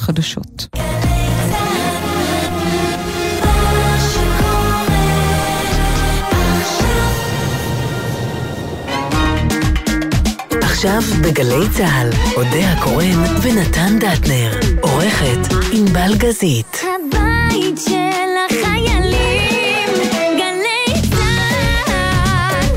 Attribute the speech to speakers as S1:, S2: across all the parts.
S1: החדשות.
S2: עכשיו בגלי צהל, אודיה קורן ונתן דטנר, עורכת ענבל גזית.
S3: הבית של החיילים, גלי צהל.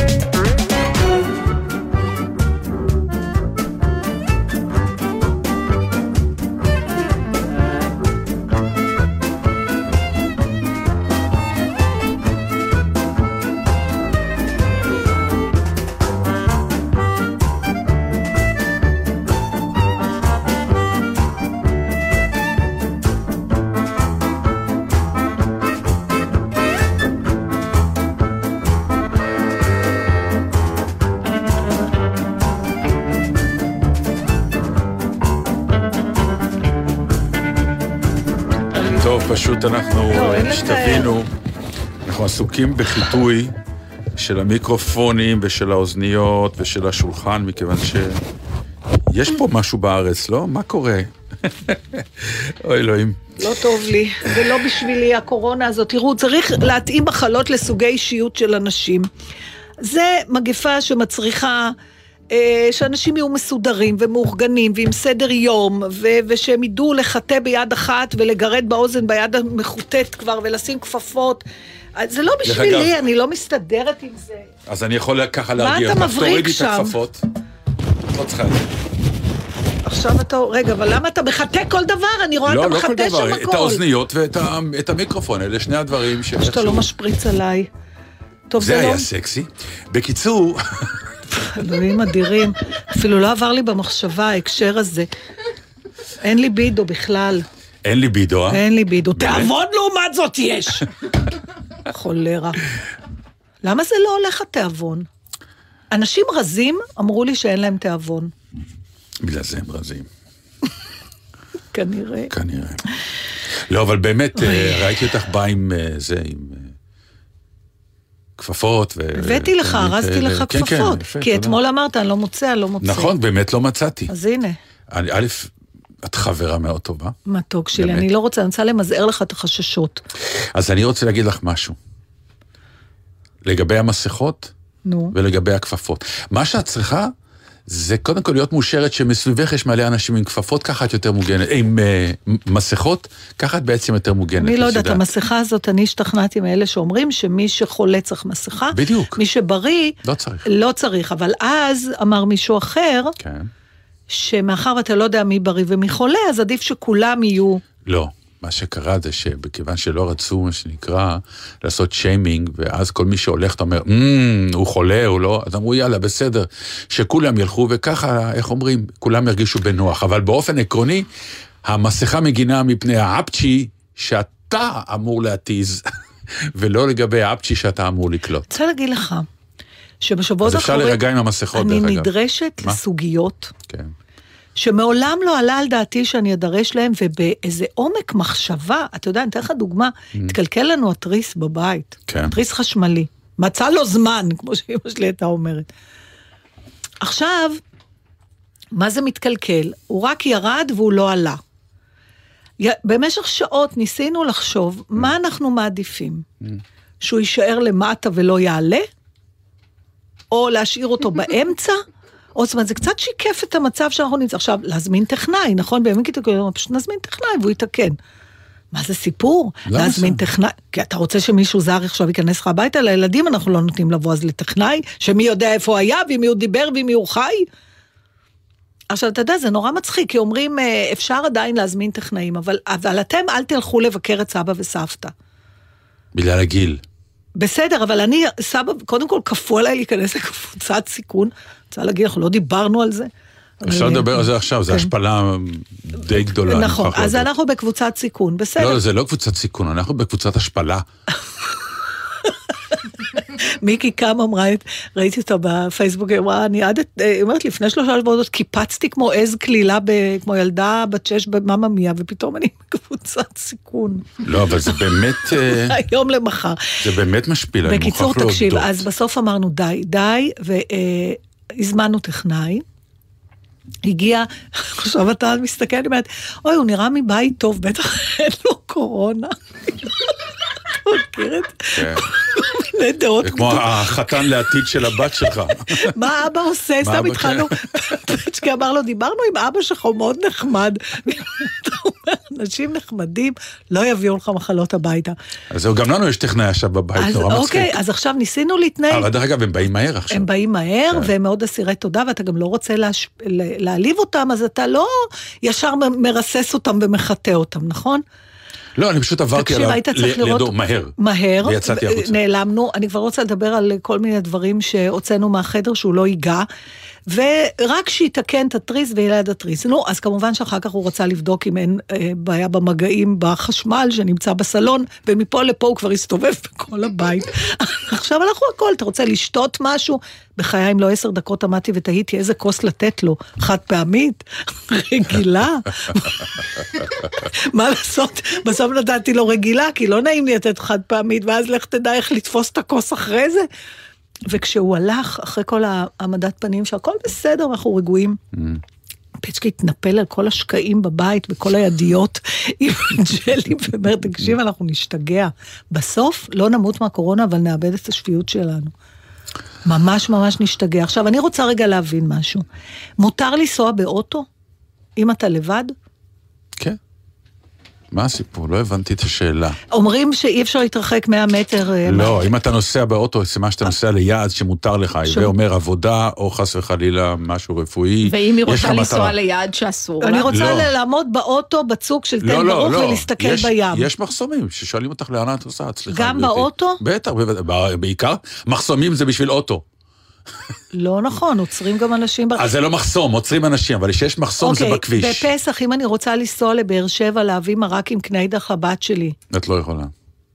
S4: פשוט אנחנו שתבינו, אנחנו עסוקים בחיטוי של המיקרופונים ושל האוזניות ושל השולחן, מכיוון שיש פה משהו בארץ, לא? מה קורה? אוי אלוהים.
S5: לא טוב לי, ולא בשבילי הקורונה הזאת. תראו, צריך להתאים מחלות לסוגי אישיות של אנשים. זה מגפה שמצריכה שאנשים יהיו מסודרים ומאורגנים ועם סדר יום, ושהם ידעו לחטא ביד אחת ולגרד באוזן ביד המחוטט כבר ולשים כפפות. זה לא בשבילי, אני לא מסתדרת עם זה.
S4: אז אני יכול ככה להרגיע.
S5: מה אתה מבריק שם?
S4: תורידי את הכפפות. לא צריכה את זה.
S5: עכשיו אתה, רגע, אבל למה אתה מחטא כל דבר? אני רואה אתה מחטא שם הכל.
S4: את האוזניות ואת המיקרופון, אלה שני הדברים
S5: שאתה לא משפריץ עליי.
S4: זה היה סקסי. בקיצור...
S5: אלוהים אדירים, אפילו לא עבר לי במחשבה ההקשר הזה. אין לי בידו בכלל.
S4: אין לי בידו, אה?
S5: אין לי בידו. תיאבון לעומת זאת יש. חולרה. למה זה לא הולך התיאבון? אנשים רזים אמרו לי שאין להם תיאבון.
S4: בגלל זה הם רזים.
S5: כנראה.
S4: לא, אבל באמת, ראיתי אותך באה עם זה, עם... כפפות.
S5: הבאתי לך, הרזתי לך כפפות. כי אתמול אמרת, אני לא מוצא, אני לא מוצא.
S4: נכון, באמת לא מצאתי.
S5: אז הנה.
S4: א', את חברה מאוד טובה.
S5: מתוק שלי, אני לא רוצה, אני רוצה למזער לך את החששות.
S4: אז אני רוצה להגיד לך משהו. לגבי המסכות, ולגבי הכפפות. מה שאת צריכה, זה קודם כל להיות מאושרת שמסביבך יש מלא אנשים עם כפפות, ככה את יותר מוגנת, עם מסכות, ככה את בעצם יותר מוגנת.
S5: אני לא יודעת, המסכה הזאת, אני השתכנעתי מאלה שאומרים שמי שחולה צריך מסכה,
S4: בדיוק.
S5: מי שבריא, לא צריך, אבל אז אמר מישהו אחר, שמאחר ואתה לא יודע מי בריא ומי חולה, אז עדיף שכולם יהיו...
S4: לא. מה שקרה זה שבכיוון שלא רצו, מה שנקרא, לעשות שיימינג, ואז כל מי שהולך, אתה אומר, הוא חולה, הוא לא, אז אמרו, יאללה, בסדר, שכולם ילכו, וככה, איך אומרים, כולם ירגישו בנוח, אבל באופן עקרוני, המסכה מגינה מפני האפצ'י, שאתה אמור להתיז, ולא לגבי האפצ'י שאתה אמור לקלוט.
S5: רוצה להגיד לך, שבשבועות
S4: אז אפשר לרגע עם המסכות, דרך אגב.
S5: אני נדרשת לסוגיות,
S4: כן.
S5: שמעולם לא עלה על דעתי שאני אדרש להם, ובאיזה עומק מחשבה, אתה יודע, אני אתן לך דוגמה, התקלקל לנו התריס בבית, התריס חשמלי, מצא לו זמן, כמו שאמא שלי הייתה אומרת. עכשיו, מה זה מתקלקל? הוא רק ירד והוא לא עלה. במשך שעות ניסינו לחשוב, מה אנחנו מעדיפים? שהוא יישאר למטה ולא יעלה? או להשאיר אותו באמצע? או זאת אומרת, זה קצת שיקף את המצב שאנחנו נמצא. עכשיו, להזמין טכנאי, נכון? בימים כתקו, פשוט נזמין טכנאי והוא יתקן. מה זה סיפור? להזמין טכנאי, כי אתה רוצה שמישהו זר עכשיו ייכנס לך הביתה, לילדים אנחנו לא נותנים לבוא אז לטכנאי, שמי יודע איפה היה, ומי הוא דיבר, ומי הוא חי. עכשיו, אתה יודע, זה נורא מצחיק, כי אומרים, אפשר עדיין להזמין טכנאים, אבל אתם אל תלכו לבקר את סבא וסבתא.
S4: בגלל הגיל.
S5: בסדר, אבל אני, סבא, קודם כל כפו עליי להיכנס לקבוצת סיכון, רוצה להגיד, אנחנו לא דיברנו על זה.
S4: אפשר לדבר על זה עכשיו, זו השפלה די גדולה.
S5: נכון, אז אנחנו בקבוצת סיכון, בסדר.
S4: לא, זה לא קבוצת סיכון, אנחנו בקבוצת השפלה.
S5: מיקי קם אמרה, ראיתי אותה בפייסבוק, היא אומרת, לפני 3 שבועות, קיפצתי כמו עז כלילה, כמו ילדה בת 6 במאמה מיה, ופתאום אני בקבוצת סיכון.
S4: לא, אבל זה באמת...
S5: היום למחר.
S4: זה באמת משפיל, אני מוכרח
S5: בקיצור, תקשיב, אז בסוף אמרנו די, והזמנו טכנאי, הגיע, עכשיו אתה מסתכל, אני אומרת, אוי, הוא נראה מבית טוב, בטח אין לו קורונה. אתה מכיר את זה? מיני דעות
S4: כמו החתן לעתיד של הבת שלך.
S5: מה אבא עושה? סתם התחלנו. פצ'קי אמר לו, דיברנו עם אבא שלך, הוא מאוד נחמד. אתה אומר, אנשים נחמדים, לא יביאו לך מחלות הביתה.
S4: אז זהו, גם לנו יש טכנאי עכשיו בבית, נורא מצחיק.
S5: אוקיי, אז עכשיו ניסינו להתנהל.
S4: אבל דרך אגב, הם באים מהר עכשיו.
S5: הם באים מהר, והם מאוד אסירי תודה, ואתה גם לא רוצה להעליב אותם, אז אתה לא ישר מרסס אותם ומחטא אותם, נכון?
S4: לא, אני פשוט עברתי לידו מהר, ויצאתי החוצה.
S5: נעלמנו, אני כבר רוצה לדבר על כל מיני דברים שהוצאנו מהחדר שהוא לא ייגע, ורק שיתקן את התריס וילד התריס. נו, אז כמובן שאחר כך הוא רצה לבדוק אם אין בעיה במגעים בחשמל שנמצא בסלון, ומפה לפה הוא כבר הסתובב בכל הבית. עכשיו אנחנו הכל, אתה רוצה לשתות משהו? בחיי אם לא 10 דקות עמדתי ותהיתי איזה כוס לתת לו, חד פעמית, רגילה. מה לעשות? בסוף נתתי לו רגילה, כי לא נעים לי לתת חד פעמית, ואז לך תדע איך לתפוס את הכוס אחרי זה. וכשהוא הלך, אחרי כל העמדת פנים, שהכל בסדר, אנחנו רגועים. פצ'קי התנפל על כל השקעים בבית, בכל הידיות, עם ג'לי, ואומר, תקשיב, אנחנו נשתגע. בסוף לא נמות מהקורונה, אבל נאבד את השפיות שלנו. ממש ממש נשתגע. עכשיו, אני רוצה רגע להבין משהו. מותר לנסוע באוטו? אם אתה לבד?
S4: כן. מה הסיפור? לא הבנתי את השאלה.
S5: אומרים שאי אפשר להתרחק 100 מטר.
S4: לא, אם אתה נוסע באוטו, זה מה שאתה נוסע ליעד שמותר לך, ואומר עבודה, או חס וחלילה משהו רפואי.
S1: ואם היא רוצה לנסוע ליעד שאסור.
S5: אני רוצה לעמוד באוטו בצוק של תל ברוך ולהסתכל בים.
S4: יש מחסומים ששואלים אותך לאן את עושה,
S5: גם באוטו?
S4: בטח, בעיקר. מחסומים זה בשביל אוטו.
S5: לא נכון, עוצרים גם אנשים.
S4: אז זה לא מחסום, עוצרים אנשים, אבל שיש מחסום זה בכביש.
S5: בפסח, אם אני רוצה לנסוע לבאר שבע, להביא מרק עם קניידח לבת שלי.
S4: את לא יכולה.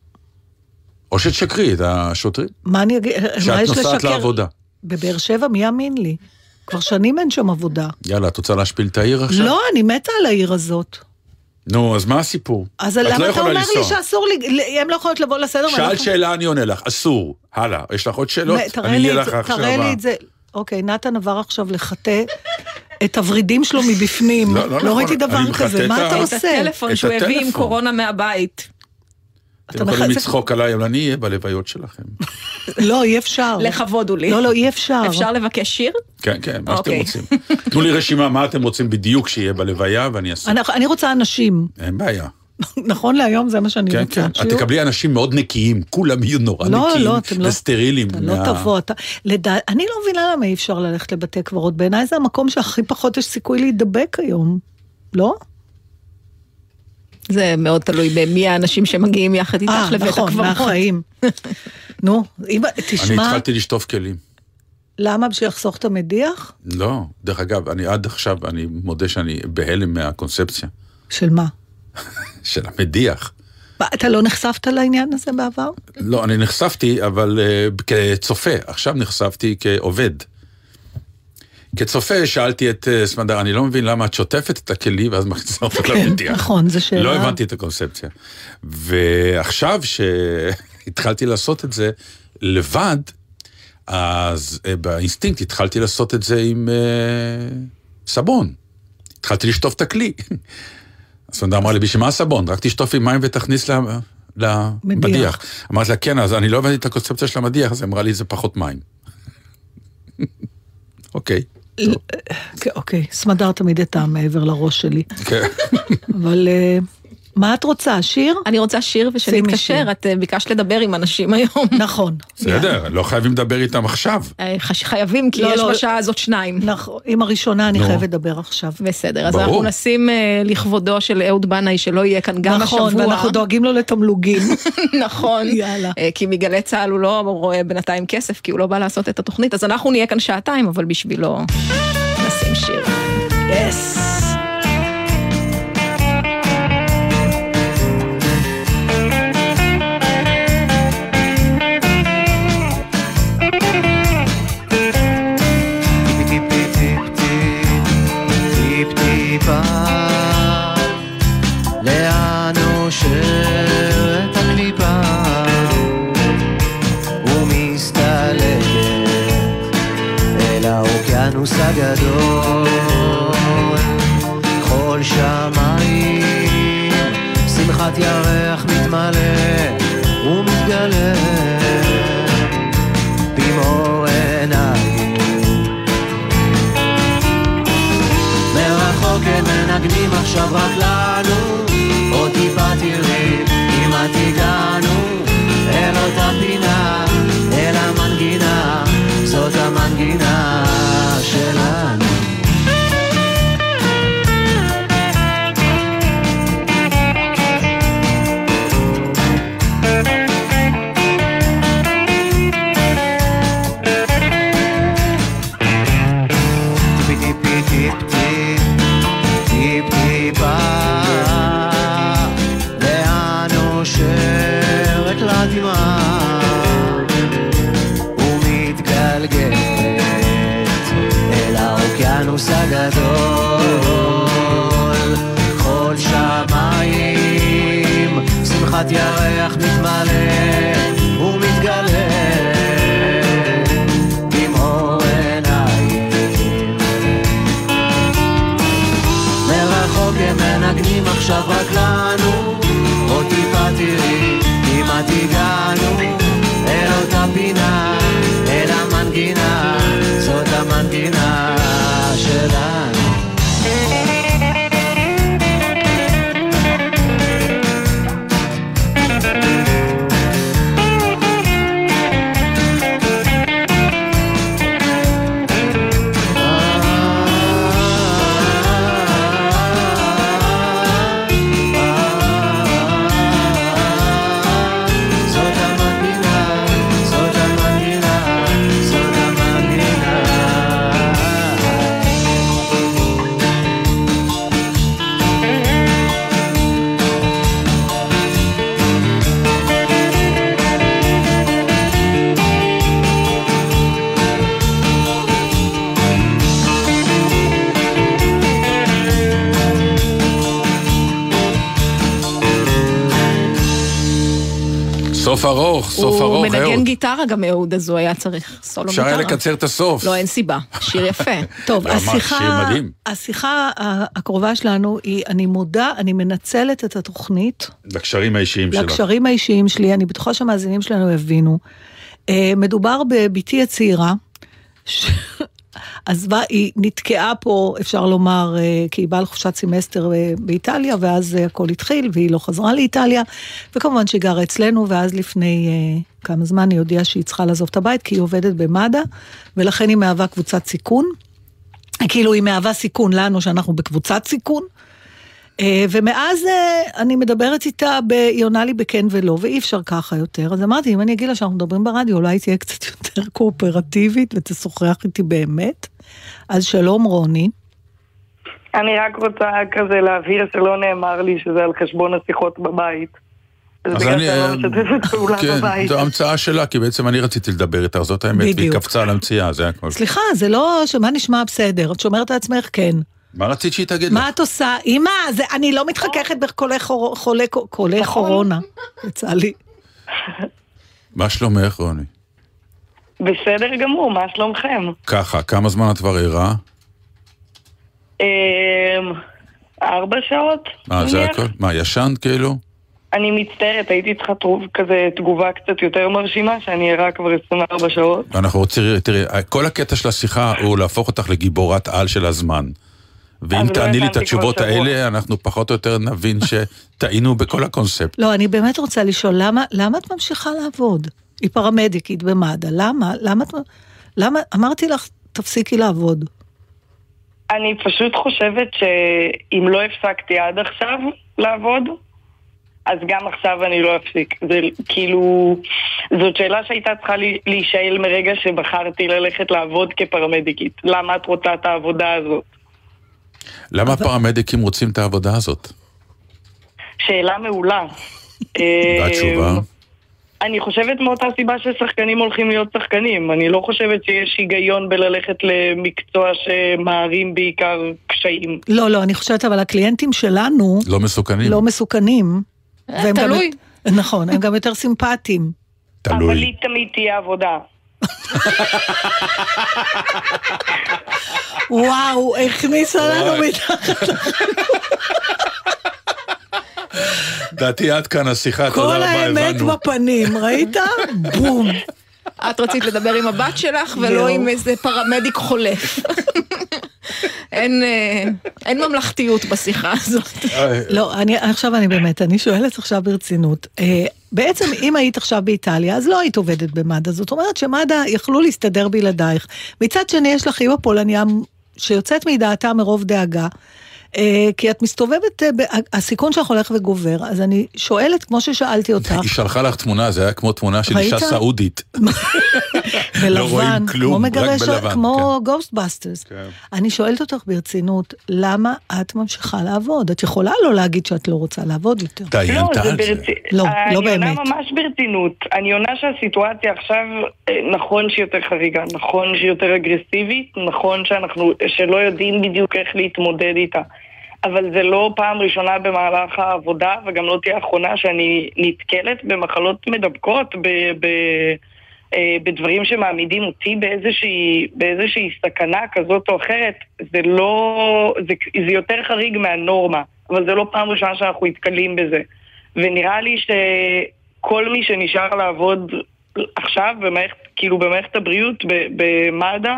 S4: או שתשקרי את השוטרים.
S5: מה אני אגיד?
S4: שאת נוסעת לעבודה.
S5: בבאר שבע, מי יאמין לי? כבר שנים אין שם עבודה.
S4: יאללה, את רוצה להשפיל את העיר עכשיו?
S5: לא, אני מתה על העיר הזאת.
S4: נו, אז מה הסיפור?
S5: אז למה אתה אומר לי שאסור לי, הם לא יכולות לבוא לסדר?
S4: שאל שאלה, אני עונה לך, אסור. הלאה, יש לך עוד שאלות? אני אהיה לך עכשיו.
S5: תראה לי את זה. אוקיי, נתן עבר עכשיו לחטא את הורידים שלו מבפנים. לא ראיתי דבר כזה, מה אתה עושה?
S1: את הטלפון שהוא הביא עם קורונה מהבית.
S4: אתם יכולים לצחוק עליי, אבל אני אהיה בלוויות שלכם.
S5: לא, אי אפשר.
S1: לכבוד הוא לי.
S5: לא, אי אפשר.
S1: אפשר לבקש שיר?
S4: כן, כן, מה שאתם רוצים. תנו לי רשימה מה אתם רוצים בדיוק שיהיה בלוויה, ואני אעשה.
S5: אני רוצה אנשים.
S4: אין בעיה.
S5: נכון להיום זה מה שאני רוצה.
S4: כן, כן. את תקבלי אנשים מאוד נקיים, כולם יהיו נורא נקיים, וסטרילים.
S5: לא תבוא, אני לא מבינה למה אי אפשר ללכת לבתי קברות. בעיניי זה המקום שהכי פחות יש סיכוי להידבק היום. לא?
S1: זה מאוד תלוי במי האנשים שמגיעים יחד איתך לבית הקברות.
S5: נכון, מהחיים. נו, תשמע...
S4: אני התחלתי לשטוף כלים.
S5: למה? בשביל לחסוך את המדיח?
S4: לא, דרך אגב, עד עכשיו, אני מודה שאני בהלם מהקונספציה.
S5: של מה?
S4: של המדיח.
S5: אתה לא נחשפת לעניין הזה בעבר?
S4: לא, אני נחשפתי, אבל כצופה. עכשיו נחשפתי כעובד. כצופה שאלתי את סמדר, אני לא מבין למה את שוטפת את הכלי, ואז מכניסה אותה למדיח.
S5: נכון, זה שאלה.
S4: לא הבנתי את הקונספציה. ועכשיו שהתחלתי לעשות את זה לבד, אז באינסטינקט התחלתי לעשות את זה עם סבון. התחלתי לשטוף את הכלי. אז סמדר אמרה לי, בשביל מה הסבון? רק תשטוף עם מים ותכניס למדיח. אמרתי לה, כן, אז אני לא הבנתי את הקונספציה של המדיח, אז אמרה לי, זה פחות מים. אוקיי.
S5: אוקיי, סמדר תמיד הייתה מעבר לראש שלי. אבל מה את רוצה, שיר?
S1: אני רוצה שיר ושנתקשר, את ביקשת לדבר עם אנשים היום.
S5: נכון.
S4: בסדר, לא חייבים לדבר איתם עכשיו.
S1: חייבים, כי יש בשעה הזאת 2.
S5: נכון, עם הראשונה אני חייבת לדבר עכשיו.
S1: בסדר, אז אנחנו נשים לכבודו של אהוד בנאי, שלא יהיה כאן גם השבוע.
S5: נכון, ואנחנו דואגים לו לתמלוגים.
S1: נכון, כי מגלי צהל הוא לא רואה בינתיים כסף, כי הוא לא בא לעשות את התוכנית, אז אנחנו נהיה כאן 2 אבל בשבילו נשים שיר.
S5: יס!
S6: לאן נושרת הקליפה ומסתלקת אל האוקיינוס הגדול שמחת ירח מתמלא ומתגלה במאור עיניים. מרחוק הם מנגנים עכשיו רק לנו, עוד טיפה תראי כמעט הגענו אל אותה פינה, אל המנגינה, זאת המנגינה שלנו. והנושרת לדמעה ומתגלגלת אל האוקיינוס הגדול. כל שמיים שמחת ירח מתמלא ומתגלה במאור עיניים. מרחוק הם מנגנים עכשיו רק לנו, עוד טיפה תראי כמעט הגענו אל אותה פינה, אל המנגינה, זאת המנגינה שלנו.
S4: סוף ארוך, סוף ארוך.
S1: הוא מנגן גיטרה גם אהוד, אז הוא היה צריך סולו גיטרה.
S4: אפשר היה לקצר את הסוף.
S1: לא, אין סיבה. שיר יפה.
S5: טוב, השיחה הקרובה שלנו היא, אני מודה, אני מנצלת את התוכנית.
S4: לקשרים האישיים שלך.
S5: לקשרים האישיים שלי, אני בטוחה שהמאזינים שלנו הבינו. מדובר בביתי הצעירה, עזבה, היא נתקעה פה, אפשר לומר, כי היא באה לחופשת סמסטר באיטליה, ואז הכל התחיל, והיא לא חזרה לאיטליה, וכמובן שהיא גרה אצלנו, ואז לפני כמה זמן היא הודיעה שהיא צריכה לעזוב את הבית, כי היא עובדת במד"א, ולכן היא מהווה קבוצת סיכון, כאילו היא מהווה סיכון לנו, שאנחנו בקבוצת סיכון, ומאז אני מדברת איתה, היא עונה לי בכן ולא, ואי אפשר ככה יותר, אז אמרתי, אם אני אגיד לה שאנחנו מדברים ברדיו, אולי תהיה קצת יותר קואופרטיבית, ותשוחח איתי באמת. אז שלום רוני.
S7: אני רק רוצה כזה להבהיר שלא נאמר לי שזה על חשבון השיחות בבית. אז אני,
S4: כן, זו המצאה שלה, כי בעצם אני רציתי לדבר איתה, זאת האמת, והיא קפצה על המציאה, זה הכל.
S5: סליחה, זה לא, שמה נשמע בסדר, את שומרת לעצמך, כן.
S4: מה רצית שהיא תגיד לך?
S5: מה את עושה? אמא, אני לא מתחככת בחולי קורונה, יצא לי.
S4: מה שלומך, רוני?
S7: בסדר גמור, מה שלומכם?
S4: ככה, כמה זמן את כבר ערה?
S7: 4 שעות.
S4: זה הכל? מה, ישנת כאילו?
S7: אני מצטערת, הייתי צריכה כזה תגובה קצת יותר מרשימה, שאני ערה כבר 24 שעות.
S4: אנחנו רוצים, תראי, כל הקטע של השיחה הוא להפוך אותך לגיבורת על של הזמן. ואם תעני לי את התשובות האלה, אנחנו פחות או יותר נבין שטעינו בכל הקונספט.
S5: לא, אני באמת רוצה לשאול, למה את ממשיכה לעבוד? היא פרמדיקית במד"א, למה? אמרתי לך, תפסיקי לעבוד.
S7: אני פשוט חושבת שאם לא הפסקתי עד עכשיו לעבוד, אז גם עכשיו אני לא אפסיק. זה כאילו, זאת שאלה שהייתה צריכה להישאל מרגע שבחרתי ללכת לעבוד כפרמדיקית. למה את רוצה את העבודה הזאת?
S4: למה הפרמדיקים רוצים את העבודה הזאת?
S7: שאלה מעולה.
S4: והתשובה?
S7: אני חושבת מאותה סיבה ששחקנים הולכים להיות שחקנים. אני לא חושבת שיש היגיון בללכת למקצוע שמערים בעיקר קשיים.
S5: לא, אני חושבת, אבל הקליינטים שלנו
S4: לא מסוכנים.
S1: תלוי.
S5: נכון, הם גם יותר סימפטיים.
S4: תלוי.
S7: אבל לי תמיד תהיה עבודה.
S5: וואו, הכניסה לנו מתחת.
S4: דעתי עד כאן השיחה, תודה רבה, הבנו.
S5: כל האמת בפנים, ראית? בום.
S1: את רצית לדבר עם הבת שלך, ולא עם איזה פרמדיק חולף. אין ממלכתיות בשיחה הזאת.
S5: לא, עכשיו אני שואלת עכשיו ברצינות. בעצם אם היית עכשיו באיטליה, אז לא היית עובדת במד"א. זאת אומרת שמד"א יכלו להסתדר בלעדייך. מצד שני יש לך אימא פולניה שיוצאת מדעתה מרוב דאגה, כי את מסתובבת, הסיכון שלך הולך וגובר, אז אני שואלת, כמו ששאלתי אותך.
S4: היא שלחה לך תמונה, זה היה כמו תמונה של אישה סעודית.
S5: בלבן, כמו מגרש, כמו גוסטבאסטרס. אני שואלת אותך ברצינות, למה את ממשיכה לעבוד? את יכולה לא להגיד שאת לא רוצה לעבוד יותר.
S7: לא באמת. אני עונה ממש ברצינות. אני עונה שהסיטואציה עכשיו, נכון שהיא יותר חריגה, נכון שהיא יותר אגרסיבית, נכון שלא יודעים בדיוק איך להתמודד איתה. אבל זה לא פעם ראשונה במהלך העבודה, וגם לא תהיה האחרונה שאני נתקלת במחלות מדבקות, בדברים שמעמידים אותי באיזושהי סכנה כזאת או אחרת. זה יותר חריג מהנורמה, אבל זה לא פעם ראשונה שאנחנו נתקלים בזה. ונראה לי שכל מי שנשאר לעבוד עכשיו במערכת הבריאות, במד"א,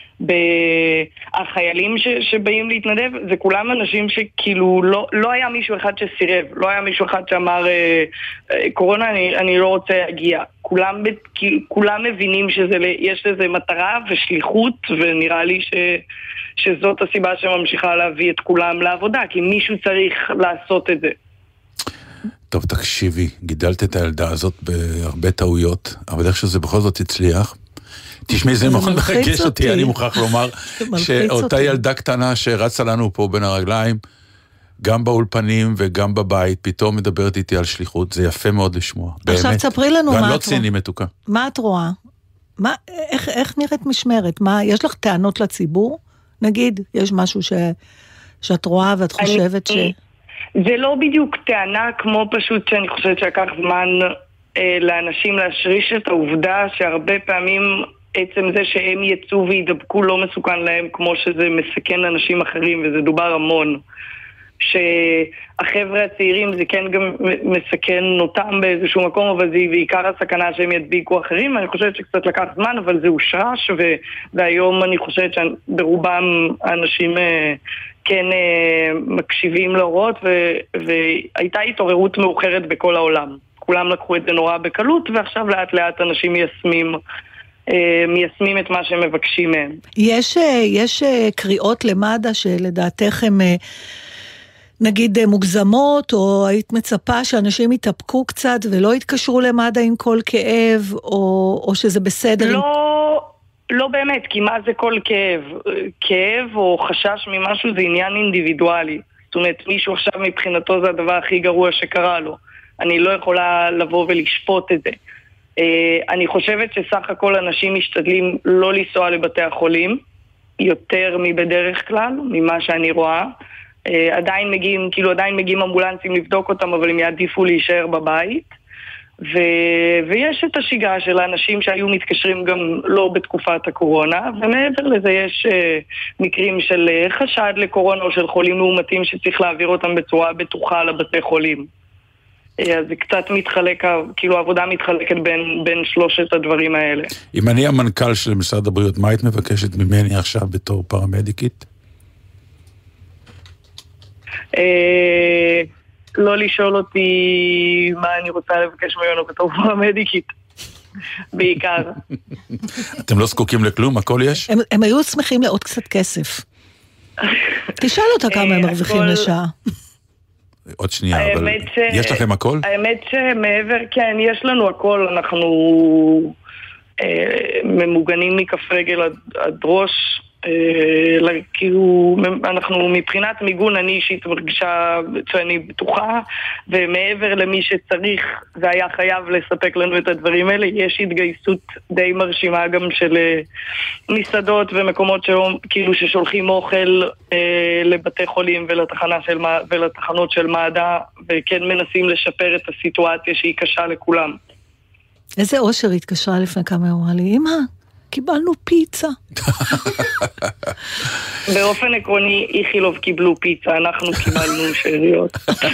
S7: החיילים שבאים להתנדב, זה כולם אנשים שכאילו לא היה מישהו אחד שסירב, לא היה מישהו אחד שאמר קורונה אני לא רוצה להגיע. כולם מבינים שיש לזה מטרה ושליחות, ונראה לי שזאת הסיבה שממשיכה להביא את כולם לעבודה, כי מישהו צריך לעשות את זה.
S4: טוב, תקשיבי, גידלת את הילדה הזאת בהרבה טעויות, אבל איך שזה בכל זאת הצליח. תשמעי, זה מאוד מחגש אותי, אני מוכרח לומר, שאותה ילדה קטנה שרצה לנו פה בין הרגליים, גם באולפנים וגם בבית, פתאום מדברת איתי על שליחות, זה יפה מאוד לשמוע.
S5: עכשיו תספרי לנו
S4: מה את רואה. ואני לא ציני מתוקה.
S5: מה את רואה? איך נראית משמרת? יש לך טענות לציבור? נגיד, יש משהו שאת רואה ואת חושבת ש...
S7: זה לא בדיוק טענה, כמו פשוט שאני חושבת שלקח זמן לאנשים להשריש את העובדה שהרבה פעמים עצם זה שהם יצאו וידבקו לא מסוכן להם, כמו שזה מסכן אנשים אחרים, וזה דובר המון. שהחבר'ה הצעירים זה כן גם מסכן אותם באיזשהו מקום, אבל זה בעיקר הסכנה שהם ידביקו אחרים. אני חושבת שקצת לקח זמן, אבל זה הושרש, והיום אני חושבת שברובם האנשים כן מקשיבים להוראות, והייתה התעוררות מאוחרת בכל העולם. כולם לקחו את זה נורא בקלות, ועכשיו לאט לאט אנשים מיישמים את מה שהם מבקשים מהם.
S5: יש קריאות למד"א שלדעתך הם נגיד מוגזמות, או היית מצפה שאנשים יתאפקו קצת ולא יתקשרו למד"א עם כל כאב, או שזה בסדר?
S7: לא באמת, כי מה זה כל כאב? כאב או חשש ממשהו זה עניין אינדיבידואלי. זאת אומרת, מישהו עכשיו מבחינתו זה הדבר הכי גרוע שקרה לו. אני לא יכולה לבוא ולשפוט את זה. אני חושבת שסך הכל אנשים משתדלים לא לנסוע לבתי החולים, יותר מבדרך כלל, ממה שאני רואה. עדיין מגיעים אמבולנסים לבדוק אותם, אבל הם יעדיפו להישאר בבית. ויש את השגרה של האנשים שהיו מתקשרים גם לא בתקופת הקורונה, ומעבר לזה יש מקרים של חשד לקורונה או של חולים מאומתים שצריך להעביר אותם בצורה בטוחה לבתי חולים. אז זה קצת מתחלק, כאילו העבודה מתחלקת בין שלושת הדברים האלה.
S4: אם אני המנכ"ל של משרד הבריאות, מה היית מבקשת ממני עכשיו בתור פרמדיקית?
S7: לא לשאול אותי מה אני רוצה לבקש ממנו בתור פרמדיקית, בעיקר.
S4: אתם לא זקוקים לכלום, הכל יש?
S5: הם היו שמחים לעוד קצת כסף. תשאל אותה כמה הם מרוויחים לשעה.
S4: עוד שנייה, אבל יש לכם הכל?
S7: האמת שמעבר, כן, יש לנו הכל, אנחנו ממוגנים מכף רגל עד ראש, כאילו אנחנו מבחינת מיגון אני אישית מרגישה שאני בטוחה, ומעבר למי שצריך זה היה חייב לספק לנו את הדברים האלה. יש התגייסות די מרשימה גם של מסעדות ומקומות כאילו ששולחים אוכל לבתי חולים ולתחנות של מד"א, וכן מנסים לשפר את הסיטואציה שהיא קשה לכולם.
S5: איזה אושר התקשרה לפני כמה אמרה לי, אמא, קיבלנו פיצה.
S7: באופן עקרוני, איכילוב קיבלו פיצה, אנחנו קיבלנו שאריות.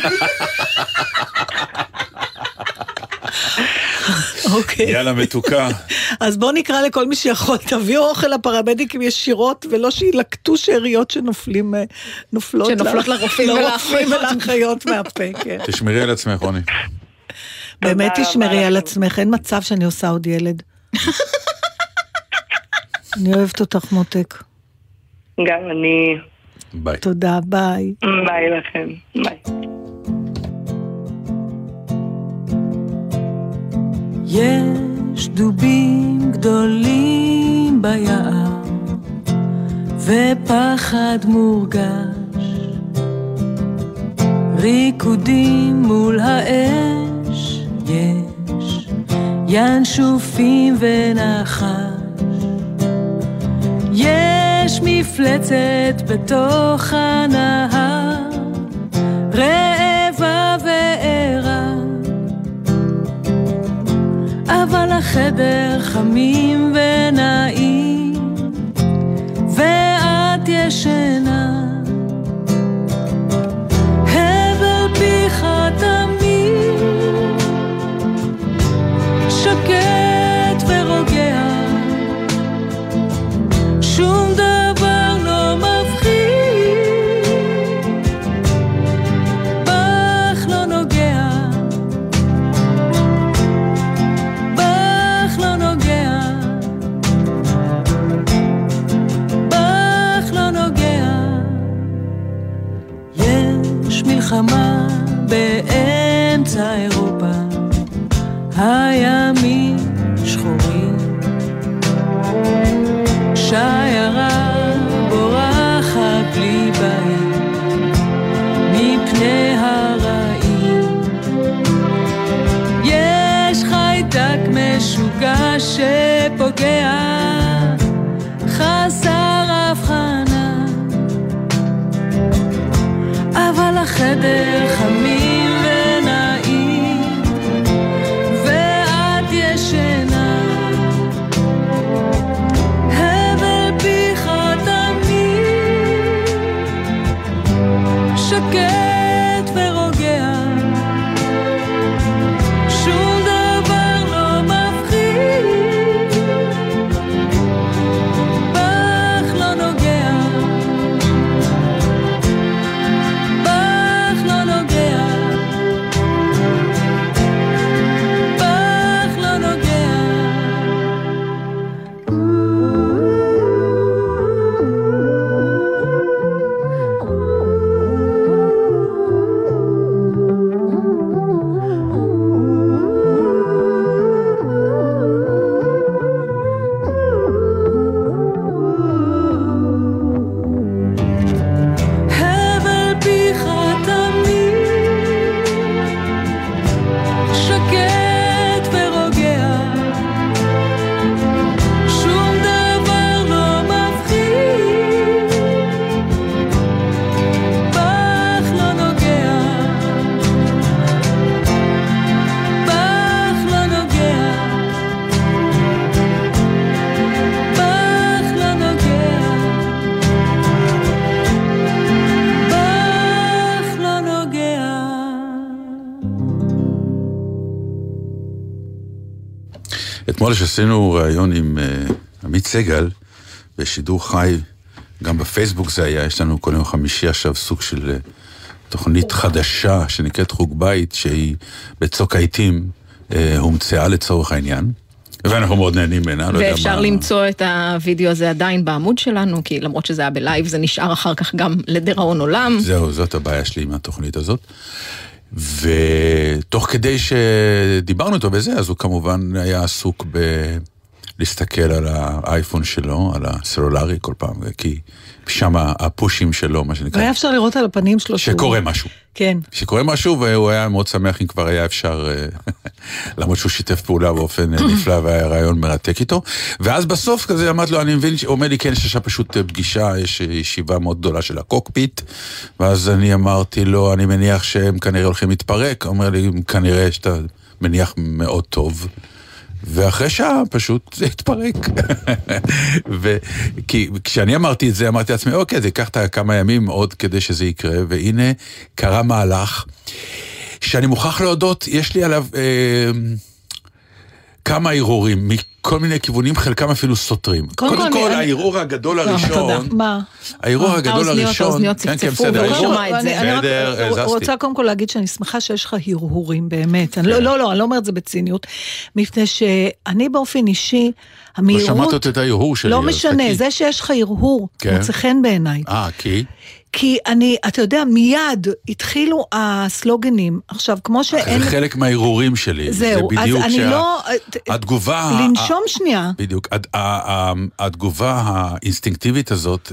S5: אוקיי.
S4: יאללה מתוקה.
S5: אז בוא נקרא לכל מי שיכול, תביאו אוכל לפרמדיקים ישירות, ולא שילקטו שאריות שנופלות
S1: לרופאים
S5: ולאחיות מהפה.
S4: תשמרי על עצמך, רוני.
S5: באמת תשמרי על עצמך, אין מצב שאני עושה עוד ילד. אני אוהבת אותך מותק.
S7: גם אני.
S4: ביי.
S5: תודה, ביי.
S7: ביי לכם, ביי.
S8: יש דובים גדולים ביער ופחד מורגש, ריקודים מול האש, יש ינשופים ונחש, יש מפלצת בתוך הנהר, רעבה וערה, אבל החדר חמים ונעים, ואת ישנה, הבל פיך תמיד, שקט ורוגע, שום דבר לא מבחין, בך לא נוגע, בך לא נוגע, בך לא נוגע. יש מלחמה באמצע אירופה, הימים שחורים, שיירה בורחת בלי בית מפני הרעים, יש חיידק משוגע שפוגע חסר הבחנה, אבל החדר חמים ונעים, ואת ישנה, שקט ורוגע, שום דבר לא מבחין, בך לא נוגע, בך לא נוגע, בך לא נוגע.
S4: אתמול שעשינו ראיון עם עמית סגל בשידור חי, גם בפייסבוק זה היה, יש לנו כל יום חמישי עכשיו סוג של תוכנית חדשה שנקראת חוג בית, שהיא בצוק העיתים הומצאה לצורך העניין, ואנחנו מאוד נהנים ממנה.
S1: ואפשר למצוא את הוידאו הזה עדיין בעמוד שלנו, כי למרות שזה היה בלייב זה נשאר אחר כך גם לדיראון עולם.
S4: זהו, זאת הבעיה שלי עם התוכנית הזאת. ותוך כדי שדיברנו איתו בזה, אז הוא כמובן היה עסוק להסתכל על האייפון שלו, על הסלולרי כל פעם, כי שם הפושים שלו, מה שנקרא.
S5: והיה אפשר לראות על הפנים שלו.
S4: שקורה משהו.
S5: כן.
S4: שקורה משהו, והוא היה מאוד שמח אם כבר היה אפשר, למרות שהוא שיתף פעולה באופן נפלא, והיה רעיון מרתק איתו. ואז בסוף כזה אמרתי לו, אני מבין, אומר לי, כן, יש שם פשוט פגישה, יש ישיבה מאוד גדולה של הקוקפיט, ואז אני אמרתי לו, אני מניח שהם כנראה הולכים להתפרק, אומר לי, כנראה שאתה מניח מאוד טוב, ואחרי שעה פשוט זה התפרק. כי כשאני אמרתי את זה, אמרתי לעצמי, אוקיי, זה ייקח כמה ימים עוד כדי שזה יקרה, והנה קרה מהלך, שאני מוכרח להודות, יש לי עליו כמה ערעורים, מכל מיני כיוונים, חלקם אפילו סותרים. קודם כל, הערעור הגדול הראשון, הערעור הגדול הראשון,
S1: האוזניות צפצפו, והוא שמע את זה.
S5: אני רוצה קודם כל להגיד שאני שמחה שיש לך הרהורים, באמת. אני לא אומרת את זה בציניות, מפני שאני באופן אישי, המהירות...
S4: לא שמעת את ההרהור שלי.
S5: לא משנה, זה שיש לך הרהור, מוצא חן בעיניי.
S4: כי?
S5: כי אתה יודע, מיד התחילו הסלוגנים. עכשיו, כמו שאין...
S4: זה חלק מהערעורים שלי.
S5: זהו, אז אני לא...
S4: התגובה...
S5: לנשום שנייה.
S4: בדיוק. התגובה האינסטינקטיבית הזאת,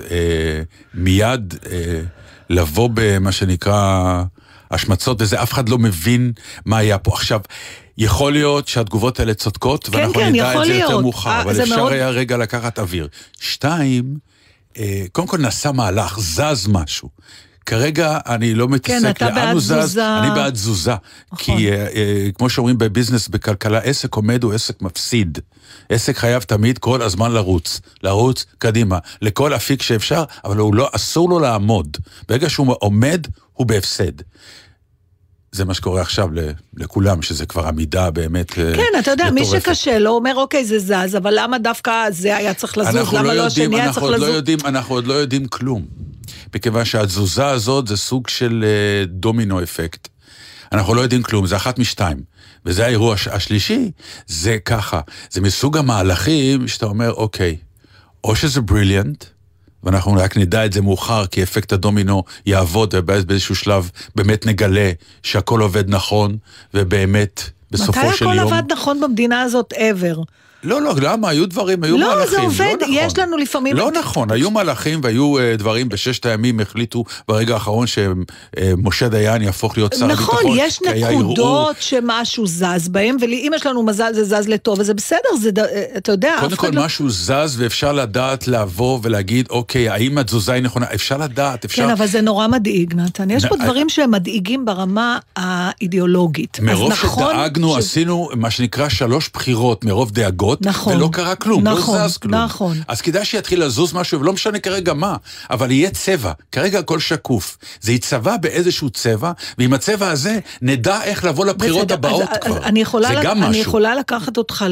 S4: מיד לבוא במה שנקרא השמצות, וזה אף אחד לא מבין מה היה פה. עכשיו, יכול להיות שהתגובות האלה צודקות, ואנחנו נדע את זה יותר מאוחר, אבל אפשר היה רגע לקחת אוויר. 2, קודם כל נעשה מהלך, זז משהו. כרגע אני לא מתעסק לאן הוא זז, אני בעד תזוזה. כי כמו שאומרים בביזנס, בכלכלה, עסק עומד הוא עסק מפסיד. עסק חייב תמיד כל הזמן לרוץ קדימה, לכל אפיק שאפשר, אבל אסור לו לעמוד. ברגע שהוא עומד, הוא בהפסד. זה מה שקורה עכשיו לכולם, שזה כבר עמידה באמת מטורפת.
S5: כן, אתה יודע, מי שקשה לו אומר, אוקיי, זה זז, אבל למה דווקא זה היה צריך לזוז? למה לא השני היה צריך לזוז?
S4: אנחנו עוד לא יודעים כלום. מכיוון שהתזוזה הזאת זה סוג של דומינו אפקט. אנחנו לא יודעים כלום, זה 1 מ-2. וזה האירוע השלישי, זה ככה. זה מסוג המהלכים שאתה אומר, אוקיי, או שזה בריליאנט, ואנחנו רק נדע את זה מאוחר, כי אפקט הדומינו יעבוד, ובאיזשהו שלב באמת נגלה שהכל עובד נכון, ובאמת בסופו של יום...
S5: מתי הכל עבד נכון במדינה הזאת ever?
S4: לא, למה? היו דברים, היו מהלכים.
S5: לא, זה עובד, יש לנו לפעמים...
S4: לא נכון, היו מהלכים והיו דברים בששת הימים, החליטו ברגע האחרון שמשה דיין יהפוך להיות שר הביטחון.
S5: נכון, יש נקודות שמשהו זז בהם, ואם יש לנו מזל זה זז לטוב, וזה בסדר, אתה יודע...
S4: קודם כל משהו זז ואפשר לדעת לבוא ולהגיד, אוקיי, האם התזוזה היא נכונה? אפשר לדעת, אפשר...
S5: כן, אבל זה נורא מדאיג, נתן. יש פה דברים שהם מדאיגים ברמה האידיאולוגית.
S4: מרוב שדאגנו, עשינו מה שנקרא 3 בחירות מרוב דאגות, נכון, ולא קרה כלום, נכון, לא זז כלום.
S5: נכון.
S4: אז כדאי שיתחיל לזוז משהו, ולא משנה כרגע מה, אבל יהיה צבע, כרגע הכל שקוף. זה יצבע באיזשהו צבע, ועם הצבע הזה נדע איך לבוא לבחירות הבאות כבר. זה גם משהו.
S5: אני יכולה לקחת אותך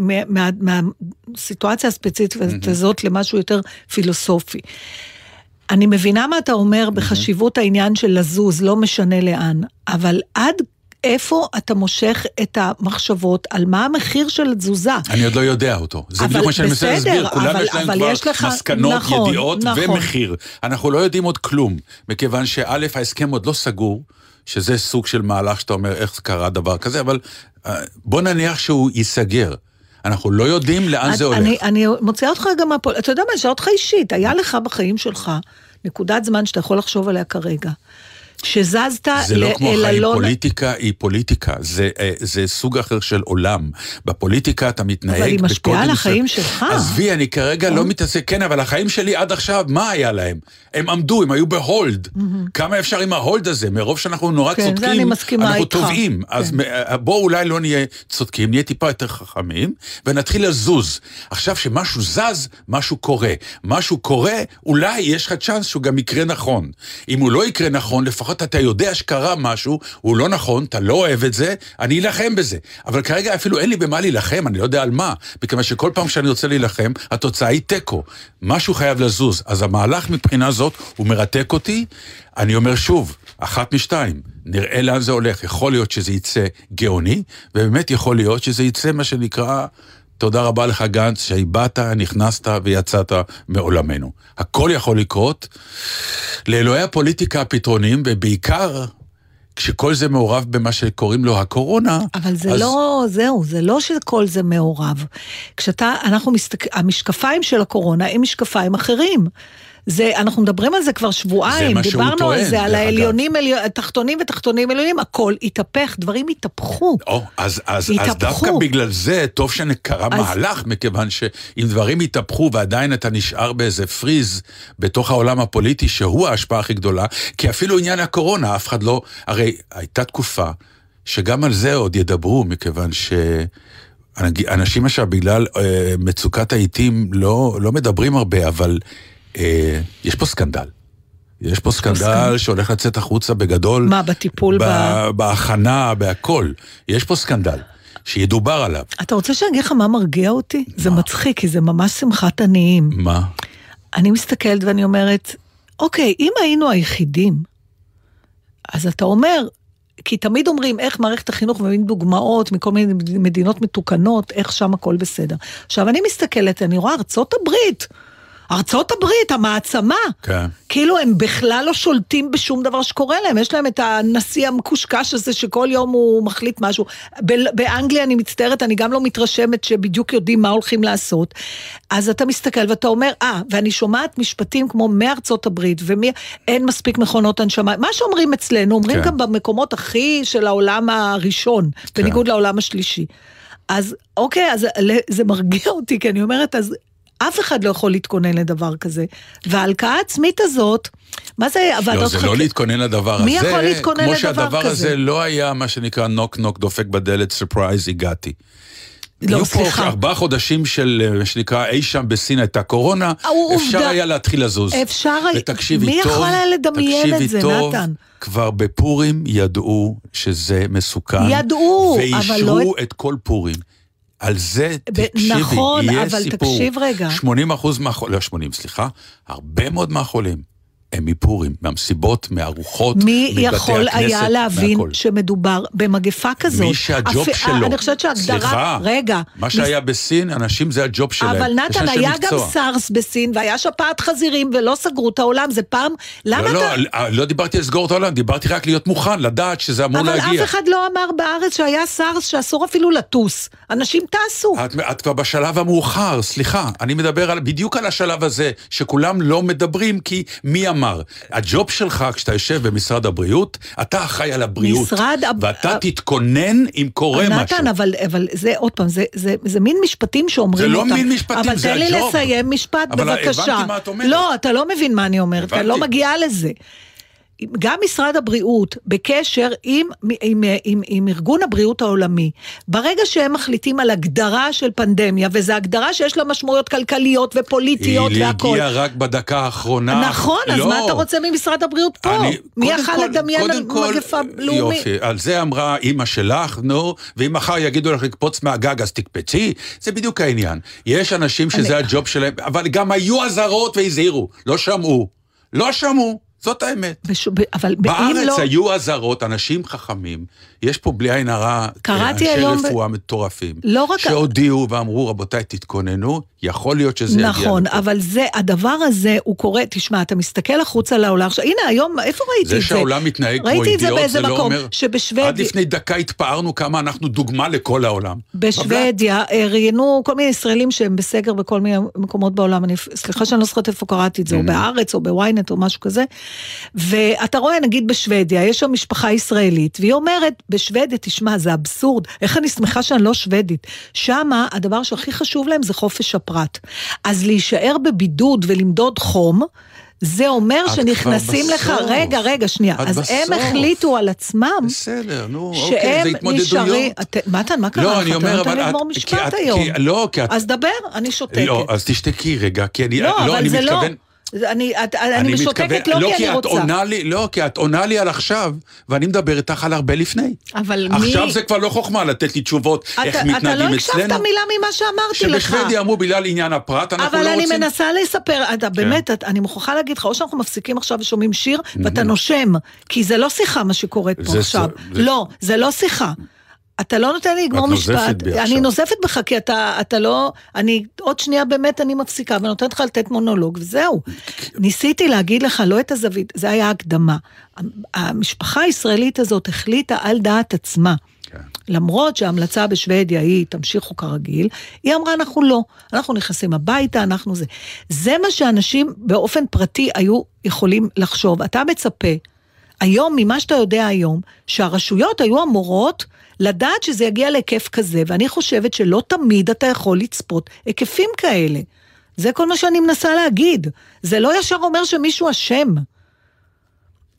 S5: מהסיטואציה הספציפית הזאת למשהו יותר פילוסופי. אני מבינה מה אתה אומר בחשיבות העניין של לזוז, לא משנה לאן, אבל עד איפה אתה מושך את המחשבות, על מה המחיר של התזוזה?
S4: אני עוד לא יודע אותו. זה בדיוק מה שאני מנסה להסביר. כולם יש להם כבר מסקנות, ידיעות ומחיר. אנחנו לא יודעים עוד כלום, מכיוון שא' ההסכם עוד לא סגור, שזה סוג של מהלך שאתה אומר איך קרה דבר כזה, אבל בוא נניח שהוא ייסגר. אנחנו לא יודעים לאן זה הולך.
S5: אני מוציאה אותך גם מהפול, אתה יודע מה, שאלה אותך אישית, היה לך בחיים שלך נקודת זמן שאתה יכול לחשוב עליה כרגע, שזזת
S4: זה לא כמו חיים, פוליטיקה היא פוליטיקה, זה סוג אחר של עולם. בפוליטיקה אתה מתנהג...
S5: אבל היא משפיעה על החיים שלך.
S4: עזבי, אני כרגע לא מתעסק, כן, אבל החיים שלי עד עכשיו, מה היה להם? הם עמדו, הם היו בהולד. כמה אפשר עם ההולד הזה? מרוב שאנחנו נורא צודקים, אנחנו טובעים. אז בואו אולי לא נהיה צודקים, נהיה טיפה יותר חכמים, ונתחיל לזוז. עכשיו שמשהו זז, משהו קורה. משהו קורה, אולי יש לך צ'אנס שהוא גם יקרה נכון. אם הוא לא יקרה נכון, לפחות אתה יודע שקרה משהו, הוא לא נכון, אתה לא אוהב את זה, אני אלחם בזה. אבל כרגע אפילו אין לי במה להילחם, אני לא יודע על מה. מכיוון שכל פעם שאני רוצה להילחם, התוצאה היא טקו. משהו חייב לזוז. אז המהלך מבחינה זאת, הוא מרתק אותי. אני אומר שוב, 1 מ-2, נראה לאן זה הולך. יכול להיות שזה יצא גאוני, ובאמת יכול להיות שזה יצא מה שנקרא... תודה רבה לך גנץ, שהיבאת, נכנסת ויצאת מעולמנו. הכל יכול לקרות. לאלוהי הפוליטיקה הפתרונים, ובעיקר כשכל זה מעורב במה שקוראים לו הקורונה.
S5: אבל זה לא, זהו, זה לא שכל זה מעורב. המשקפיים של הקורונה הם משקפיים אחרים. אנחנו מדברים על זה כבר שבועיים, דיברנו על זה, על העליונים, תחתונים ותחתונים עליונים, הכל התהפך, דברים התהפכו.
S4: אז דווקא בגלל זה, טוב שנקרה מהלך, מכיוון שאם דברים התהפכו, ועדיין אתה נשאר באיזה פריז, בתוך העולם הפוליטי, שהוא ההשפעה הכי גדולה, כי אפילו עניין הקורונה, אף אחד לא, הרי הייתה תקופה, שגם על זה עוד ידברו, מכיוון אנשים עכשיו בגלל מצוקת העיתים לא מדברים הרבה, אבל יש פה סקנדל. יש פה סקנדל שהולך לצאת החוצה בגדול.
S5: מה, בטיפול?
S4: בהכנה, בהכל. יש פה סקנדל, שידובר עליו.
S5: אתה רוצה שאני אגיד לך מה מרגיע אותי? זה מצחיק, כי זה ממש שמחת עניים.
S4: מה?
S5: אני מסתכלת ואני אומרת, אוקיי, אם היינו היחידים, אז אתה אומר, כי תמיד אומרים איך מערכת החינוך מבין דוגמאות מכל מיני מדינות מתוקנות, איך שם הכל בסדר. עכשיו אני מסתכלת, אני רואה ארצות הברית, המעצמה,
S4: כן.
S5: כאילו הם בכלל לא שולטים בשום דבר שקורה להם, יש להם את הנשיא המקושקש הזה שכל יום הוא מחליט משהו, באנגליה אני מצטערת, אני גם לא מתרשמת שבדיוק יודעים מה הולכים לעשות, אז אתה מסתכל ואתה אומר, ואני שומעת משפטים כמו מארצות הברית, אין מספיק מכונות הנשמה, מה שאומרים אצלנו, אומרים
S4: כן.
S5: גם במקומות הכי של העולם הראשון,
S4: כן.
S5: בניגוד לעולם השלישי, אז אוקיי, אז זה מרגיע אותי, כי אני אומרת, אז אף אחד לא יכול להתכונן לדבר כזה. וההלקאה העצמית הזאת, מה זה היה?
S4: לא, זה לא להתכונן לדבר הזה.
S5: מי יכול להתכונן לדבר כזה?
S4: כמו שהדבר הזה לא היה מה שנקרא נוק נוק דופק בדלת, סרפרייז, הגעתי.
S5: לא, סליחה.
S4: היו פה 4 חודשים של, מה שנקרא, אי שם בסין הייתה קורונה, אפשר היה להתחיל לזוז.
S5: מי יכול היה לדמיין את זה, נתן?
S4: כבר בפורים ידעו שזה מסוכן.
S5: ידעו, אבל לא...
S4: ואישרו את כל פורים. על זה, תקשיבי,
S5: נכון,
S4: יהיה
S5: אבל
S4: סיפור.
S5: תקשיב רגע.
S4: 80% מהחולים, לא 80, סליחה, הרבה מאוד מהחולים. הם מפורים, מהמסיבות, מהארוחות,
S5: מי יכול היה להבין שמדובר במגפה כזאת?
S4: מי שהג'וב שלו.
S5: אני חושבת שהגדרה...
S4: סליחה,
S5: רגע.
S4: מה שהיה בסין, אנשים זה הג'וב שלהם.
S5: אבל נתן, היה גם סארס בסין, והיה שפעת חזירים, ולא סגרו את העולם, זה פעם...
S4: לא דיברתי על סגור את העולם, דיברתי רק להיות מוכן, לדעת שזה אמור להגיע.
S5: אבל אף אחד לא אמר בארץ שהיה סארס, שאסור אפילו לטוס. אנשים טסו.
S4: את כבר בשלב המאוחר, סליחה. אני מדבר בדיוק על השלב הזה, שכולם לא מדברים, כי מי אמר? הג'וב שלך, כשאתה יושב במשרד הבריאות, אתה אחראי על הבריאות, ואתה תתכונן אם קורה משהו.
S5: נתן, אבל זה עוד פעם, זה מין משפטים שאומרים אותם.
S4: זה לא מין משפטים, זה הג'וב.
S5: אבל תן לי לסיים משפט, בבקשה.
S4: אבל הבנתי מה את אומרת.
S5: לא, אתה לא מבין מה אני אומרת, אני לא מגיעה לזה. גם משרד הבריאות בקשר עם ארגון הבריאות העולמי, ברגע שהם מחליטים על הגדרה של פנדמיה, וזו הגדרה שיש לה משמעויות כלכליות ופוליטיות והכל.
S4: היא הגיעה רק בדקה האחרונה.
S5: נכון, אז מה אתה רוצה ממשרד הבריאות פה? מי יכל לדמיין על מגפה לאומית?
S4: יופי, על זה אמרה אמא שלך, נו, ואם מחר יגידו לך לקפוץ מהגג, אז תקפצי, זה בדיוק העניין. יש אנשים שזה הג'וב שלהם, אבל גם היו אזהרות והזהירו, לא שמעו. זאת האמת. בארץ היו עזרות, אנשים חכמים, יש פה בלי עין הרע, אנשי רפואה מטורפים, שהודיעו ואמרו, רבותיי, תתכוננו, יכול להיות שזה יגיע.
S5: נכון, אבל הדבר הזה, הוא קורה, תשמע, אתה מסתכל החוצה לעולם, הנה היום, איפה ראיתי את זה?
S4: זה שהעולם מתנהג כמו אידיוט, זה לא אומר, עד לפני דקה התפארנו כמה אנחנו דוגמה לכל העולם.
S5: בשוודיה, ראיינו כל מיני ישראלים שהם בסגר בכל מיני מקומות בעולם, סליחה שאני לא זוכרת איפה קראתי את זה, או בארץ, או בוויינט, או משהו כזה, ואתה רואה, נגיד בשוודיה, יש שם משפחה ישראלית, והיא אומרת, בשוודיה, תשמע, זה אבסורד, איך אני שמחה שאני לא שוודית, שמה, הדבר שהכי חשוב להם זה חופש הפרט, אז להישאר בבידוד ולמדוד חום, זה אומר שנכנסים לך, רגע, שנייה, אז הם החליטו על עצמם,
S4: בסדר, נו, אוקיי, זה התמודדויות.
S5: מתן, מה קרה? אתה נותן לגמור משפט היום. אז דבר, אני שותקת.
S4: לא, אז תשתקי רגע, כי אני מתכוון...
S5: אני משותקת לא כי אני רוצה.
S4: לא, כי את עונה לי על עכשיו, ואני מדבר איתך על הרבה לפני. עכשיו זה כבר לא חוכמה לתת לי תשובות איך מתנהגים אצלנו.
S5: אתה לא הקשבת מילה ממה שאמרתי לך.
S4: שבשוודיה אמרו בגלל עניין הפרט, אנחנו לא רוצים...
S5: אבל אני מנסה לספר, באמת, אני מוכרחה להגיד לך, או שאנחנו מפסיקים עכשיו ושומעים שיר, ואתה נושם, כי זה לא שיחה מה שקורית פה עכשיו. לא, זה לא שיחה. אתה לא נותן לי לגמור משפט, אני נוזפת בך, כי אתה לא, עוד שנייה באמת אני מפסיקה, ונותנת לך לתת מונולוג, וזהו. ניסיתי להגיד לך, לא את הזווית, זה היה הקדמה. המשפחה הישראלית הזאת החליטה על דעת עצמה, למרות שההמלצה בשוודיה היא, תמשיכו כרגיל, היא אמרה, אנחנו לא, אנחנו נכנסים הביתה, אנחנו זה. זה מה שאנשים באופן פרטי היו יכולים לחשוב. אתה מצפה, היום, ממה שאתה יודע היום, שהרשויות היו אמורות לדעת שזה יגיע להיקף כזה, ואני חושבת שלא תמיד אתה יכול לצפות היקפים כאלה. זה כל מה שאני מנסה להגיד. זה לא ישר אומר שמישהו אשם.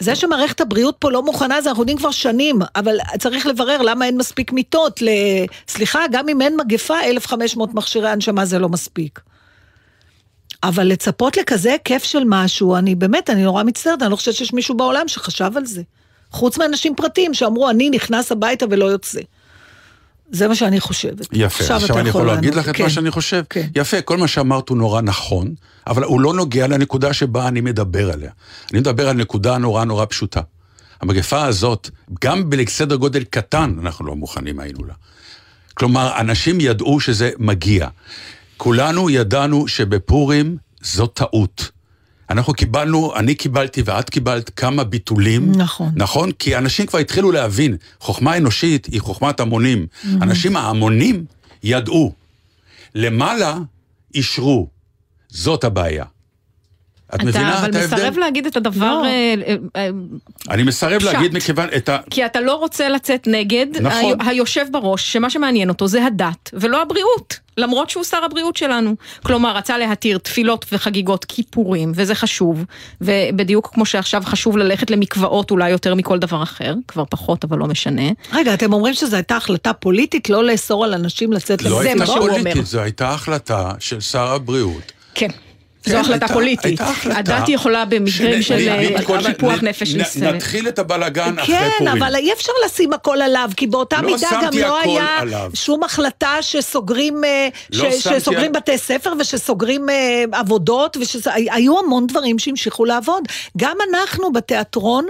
S5: זה שמערכת הבריאות פה לא מוכנה, זה אנחנו יודעים כבר שנים, אבל צריך לברר למה אין מספיק מיטות, סליחה, גם אם אין מגפה, 1,500 מכשירי הנשמה זה לא מספיק. אבל לצפות לכזה כיף של משהו, אני נורא מצטערת, אני לא חושבת שיש מישהו בעולם שחשב על זה. חוץ מאנשים פרטיים שאמרו, אני נכנס הביתה ולא יוצא. זה מה שאני חושבת.
S4: יפה, עכשיו אני יכול להגיד לך את מה שאני חושב. יפה, כל מה שאמרת הוא נורא נכון, אבל הוא לא נוגע לנקודה שבה אני מדבר עליה. אני מדבר על נקודה נורא פשוטה. המגפה הזאת, גם בסדר גודל קטן, אנחנו לא מוכנים היינו לה. כלומר, אנשים ידעו שזה מגיע. כולנו ידענו שבפורים זו טעות. אני קיבלתי ואת קיבלת כמה ביטולים. נכון? כי אנשים כבר התחילו להבין, חוכמה אנושית היא חוכמת המונים. אנשים ההמונים ידעו. למעלה אישרו. זאת הבעיה. את מבינה את ההבדל?
S1: אבל מסרב להגיד את הדבר...
S4: אני מסרב להגיד מכיוון את ה...
S1: כי אתה לא רוצה לצאת נגד היושב בראש, שמה שמעניין אותו זה הדת, ולא הבריאות, למרות שהוא שר הבריאות שלנו. כלומר, רצה להתיר תפילות וחגיגות כיפורים, וזה חשוב, ובדיוק כמו שעכשיו חשוב ללכת למקוואות אולי יותר מכל דבר אחר, כבר פחות, אבל לא משנה.
S5: רגע, אתם אומרים שזו הייתה החלטה פוליטית, לא לאסור על אנשים לצאת לזה?
S4: לא הייתה פוליטית, זו הייתה החלטה של שר הבריאות.
S1: כן. זו החלטה פוליטית. הדת יכולה במקרים של פיפוח נפש לסלם.
S4: נתחיל את הבלגן אחרי פורים.
S5: כן, אבל אי אפשר לשים הכל עליו, כי באותה מידה גם לא היה שום החלטה שסוגרים בתי ספר ושסוגרים עבודות, היו המון דברים שהמשיכו לעבוד. גם אנחנו בתיאטרון,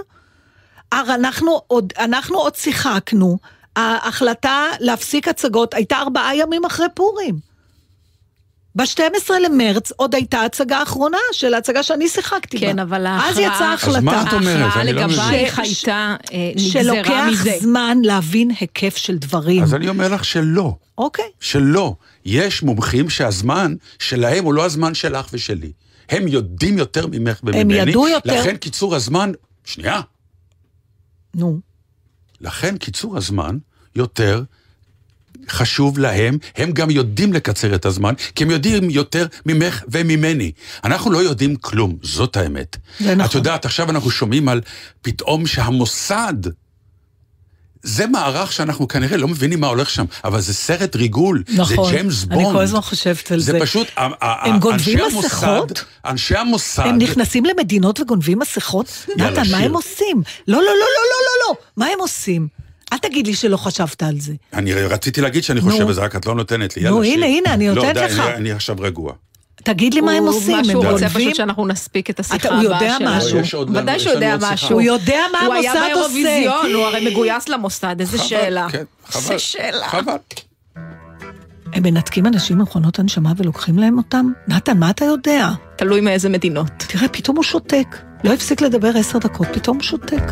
S5: אנחנו עוד שיחקנו, ההחלטה להפסיק הצגות הייתה 4 ימים אחרי פורים. ב-12 למרץ עוד הייתה הצגה האחרונה של ההצגה שאני שיחקתי בה.
S1: כן, אבל
S5: אז יצאה החלטה.
S4: אז מה את אומרת?
S1: ההכרעה לגבייך הייתה נגזרה מזה.
S5: שלוקח זמן להבין היקף של דברים.
S4: אז אני אומר לך שלא.
S5: אוקיי.
S4: שלא. יש מומחים שהזמן שלהם הוא לא הזמן שלך ושלי. הם יודעים יותר ממך וממני.
S5: הם ידעו יותר.
S4: לכן קיצור הזמן... שנייה.
S5: נו.
S4: לכן קיצור הזמן יותר... חשוב להם, הם גם יודעים לקצר את הזמן, כי הם יודעים יותר ממך וממני. אנחנו לא יודעים כלום, זאת האמת.
S5: זה נכון.
S4: את יודעת, עכשיו אנחנו שומעים על פתאום שהמוסד, זה מערך שאנחנו כנראה לא מבינים מה הולך שם, אבל זה סרט ריגול,
S5: נכון.
S4: זה ג'יימס בונד.
S5: אני כל הזמן חושבת על זה.
S4: זה פשוט,
S5: הם גונבים מסכות?
S4: אנשי המוסד.
S5: הם נכנסים למדינות וגונבים מסכות? נתן, מה הם עושים? לא, מה הם עושים? אל תגיד לי שלא חשבת על זה.
S4: אני רציתי להגיד שאני חושב על זה, רק את לא נותנת לי.
S5: נו, הנה, אני נותנת לך.
S4: לא, אני עכשיו רגוע.
S5: תגיד לי מה הם עושים.
S1: הוא רוצה פשוט שאנחנו נספיק את השיחה הבאה שלנו.
S5: הוא יודע משהו.
S1: ודאי שהוא יודע משהו.
S5: הוא יודע מה המוסד עושה.
S1: הוא היה באירוויזיון, הוא הרי מגויס למוסד, איזה שאלה.
S4: איזה
S1: שאלה.
S4: חבל.
S5: הם מנתקים אנשים ממכונות הנשמה ולוקחים להם אותם? נתן, מה אתה יודע?
S1: תלוי מאיזה מדינות.
S5: תראה, פתאום הוא שותק. לא הפסיק לדבר 10 דקות, פתאום הוא שותק.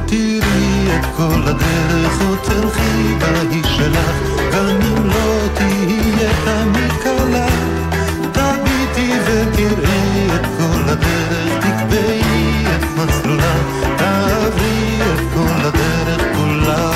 S9: תראי את כל הדרך, עוד תלכי בהיא שלך, גם אם לא תהיה תמיד קלה. תביטי ותראי את כל הדרך, תקבעי את מסלולה, תעברי את כל הדרך כולה.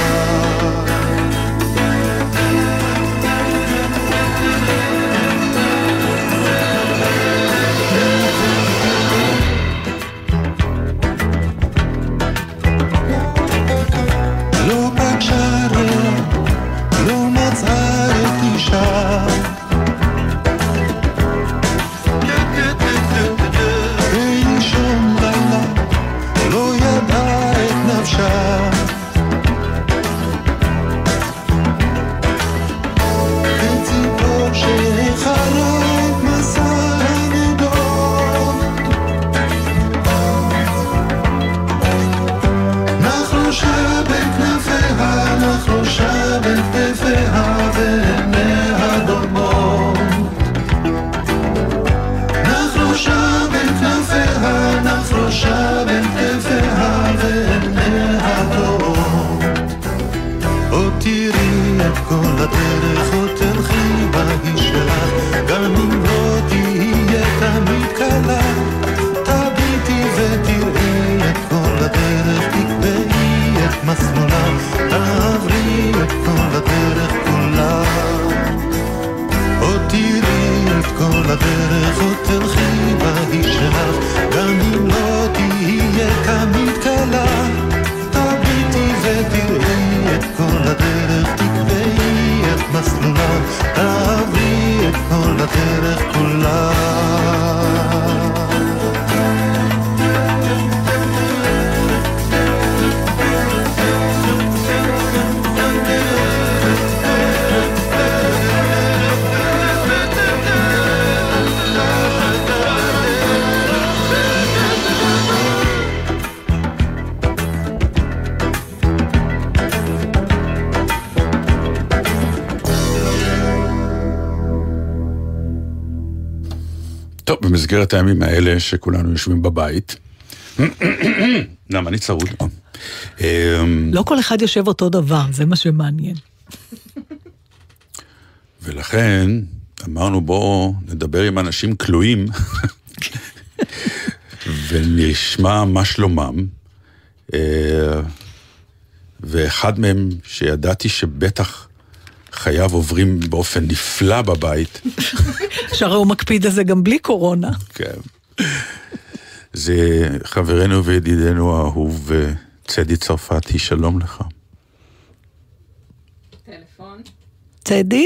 S9: לא פגשה לא מצאה את אישה, באישון לילה לא ידעה את נפשה. וציפור שהחלה את מסע הנדות, נחלושה בכנפיה, נחלושה בכתפיה ועיניה דומות. נחלושה בכנפיה, נחלושה בכתפיה ועיניה דומות. עוד תראי את כל הדרך, עוד תלכי בהיא שלך, גם אם לא תהיה תמיד קלה. תביטי ותראי את כל הדרך, תקבעי את מסלולה, תעברי את כל הדרך כולה. עוד תראי את כל הדרך, עוד תלכי בהיא שלך, גם אם לא תהיה תמיד קלה. תביטי ותראי את כל הדרך, תקבעי את מסלולה, תעברי את כל הדרך כולה.
S4: טוב, במסגרת הימים האלה שכולנו יושבים בבית, למה אני צרוד?
S5: לא כל אחד יושב אותו דבר, זה מה שמעניין.
S4: ולכן אמרנו בואו נדבר עם אנשים כלואים, ונשמע מה שלומם, ואחד מהם שידעתי שבטח חייו עוברים באופן נפלא בבית.
S5: שהרי הוא מקפיד על זה גם בלי קורונה.
S4: כן. זה חברנו וידידנו האהוב צדי צרפתי, שלום לך.
S1: טלפון.
S5: צדי?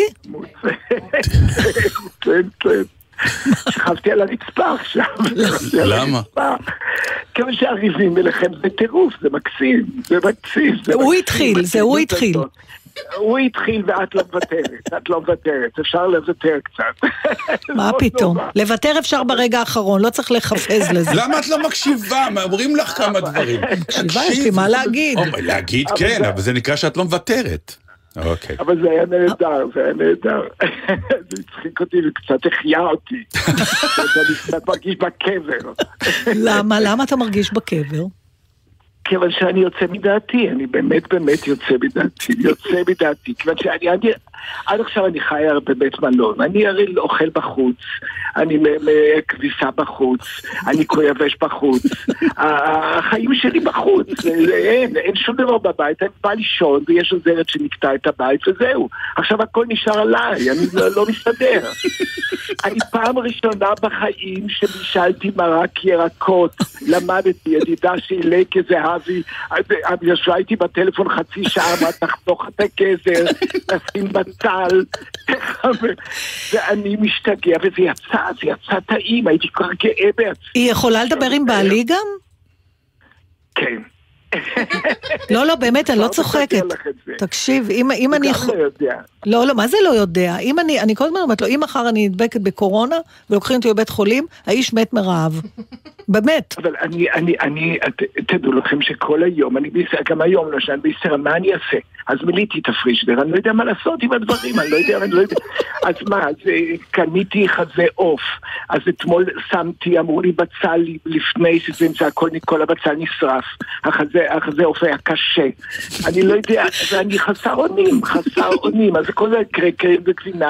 S10: שכבתי על הרצפה עכשיו.
S4: למה?
S10: כמה שהריבים אליכם זה טירוף, זה מקסים, זה מקסים.
S5: הוא התחיל, זה הוא התחיל.
S10: הוא התחיל ואת לא מוותרת, את לא מוותרת, אפשר לוותר קצת.
S5: מה פתאום? לוותר אפשר ברגע האחרון, לא צריך לחפז לזה.
S4: למה את לא מקשיבה? אומרים לך כמה דברים.
S5: מקשיבה, יש לי מה להגיד.
S4: להגיד כן, אבל זה נקרא שאת לא מוותרת. אוקיי.
S10: אבל זה היה נהדר, זה היה נהדר. זה הצחיק אותי וקצת החיה אותי. אני קצת מרגיש בקבר.
S5: למה? למה אתה מרגיש בקבר?
S10: כיוון שאני יוצא מדעתי, אני באמת יוצא מדעתי, כיוון שאני, עד עכשיו אני חי בבית מלון, אני הרי אוכל בחוץ, אני כביסה בחוץ, אני כויבש בחוץ, החיים שלי בחוץ, אין שום דבר בבית, אני בא לישון ויש עוזרת שנקטע את הבית וזהו, עכשיו הכל נשאר עליי, אני לא מסתדר. אני פעם ראשונה בחיים שבישלתי מרק ירקות, למדתי, ידידה שלי כזהבי, ישבה איתי בטלפון חצי שעה, מה תחתוך את הגזר, נשים בצל, ואני משתגע, וזה יצא טעים, הייתי כבר גאה בעצמי.
S5: היא יכולה לדבר עם בעלי גם?
S10: כן.
S5: לא, באמת, אני לא צוחקת. תקשיב, אם אני... לא, מה זה לא יודע? אני כל הזמן אומרת לו, אם מחר אני נדבקת בקורונה, ולוקחים אותי בבית חולים, האיש מת מרעב. באמת.
S10: אבל תדעו לכם שכל היום, גם היום לא שאני בישראל, מה אני אעשה? אז מיליתי את הפרישדר, אני לא יודע מה לעשות עם הדברים, אני לא יודע. אז מה, אז קניתי חזה אוף, אז אתמול שמתי, אמרו לי בצל לפני שזה נמצא, כל הבצל נשרף, החזה החזה הופע קשה. אני לא יודע, ואני חסר אונים, אז כל זה קרקרים וגבינה,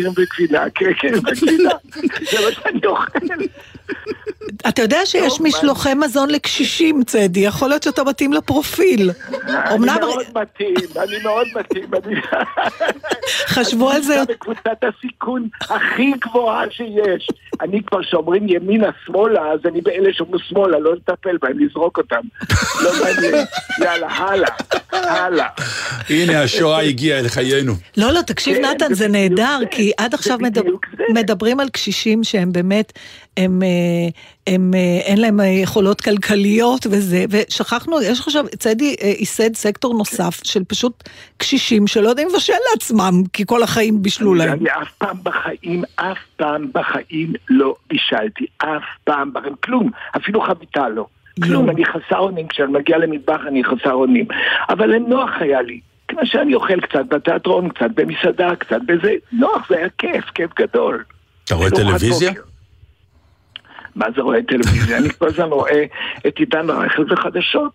S10: זה מה שאני אוכל.
S5: אתה יודע שיש משלוחי מזון לקשישים, צדי, יכול להיות שאתה מתאים לפרופיל.
S10: אני מאוד מתאים.
S5: חשבו על זה.
S10: בקבוצת הסיכון הכי גבוהה שיש. אני כבר שאומרים ימינה, שמאלה, אז אני באלה שאומרים שמאלה, לא לטפל בהם, לזרוק אותם. לא מעניין. יאללה, הלאה.
S4: הנה, השואה הגיעה אל חיינו.
S5: לא, תקשיב נתן, זה נהדר, כי עד עכשיו מדברים על קשישים שהם באמת, אין להם יכולות כלכליות וזה, ושכחנו, יש עכשיו, צדי ייסד סקטור נוסף של פשוט קשישים שלא יודעים לבשל לעצמם, כי כל החיים בישלו להם.
S10: אני אף פעם בחיים לא בישלתי, אף פעם בחיים, כלום, אפילו חביתה לא. כלום, אני חסר אונים, כשאני מגיע למטבח אני חסר אונים, אבל נוח היה לי. כמו שאני אוכל קצת בתיאטרון, קצת במסעדה, קצת בזה, נוח, זה היה כיף גדול.
S4: אתה רואה טלוויזיה?
S10: מה זה רואה טלוויזיה? אני כל הזמן רואה את עידן רייכל וחדשות.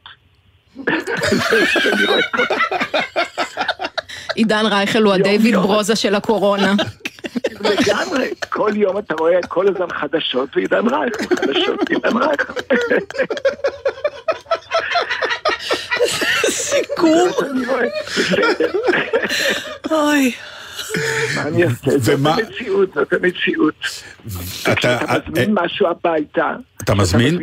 S1: עידן רייכל הוא הדיוויד ברוזה של הקורונה.
S10: לגמרי, כל יום אתה רואה כל הזמן חדשות ועידן רייכל,
S5: סיכום. אוי.
S10: מה אני אעשה? זאת המציאות. כשאתה מזמין משהו הביתה,
S4: אתה מזמין?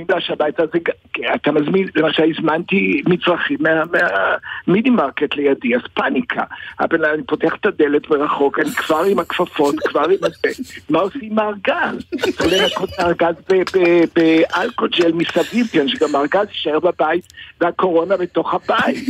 S10: אתה מזמין, למשל הזמנתי מצרכים מהמידי מרקט לידי, אז פאניקה. אבל אני פותח את הדלת מרחוק, אני כבר עם הכפפות, כבר עם הזה. מה עושים מהארגז? אתה עולה לנקות מהארגז באלכוג'ל מסביב, שגם הארגז יישאר בבית, והקורונה בתוך הבית.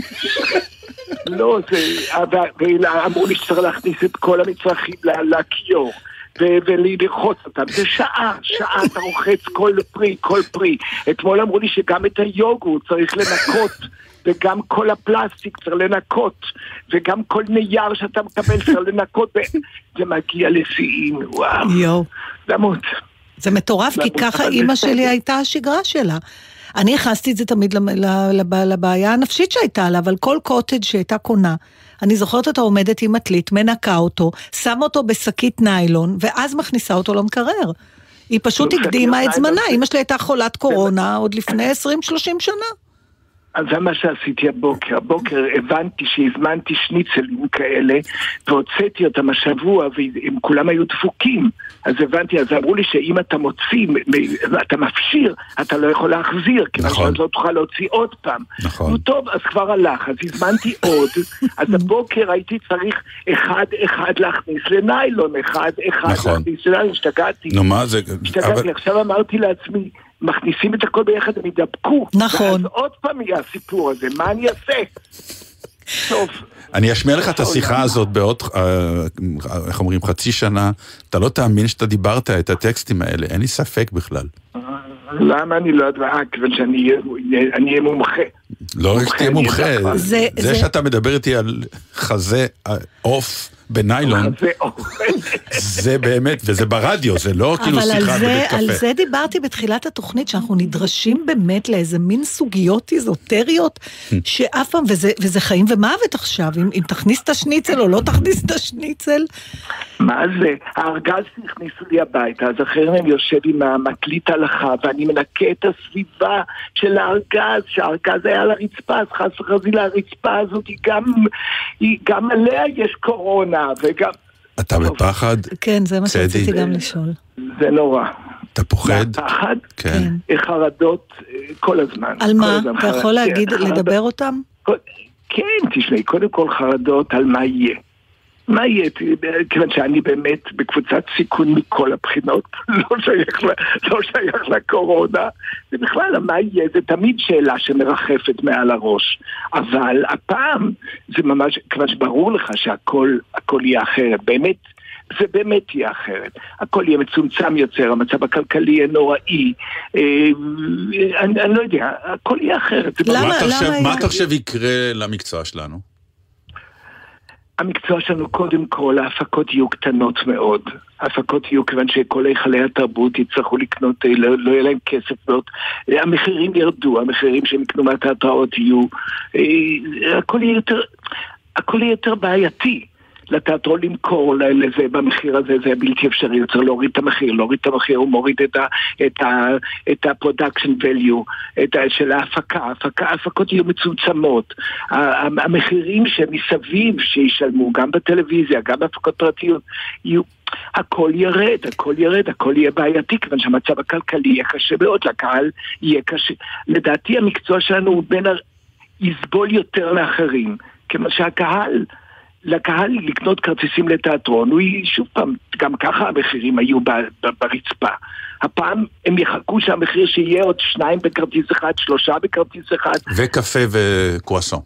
S10: לא, אמרו לי שצריך להכניס את כל המצרכים לכיור וללחוץ אותם, זה שעה אתה רוחץ כל פרי. אתמול אמרו לי שגם את היוגורט צריך לנקות, וגם כל הפלסטיק צריך לנקות, וגם כל נייר שאתה מקבל צריך לנקות, זה מגיע לשיאים, וואו, למות.
S5: זה מטורף, כי ככה אימא שלי הייתה השגרה שלה. אני הכנסתי את זה תמיד לבעיה הנפשית שהייתה לה, אבל כל קוטג' שהייתה קונה, אני זוכרת אותה עומדת עם מטלית, מנקה אותו, שמה אותו בשקית ניילון, ואז מכניסה אותו למקרר. היא פשוט הקדימה את זמנה, אמא שלי הייתה חולת קורונה עוד לפני 20-30 שנה.
S10: אז זה מה שעשיתי הבוקר הבנתי שהזמנתי שניצלים כאלה, והוצאתי אותם השבוע, והם כולם היו דפוקים. אז הבנתי, אז אמרו לי שאם אתה מוציא, אתה מפשיר, אתה לא יכול להחזיר, כי נכון. לא תוכל להוציא עוד פעם.
S4: נכון.
S10: טוב, אז כבר הלך, אז הזמנתי עוד, אז הבוקר הייתי צריך אחד להכניס לניילון, אחד
S4: נכון.
S10: להכניס לניילון, השתגעתי.
S4: נו מה זה?
S10: השתגעתי, עכשיו אמרתי לעצמי, מכניסים את הכל ביחד, הם ידבקו.
S5: נכון.
S10: ואז עוד פעם יהיה הסיפור הזה, מה אני אעשה? טוב.
S4: אני אשמיע לך את השיחה הזאת בעוד, איך אומרים, חצי שנה, אתה לא תאמין שאתה דיברת את הטקסטים האלה, אין לי ספק בכלל.
S10: למה אני לא יודע, כיוון שאני אהיה מומחה.
S4: לא רק שתהיה מומחה, זה שאתה מדבר איתי על חזה עוף בניילון, זה באמת, וזה ברדיו, זה לא כאילו שיחה בבית קפה.
S5: אבל על זה דיברתי בתחילת התוכנית, שאנחנו נדרשים באמת לאיזה מין סוגיות איזוטריות, שאף פעם, וזה חיים ומוות עכשיו, אם תכניס את השניצל או לא תכניס את השניצל.
S10: מה זה? הארגז נכניסו לי הביתה, אז אחרי אני יושב עם המטלית הלכה, ואני מנקה את הסביבה של הארגז, שהארגז היה על הרצפה, אז חס וחלילה הרצפה הזאת גם עליה יש קורונה, וגם...
S4: אתה בפחד?
S5: כן, זה מה שרציתי גם לשאול.
S10: זה נורא.
S4: אתה פוחד?
S10: פחד?
S4: כן.
S10: חרדות כל הזמן.
S5: על מה? אתה יכול להגיד, לדבר אותם?
S10: כן, תשמעי, קודם כל חרדות על מה יהיה. מה יהיה? כיוון שאני באמת בקבוצת סיכון מכל הבחינות, לא שייך לקורונה, זה בכלל, מה יהיה? זה תמיד שאלה שמרחפת מעל הראש, אבל הפעם זה ממש, כיוון שברור לך שהכל יהיה אחרת, באמת, זה באמת יהיה אחרת. הכל יהיה מצומצם יותר, המצב הכלכלי יהיה נוראי, אני לא יודע, הכל יהיה אחרת.
S4: מה אתה חושב יקרה למקצוע שלנו?
S10: המקצוע שלנו קודם כל, ההפקות יהיו קטנות מאוד. ההפקות יהיו כיוון שכל היכלי התרבות יצטרכו לקנות, לא יהיה להם כסף מאוד. המחירים ירדו, המחירים שהם יקנו מהתיאטראות יהיו, הכל יהיה יותר בעייתי. לתיאטרון למכור לזה במחיר הזה, זה בלתי אפשרי, צריך להוריד את המחיר, הוא מוריד את ה-production value, של ההפקה, ההפקות יהיו מצומצמות, המחירים שמסביב שישלמו, גם בטלוויזיה, גם בהפקות פרטיות, הכל ירד, הכל יהיה בעייתי, כיוון שהמצב הכלכלי יהיה קשה מאוד, לקהל יהיה קשה. לדעתי המקצוע שלנו הוא יסבול יותר לאחרים, כיוון שהקהל, לקהל לקנות כרטיסים לתיאטרון, הוא שוב פעם, גם ככה המחירים היו ברצפה. הפעם הם יחכו שהמחיר שיהיה עוד 2 בכרטיס אחד, 3 בכרטיס אחד.
S4: וקפה וקרואסון.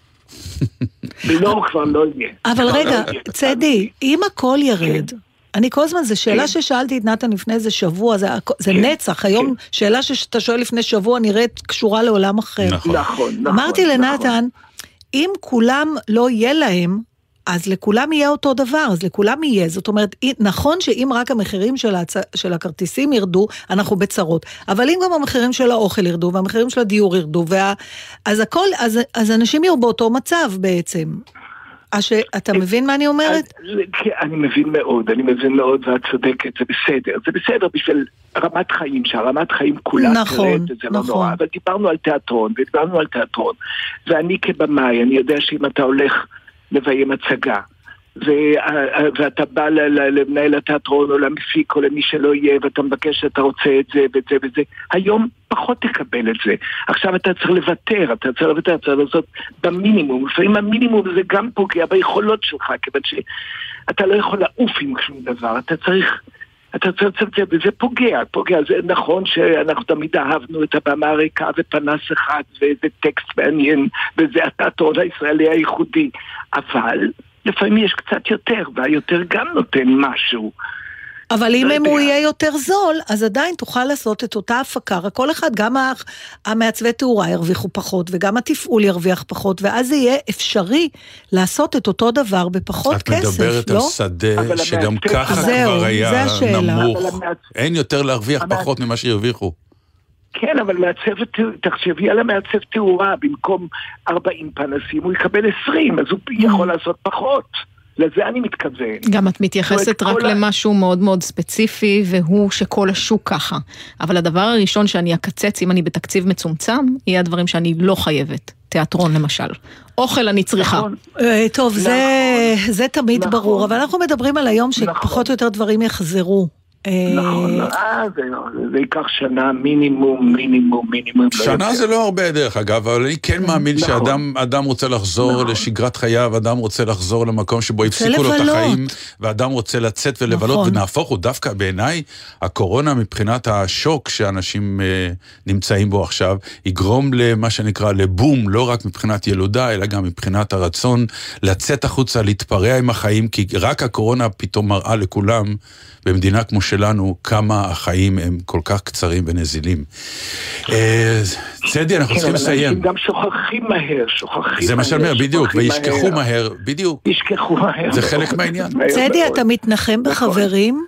S10: לא, כבר לא יהיה.
S5: אבל רגע, צדי, אם הכל ירד, אני כל הזמן, זו שאלה ששאלתי את נתן לפני איזה שבוע, זה נצח, היום שאלה שאתה שואל לפני שבוע נראית קשורה לעולם אחר.
S10: נכון.
S5: אמרתי לנתן, אם כולם לא יהיה להם, אז לכולם יהיה אותו דבר, אז לכולם יהיה. זאת אומרת, נכון שאם רק המחירים של הכרטיסים ירדו, אנחנו בצרות. אבל אם גם המחירים של האוכל ירדו, והמחירים של הדיור ירדו, אז אנשים יהיו באותו מצב בעצם. אתה מבין מה אני אומרת?
S10: אני מבין מאוד, ואת צודקת, זה בסדר בשביל רמת חיים, שהרמת חיים כולה תרד, זה לא נורא, אבל דיברנו על תיאטרון, ואני כבמאי, אני יודע שאם אתה הולך לביים הצגה, ואתה בא למנהל התיאטרון או למפיק או למי שלא יהיה, ואתה מבקש שאתה רוצה את זה וזה וזה, היום פחות תקבל את זה. עכשיו אתה צריך לוותר, אתה צריך לעשות במינימום. לפעמים המינימום זה גם פוגע ביכולות שלך, כיוון שאתה לא יכול לעוף עם שום דבר, אתה צריך וזה פוגע. זה נכון שאנחנו תמיד אהבנו את הבמה הריקה ופנס אחד וזה טקסט מעניין וזה התיאטרון הישראלי הייחודי, אבל לפעמים יש קצת יותר, והיותר גם נותן משהו.
S5: אבל אם הוא יהיה יותר זול, אז עדיין תוכל לעשות את אותה הפקה, כל אחד, גם המעצבי תאורה ירוויחו פחות, וגם התפעול ירוויח פחות, ואז זה יהיה אפשרי לעשות את אותו דבר בפחות כסף, לא?
S4: את מדברת על שדה שגם ככה כבר היה נמוך. אין יותר להרוויח פחות ממה שירוויחו.
S10: כן, אבל תחשבי על המעצב תאורה, במקום 40 פנסים, הוא יקבל 20, אז הוא יכול לעשות פחות. לזה אני מתכוון.
S1: גם את מתייחסת רק למשהו מאוד מאוד ספציפי, והוא שכל השוק ככה. אבל הדבר הראשון שאני אקצץ, אם אני בתקציב מצומצם, יהיה הדברים שאני לא חייבת. תיאטרון למשל. אוכל אני צריכה.
S5: טוב, זה תמיד ברור, אבל אנחנו מדברים על היום שפחות או יותר דברים יחזרו.
S10: נכון, זה ייקח שנה מינימום.
S4: שנה זה לא הרבה דרך אגב, אבל אני כן מאמין שאדם רוצה לחזור לשגרת חייו, אדם רוצה לחזור למקום שבו הפסיקו לו את החיים, ואדם רוצה לצאת ולבלות, ונהפוך הוא דווקא בעיניי, הקורונה מבחינת השוק שאנשים נמצאים בו עכשיו, יגרום למה שנקרא לבום, לא רק מבחינת ילודה, אלא גם מבחינת הרצון לצאת החוצה, להתפרע עם החיים, כי רק הקורונה פתאום מראה לכולם, במדינה כמו שלנו, כמה החיים הם כל כך קצרים ונזילים. צדי, אנחנו צריכים לסיים.
S10: אנשים גם שוכחים מהר.
S4: זה מה שאני אומר, בדיוק, וישכחו מהר, בדיוק.
S10: ישכחו מהר.
S4: זה חלק מהעניין.
S5: צדי, אתה מתנחם בחברים?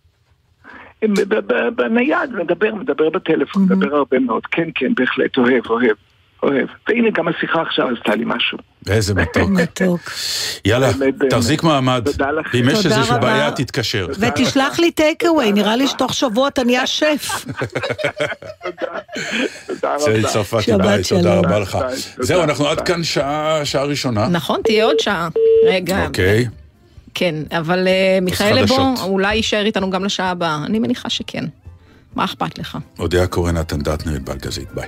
S10: בנייד, מדבר בטלפון, מדבר הרבה מאוד. כן, בהחלט, אוהב. והנה גם השיחה עכשיו עשתה לי משהו.
S4: איזה מתוק. יאללה, תחזיק מעמד. אם יש איזושהי בעיה, תתקשר.
S5: ותשלח לי טייקאווי, נראה לי שתוך שבוע אתה נהיה שף.
S10: תודה
S4: צדי צרפתי ביי, תודה רבה לך. זהו, אנחנו עד כאן שעה ראשונה.
S1: נכון, תהיה עוד שעה. רגע.
S4: אוקיי.
S1: כן, אבל מיכאל לבו אולי יישאר איתנו גם לשעה הבאה. אני מניחה שכן. מה אכפת לך?
S4: אודיה קורן, נתן דטנר, בלגזית. ביי.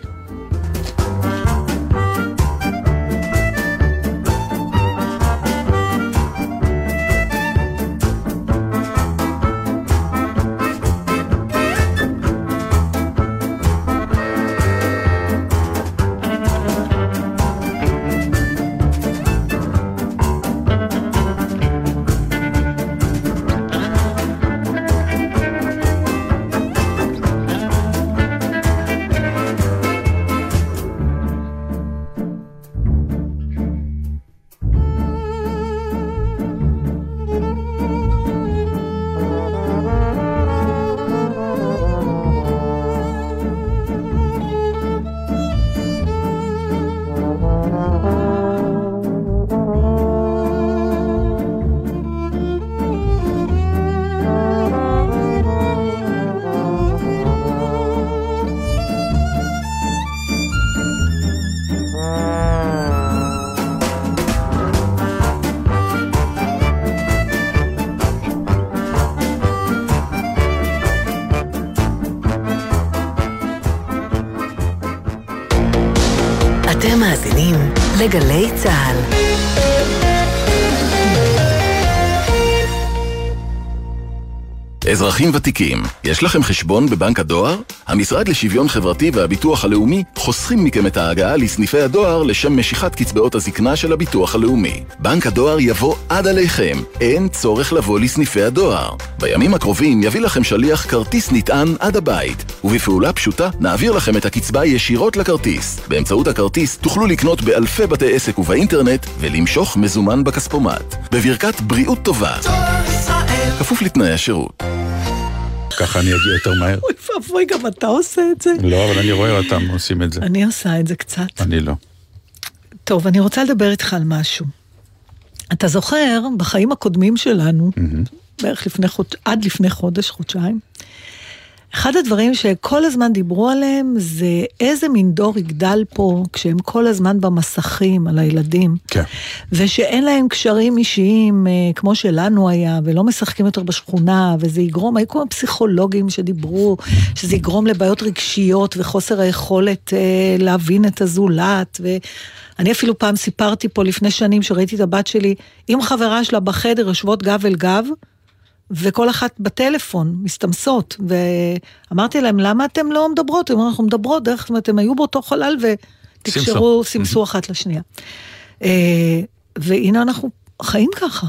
S2: מאזינים לגלי צהל.
S11: אזרחים ותיקים, יש לכם חשבון בבנק הדואר? המשרד לשוויון חברתי והביטוח הלאומי חוסכים מכם את ההגעה לסניפי הדואר לשם משיכת קצבאות הזקנה של הביטוח הלאומי. בנק הדואר יבוא עד עליכם, אין צורך לבוא לסניפי הדואר. בימים הקרובים יביא לכם שליח כרטיס נטען עד הבית, ובפעולה פשוטה נעביר לכם את הקצבה ישירות לכרטיס. באמצעות הכרטיס תוכלו לקנות באלפי בתי עסק ובאינטרנט ולמשוך מזומן בכספומט. בברכת בריאות טובה. כפוף לתנאי השירות.
S4: ככה אני אגיע יותר מהר.
S5: אוי ואבוי, גם אתה עושה את זה?
S4: לא, אבל אני רואה אותם עושים את זה.
S5: אני עושה את זה קצת.
S4: אני לא.
S5: טוב, אני רוצה לדבר איתך על משהו. אתה זוכר, בחיים הקודמים שלנו, בערך עד לפני חודש, חודשיים, אחד הדברים שכל הזמן דיברו עליהם, זה איזה מין דור יגדל פה, כשהם כל הזמן במסכים על הילדים,
S4: כן.
S5: ושאין להם קשרים אישיים, כמו שלנו היה, ולא משחקים יותר בשכונה, וזה יגרום, היו כל הפסיכולוגים שדיברו, שזה יגרום לבעיות רגשיות, וחוסר היכולת להבין את הזולת, ואני אפילו פעם סיפרתי פה לפני שנים, שראיתי את הבת שלי, עם חברה שלה בחדר, יושבות גב אל גב, וכל אחת בטלפון, מסתמסות, ואמרתי להם, למה אתם לא מדברות? אנחנו מדברות, דרך כלל אתם היו באותו חלל, ותקשרו, סימסו אחת לשנייה. והנה אנחנו חיים ככה.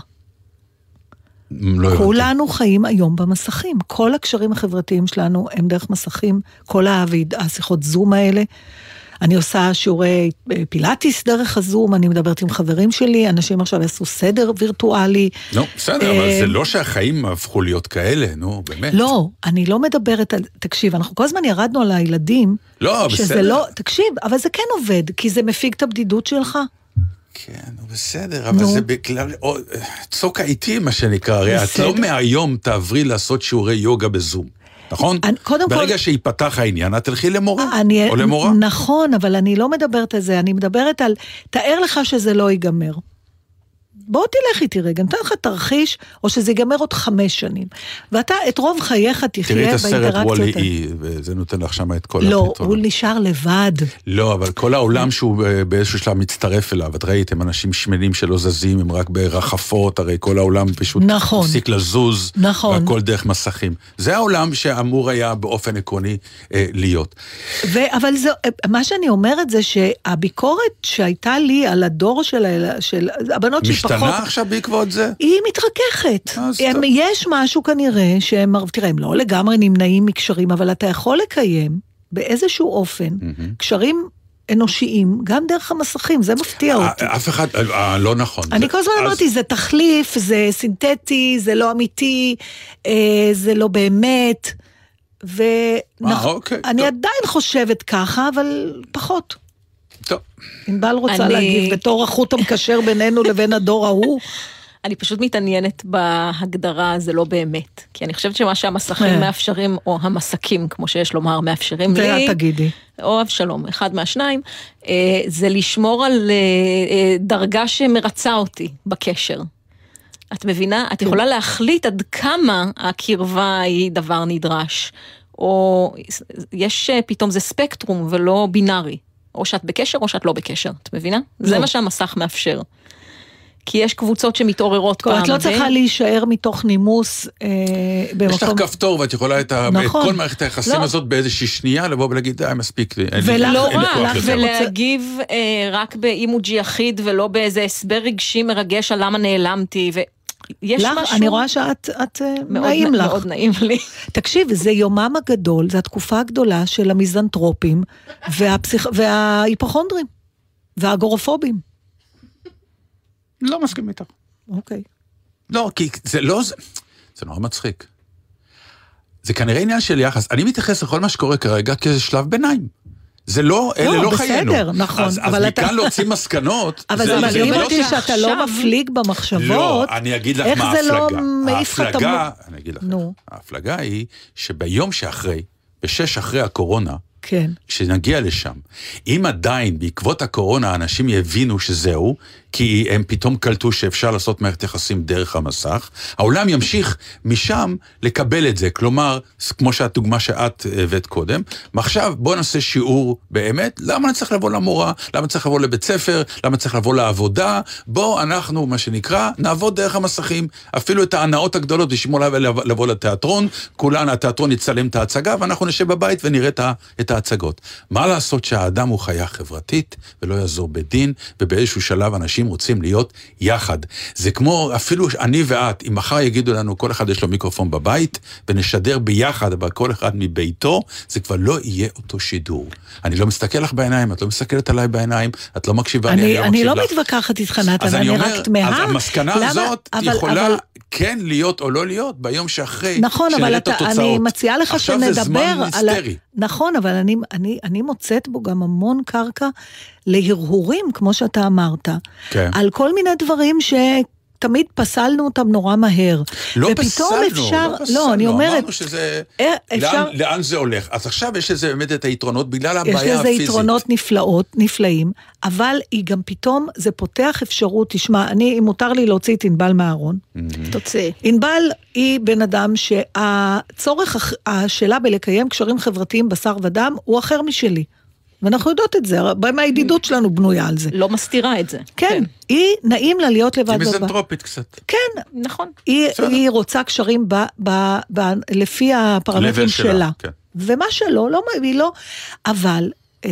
S5: כולנו חיים היום במסכים. כל הקשרים החברתיים שלנו הם דרך מסכים, כל השיחות זום האלה. אני עושה שיעורי פילאטיס דרך הזום, אני מדברת עם חברים שלי, אנשים עכשיו יעשו סדר וירטואלי.
S4: לא, בסדר, אבל זה לא שהחיים הפכו להיות כאלה, נו, באמת.
S5: לא, אני לא מדברת על, תקשיב, אנחנו כל הזמן ירדנו על הילדים.
S4: לא, בסדר.
S5: תקשיב, אבל זה כן עובד, כי זה מפיג את הבדידות שלך.
S4: כן, בסדר, אבל זה בכלל, צוק העיתים, מה שנקרא, הרי את לא מהיום תעברי לעשות שיעורי יוגה בזום. נכון? ברגע שיפתח העניין, את תלכי למורה או למורה.
S5: נכון, אבל אני לא מדברת על זה, אני מדברת על, תאר לך שזה לא ייגמר. בוא תלך איתי רגע, נתן לך תרחיש, או שזה ייגמר עוד 5 שנים. ואתה את רוב חייך תחיה באינטראקציות.
S4: תראי את הסרט וולי-אי, וזה נותן לך שם את כל הפתרונות.
S5: לא, הוא נשאר לבד.
S4: לא, אבל כל העולם שהוא באיזשהו שלב מצטרף אליו, את ראית, הם אנשים שמנים שלא זזים, הם רק ברחפות, הרי כל העולם פשוט מפסיק לזוז, והכל דרך מסכים. זה העולם שאמור היה באופן עקרוני להיות.
S5: אבל מה שאני אומרת זה שהביקורת שהייתה לי על הדור של הבנות
S4: משתנה עכשיו בעקבות זה?
S5: היא מתרככת. יש משהו כנראה שהם, תראה, הם לא לגמרי נמנעים מקשרים, אבל אתה יכול לקיים באיזשהו אופן קשרים אנושיים, גם דרך המסכים, זה מפתיע אותי.
S4: אף אחד, לא נכון.
S5: אני כל הזמן אמרתי, זה תחליף, זה סינתטי, זה לא אמיתי, זה לא באמת, ואני עדיין חושבת ככה, אבל פחות.
S4: טוב.
S5: ענבל רוצה להגיב בתור החוט המקשר בינינו לבין הדור ההוא.
S1: אני פשוט מתעניינת בהגדרה, זה לא באמת. כי אני חושבת שמה שהמסכים מאפשרים, או המסקים, כמו שיש לומר, מאפשרים לי,
S5: תגידי.
S1: או אבשלום, אחד מהשניים, זה לשמור על דרגה שמרצה אותי בקשר. את מבינה? את יכולה להחליט עד כמה הקרבה היא דבר נדרש. או יש פתאום זה ספקטרום ולא בינארי. או שאת בקשר או שאת לא בקשר, את מבינה? זה מה שהמסך מאפשר. כי יש קבוצות שמתעוררות פעם.
S5: את לא צריכה להישאר מתוך נימוס
S4: במקום. יש לך כפתור ואת יכולה את כל מערכת היחסים הזאת באיזושהי שנייה, לבוא ולהגיד, מספיק.
S1: ולא רק, ולהגיב רק באימוג'י יחיד, ולא באיזה הסבר רגשי מרגש על למה נעלמתי, יש משהו...
S5: אני רואה שאת נעים לך.
S1: מאוד נעים לי.
S5: תקשיב, זה יומם הגדול, זה התקופה הגדולה של המיזנטרופים, וההיפוכונדרים, והאגורופובים.
S4: לא מסכים איתך.
S5: אוקיי.
S4: לא, כי זה לא... זה נורא מצחיק. זה כנראה עניין של יחס. אני מתייחס לכל מה שקורה כרגע כאיזה שלב ביניים. זה לא, אלה לא חיינו.
S5: בסדר, נכון.
S4: אז מכאן להוציא מסקנות.
S5: אבל זה מדהים אותי שאתה לא מפליג במחשבות.
S4: לא, אני אגיד לך מה ההפלגה.
S5: איך זה לא מעיף לך
S4: אני אגיד לך. ההפלגה היא שביום שאחרי, ב6 אחרי הקורונה,
S5: כן.
S4: כשנגיע לשם. אם עדיין בעקבות הקורונה אנשים יבינו שזהו, כי הם פתאום קלטו שאפשר לעשות מערכת יחסים דרך המסך, העולם ימשיך משם לקבל את זה. כלומר, כמו שהדוגמה שאת הבאת קודם, עכשיו בוא נעשה שיעור באמת, למה צריך לבוא למורה, למה צריך לבוא לבית ספר, למה צריך לבוא לעבודה, בוא אנחנו, מה שנקרא, נעבוד דרך המסכים, אפילו את ההנאות הגדולות, לשמור לבוא לתיאטרון, כולן התיאטרון יצלם את ההצגה, ואנחנו נשב בבית ונראה את ההצגות. מה לעשות שהאדם הוא חיה חברתית, ולא יעזור בדין, ובאיזשהו שלב אנשים רוצים להיות יחד. זה כמו, אפילו אני ואת, אם מחר יגידו לנו, כל אחד יש לו מיקרופון בבית, ונשדר ביחד, אבל כל אחד מביתו, זה כבר לא יהיה אותו שידור. אני לא מסתכל לך בעיניים, את לא מסתכלת עליי בעיניים, את לא מקשיבה,
S5: אני לא מתווכחת איתך, נתן, אני רק תמהה.
S4: אז המסקנה הזאת יכולה כן להיות או לא להיות, ביום שאחרי,
S5: נכון, אבל אני מציעה לך שנדבר
S4: עכשיו זה זמן היסטרי.
S5: נכון, אבל אני מוצאת בו גם המון קרקע להרהורים, כמו שאתה אמרת, על כל מיני דברים תמיד פסלנו אותם נורא מהר.
S4: לא פסלנו,
S5: לא, אני אומרת,
S4: אמרנו שזה, לאן זה הולך? אז עכשיו יש לזה באמת את היתרונות, בגלל הבעיה הפיזית.
S5: יש לזה יתרונות נפלאים, אבל היא גם פתאום, זה פותח אפשרות, תשמע, אם מותר לי להוציא את ענבל מהארון, תוציא. ענבל היא בן אדם שהצורך שלה בלקיים קשרים חברתיים בשר ודם, הוא אחר משלי. ואנחנו יודעות את זה, מהידידות שלנו בנויה על זה.
S1: לא מסתירה את זה.
S5: כן, היא נעים לה להיות לבד.
S4: היא מיזנטרופית קצת.
S5: כן,
S1: נכון.
S5: היא רוצה קשרים לפי הפרמטרים שלה. ומה שלא, היא לא, אבל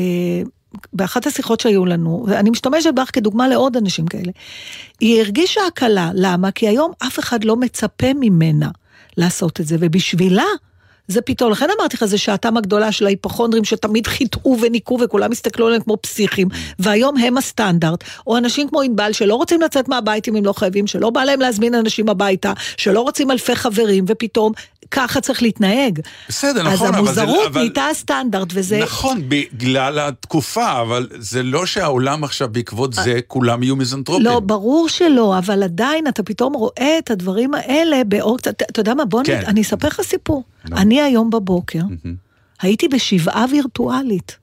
S5: באחת השיחות שהיו לנו, ואני משתמשת בך כדוגמה לעוד אנשים כאלה, היא הרגישה הקלה, למה? כי היום אף אחד לא מצפה ממנה לעשות את זה, ובשבילה, זה פתאום, לכן אמרתי לך, זה שעתם הגדולה של ההיפוכונדרים שתמיד חיתאו וניקו וכולם הסתכלו עליהם כמו פסיכים, והיום הם הסטנדרט, או אנשים כמו ענבל שלא רוצים לצאת מהבית אם הם לא חייבים, שלא בא להם להזמין אנשים הביתה, שלא רוצים אלפי חברים, ופתאום ככה צריך להתנהג.
S4: בסדר, נכון.
S5: אז המוזרות נהייתה הסטנדרט, וזה...
S4: נכון, בגלל התקופה, אבל זה לא שהעולם עכשיו בעקבות זה, כולם יהיו מיזנטרופים.
S5: לא, ברור שלא, אבל עדיין אתה פתאום רואה את הדברים האלה באור קצת, אתה יודע מה, בוא אני אספר לך סיפור. אני היום בבוקר, הייתי בשבעה וירטואלית.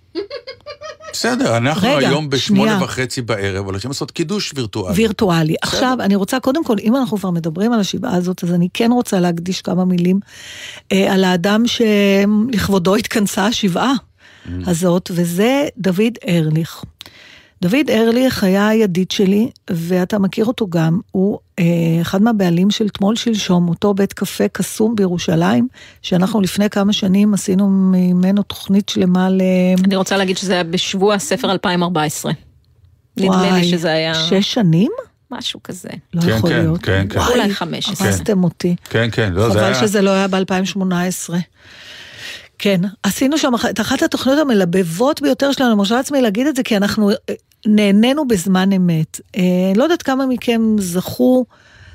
S4: בסדר, אנחנו היום ב8:30 בערב, הולכים לעשות קידוש וירטואלי.
S5: וירטואלי. עכשיו, אני רוצה, קודם כל, אם אנחנו כבר מדברים על השבעה הזאת, אז אני כן רוצה להקדיש כמה מילים על האדם שלכבודו התכנסה השבעה הזאת, וזה דוד ארליך. דוד ארליך היה ידיד שלי, ואתה מכיר אותו גם, הוא אחד מהבעלים של תמול שלשום, אותו בית קפה קסום בירושלים, שאנחנו לפני כמה שנים עשינו ממנו תוכנית שלמה
S1: אני רוצה להגיד שזה היה בשבוע ספר 2014. נדמה לי שזה היה...
S5: 6 שנים?
S1: משהו כזה.
S5: לא יכול להיות.
S4: כן.
S1: אולי 15.
S5: עשיתם אותי.
S4: כן.
S5: חבל שזה לא היה ב-2018. כן, עשינו שם את אחת התוכניות המלבבות ביותר שלנו, מרשה לעצמי להגיד את זה, כי אנחנו נהנינו בזמן אמת. לא יודעת כמה מכם זכו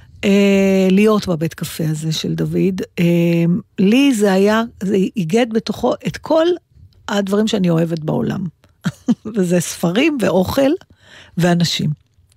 S5: להיות בבית קפה הזה של דוד. לי זה היה, זה היגד בתוכו את כל הדברים שאני אוהבת בעולם. וזה ספרים ואוכל ואנשים.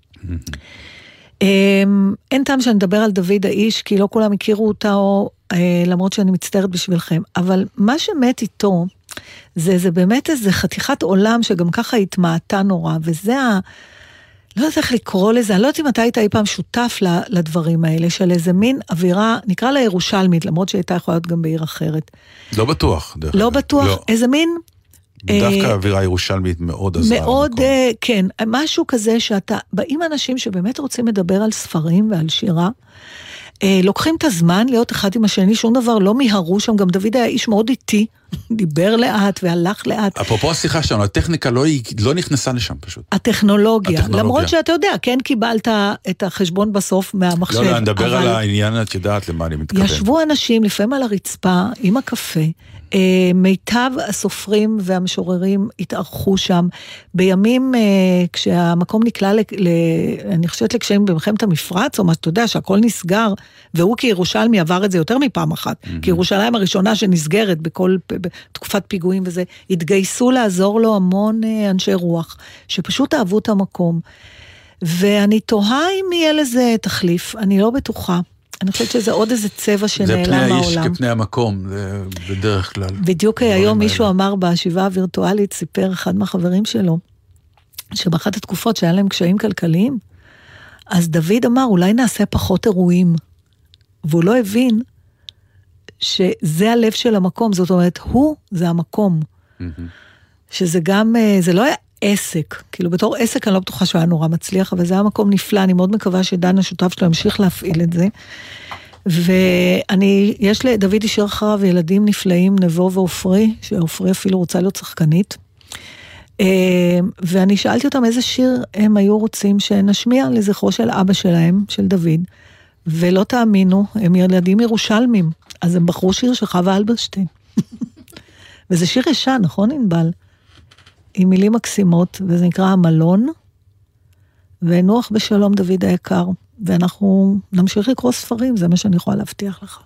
S5: אין טעם שאני אדבר על דוד האיש, כי לא כולם הכירו אותה, למרות שאני מצטערת בשבילכם. אבל מה שמת איתו, זה באמת איזה חתיכת עולם, שגם ככה התמעטה נורא, וזה לא יודעת איך לקרוא לזה, אני לא יודעת אם אתה היית אי פעם שותף לדברים האלה, של איזה מין אווירה, נקרא לה ירושלמית, למרות שהייתה יכולה להיות גם בעיר אחרת.
S4: לא בטוח.
S5: לא בטוח, איזה מין...
S4: דווקא האווירה ירושלמית מאוד עזרה.
S5: מאוד, כן, משהו כזה שאתה, באים אנשים שבאמת רוצים לדבר על ספרים ועל שירה, לוקחים את הזמן להיות אחד עם השני, שום דבר לא מיהרו שם, גם דוד היה איש מאוד איטי, דיבר לאט והלך לאט.
S4: אפרופו השיחה שלנו, הטכניקה לא נכנסה לשם פשוט.
S5: הטכנולוגיה, למרות שאתה יודע, כן קיבלת את החשבון בסוף מהמחשב.
S4: לא, נדבר על העניין, את יודעת למה אני מתכוון.
S5: ישבו אנשים לפעמים על הרצפה עם הקפה, מיטב הסופרים והמשוררים התארחו שם, בימים כשהמקום נקלע, אני חושבת לקשיים במלחמת המפרץ, או מה שאתה יודע, שהכל נסגר, והוא כירושלמי עבר את זה יותר מפעם אחת, כי ירושלים הראשונה שנסגרת בתקופת פיגועים וזה, התגייסו לעזור לו המון אנשי רוח, שפשוט אהבו את המקום, ואני תוהה אם יהיה לזה תחליף, אני לא בטוחה. אני חושבת שזה עוד איזה צבע שנעלם מהעולם.
S4: זה פני האיש כפני המקום, זה בדרך כלל.
S5: בדיוק היום מישהו אמר בישיבה הווירטואלית, סיפר אחד מהחברים שלו, שבאחת התקופות שהיה להם קשיים כלכליים, אז דוד אמר, אולי נעשה פחות אירועים. והוא לא הבין שזה הלב של המקום, זאת אומרת, זה המקום. שזה גם, זה לא היה עסק, כאילו בתור עסק אני לא בטוחה שהוא היה נורא מצליח, אבל זה היה מקום נפלא, אני מאוד מקווה שדן השותף שלו ימשיך להפעיל את זה. יש לדוד השאיר אחריו ילדים נפלאים, נבו ואופרי, שאופרי אפילו רוצה להיות שחקנית. ואני שאלתי אותם איזה שיר הם היו רוצים שנשמיע לזכרו של אבא שלהם, של דוד, ולא תאמינו, הם ילדים ירושלמים, אז הם בחרו שיר של חווה אלברשטיין. וזה שיר ישן, נכון ענבל? עם מילים מקסימות, וזה נקרא המלון, ונוח בשלום דוד היקר, ואנחנו נמשיך לקרוא ספרים, זה מה שאני יכולה להבטיח לך.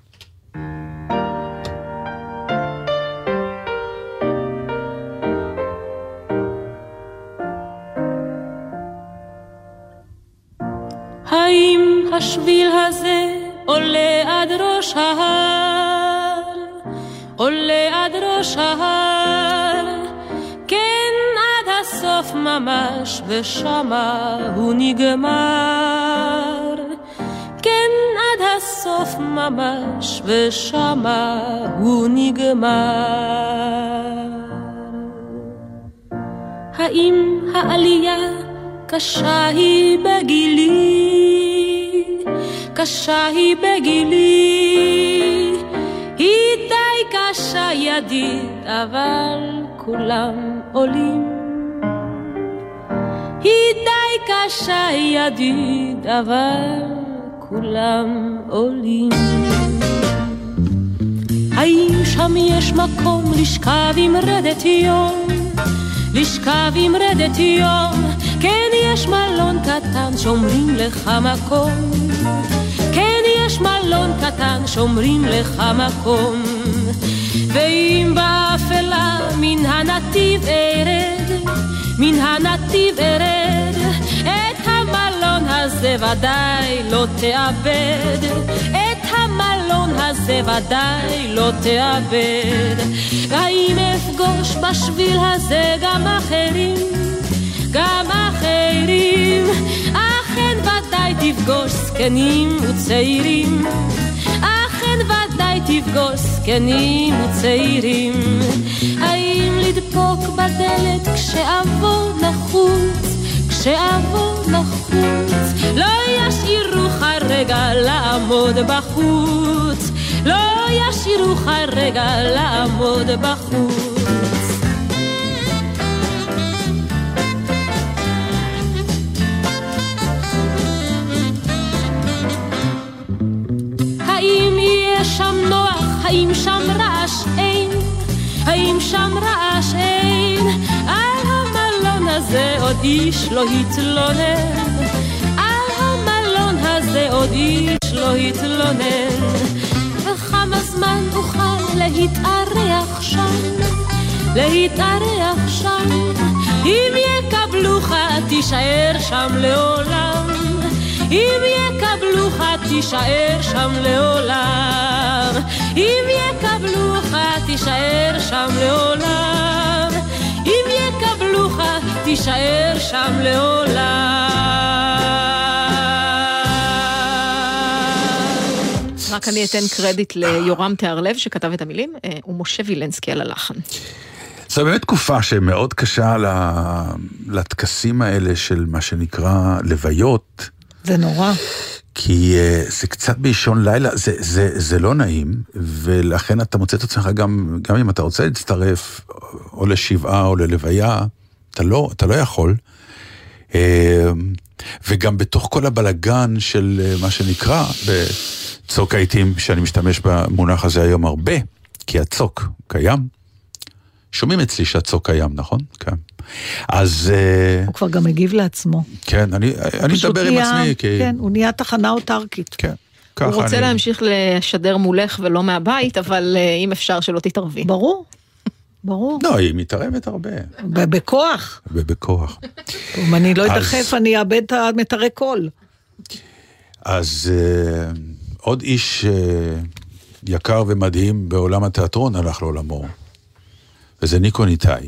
S8: האם השביל הזה עולה עד ראש ההר, עולה עד ראש ההר, כן עד הסוף ממש, ושמה הוא נגמר. כן עד הסוף ממש, ושמה הוא נגמר. האם העלייה קשה היא בגילי, קשה היא בגילי, היא די קשה ידית, אבל כולם עולים. היא די קשה ידית, אבל כולם עולים. האם שם יש מקום לשכב עם רדת יום, לשכב עם רדת יום? כן יש מלון קטן שומרים לך מקום, כן יש מלון קטן שומרים לך מקום. ואם באפלה מן הנתיב ארד, מן הנתיב ארד, את המלון הזה ודאי לא תאבד, את המלון הזה ודאי לא תאבד. האם אפגוש בשביל הזה גם אחרים, גם אחרים? אכן ודאי תפגוש זקנים וצעירים, אכן ודאי תפגוש זקנים וצעירים. האם לדפוק בדלת כשאבוא נחוץ, כשאבוא נחוץ, לא ישאירוך רגע לעמוד בחוץ, לא ישאירוך רגע לעמוד בחוץ. האם יהיה שם נוח, האם שם רעש אין, האם שם רעש אין? על המלון הזה עוד איש לא התלונן, על המלון הזה עוד איש לא התלונן. וכמה זמן אוכל להתארח שם, להתארח שם? אם יקבלוך תישאר שם לעולם, אם יקבלוך תישאר שם לעולם, אם יקבלוך תישאר שם לעולם, אם יקבלוך תישאר שם לעולם.
S1: רק אני אתן קרדיט ליורם תיארלב שכתב את המילים, ומשה וילנסקי על הלחן.
S4: זו באמת תקופה שמאוד קשה לטקסים האלה של מה שנקרא לוויות.
S5: זה נורא.
S4: כי זה קצת באישון לילה, זה לא נעים, ולכן אתה מוצא את עצמך גם אם אתה רוצה להצטרף, או לשבעה או ללוויה, אתה לא יכול. וגם בתוך כל הבלגן של מה שנקרא, בצוק העיתים, שאני משתמש במונח הזה היום הרבה, כי הצוק קיים. שומעים אצלי שהצוק קיים, נכון? כן. אז
S5: הוא כבר גם מגיב לעצמו.
S4: כן, אני מדבר עם עצמי.
S5: כן, הוא נהיה תחנה אוטרקית.
S4: כן.
S1: הוא רוצה להמשיך לשדר מולך ולא מהבית, אבל אם אפשר שלא תתערבי.
S5: ברור. ברור.
S4: לא, היא מתערבת הרבה.
S5: בכוח.
S4: בכוח.
S5: אם אני לא אדחף, אני אאבד את המתארי קול.
S4: אז עוד איש יקר ומדהים בעולם התיאטרון הלך לעולמו, וזה ניקו ניטאי.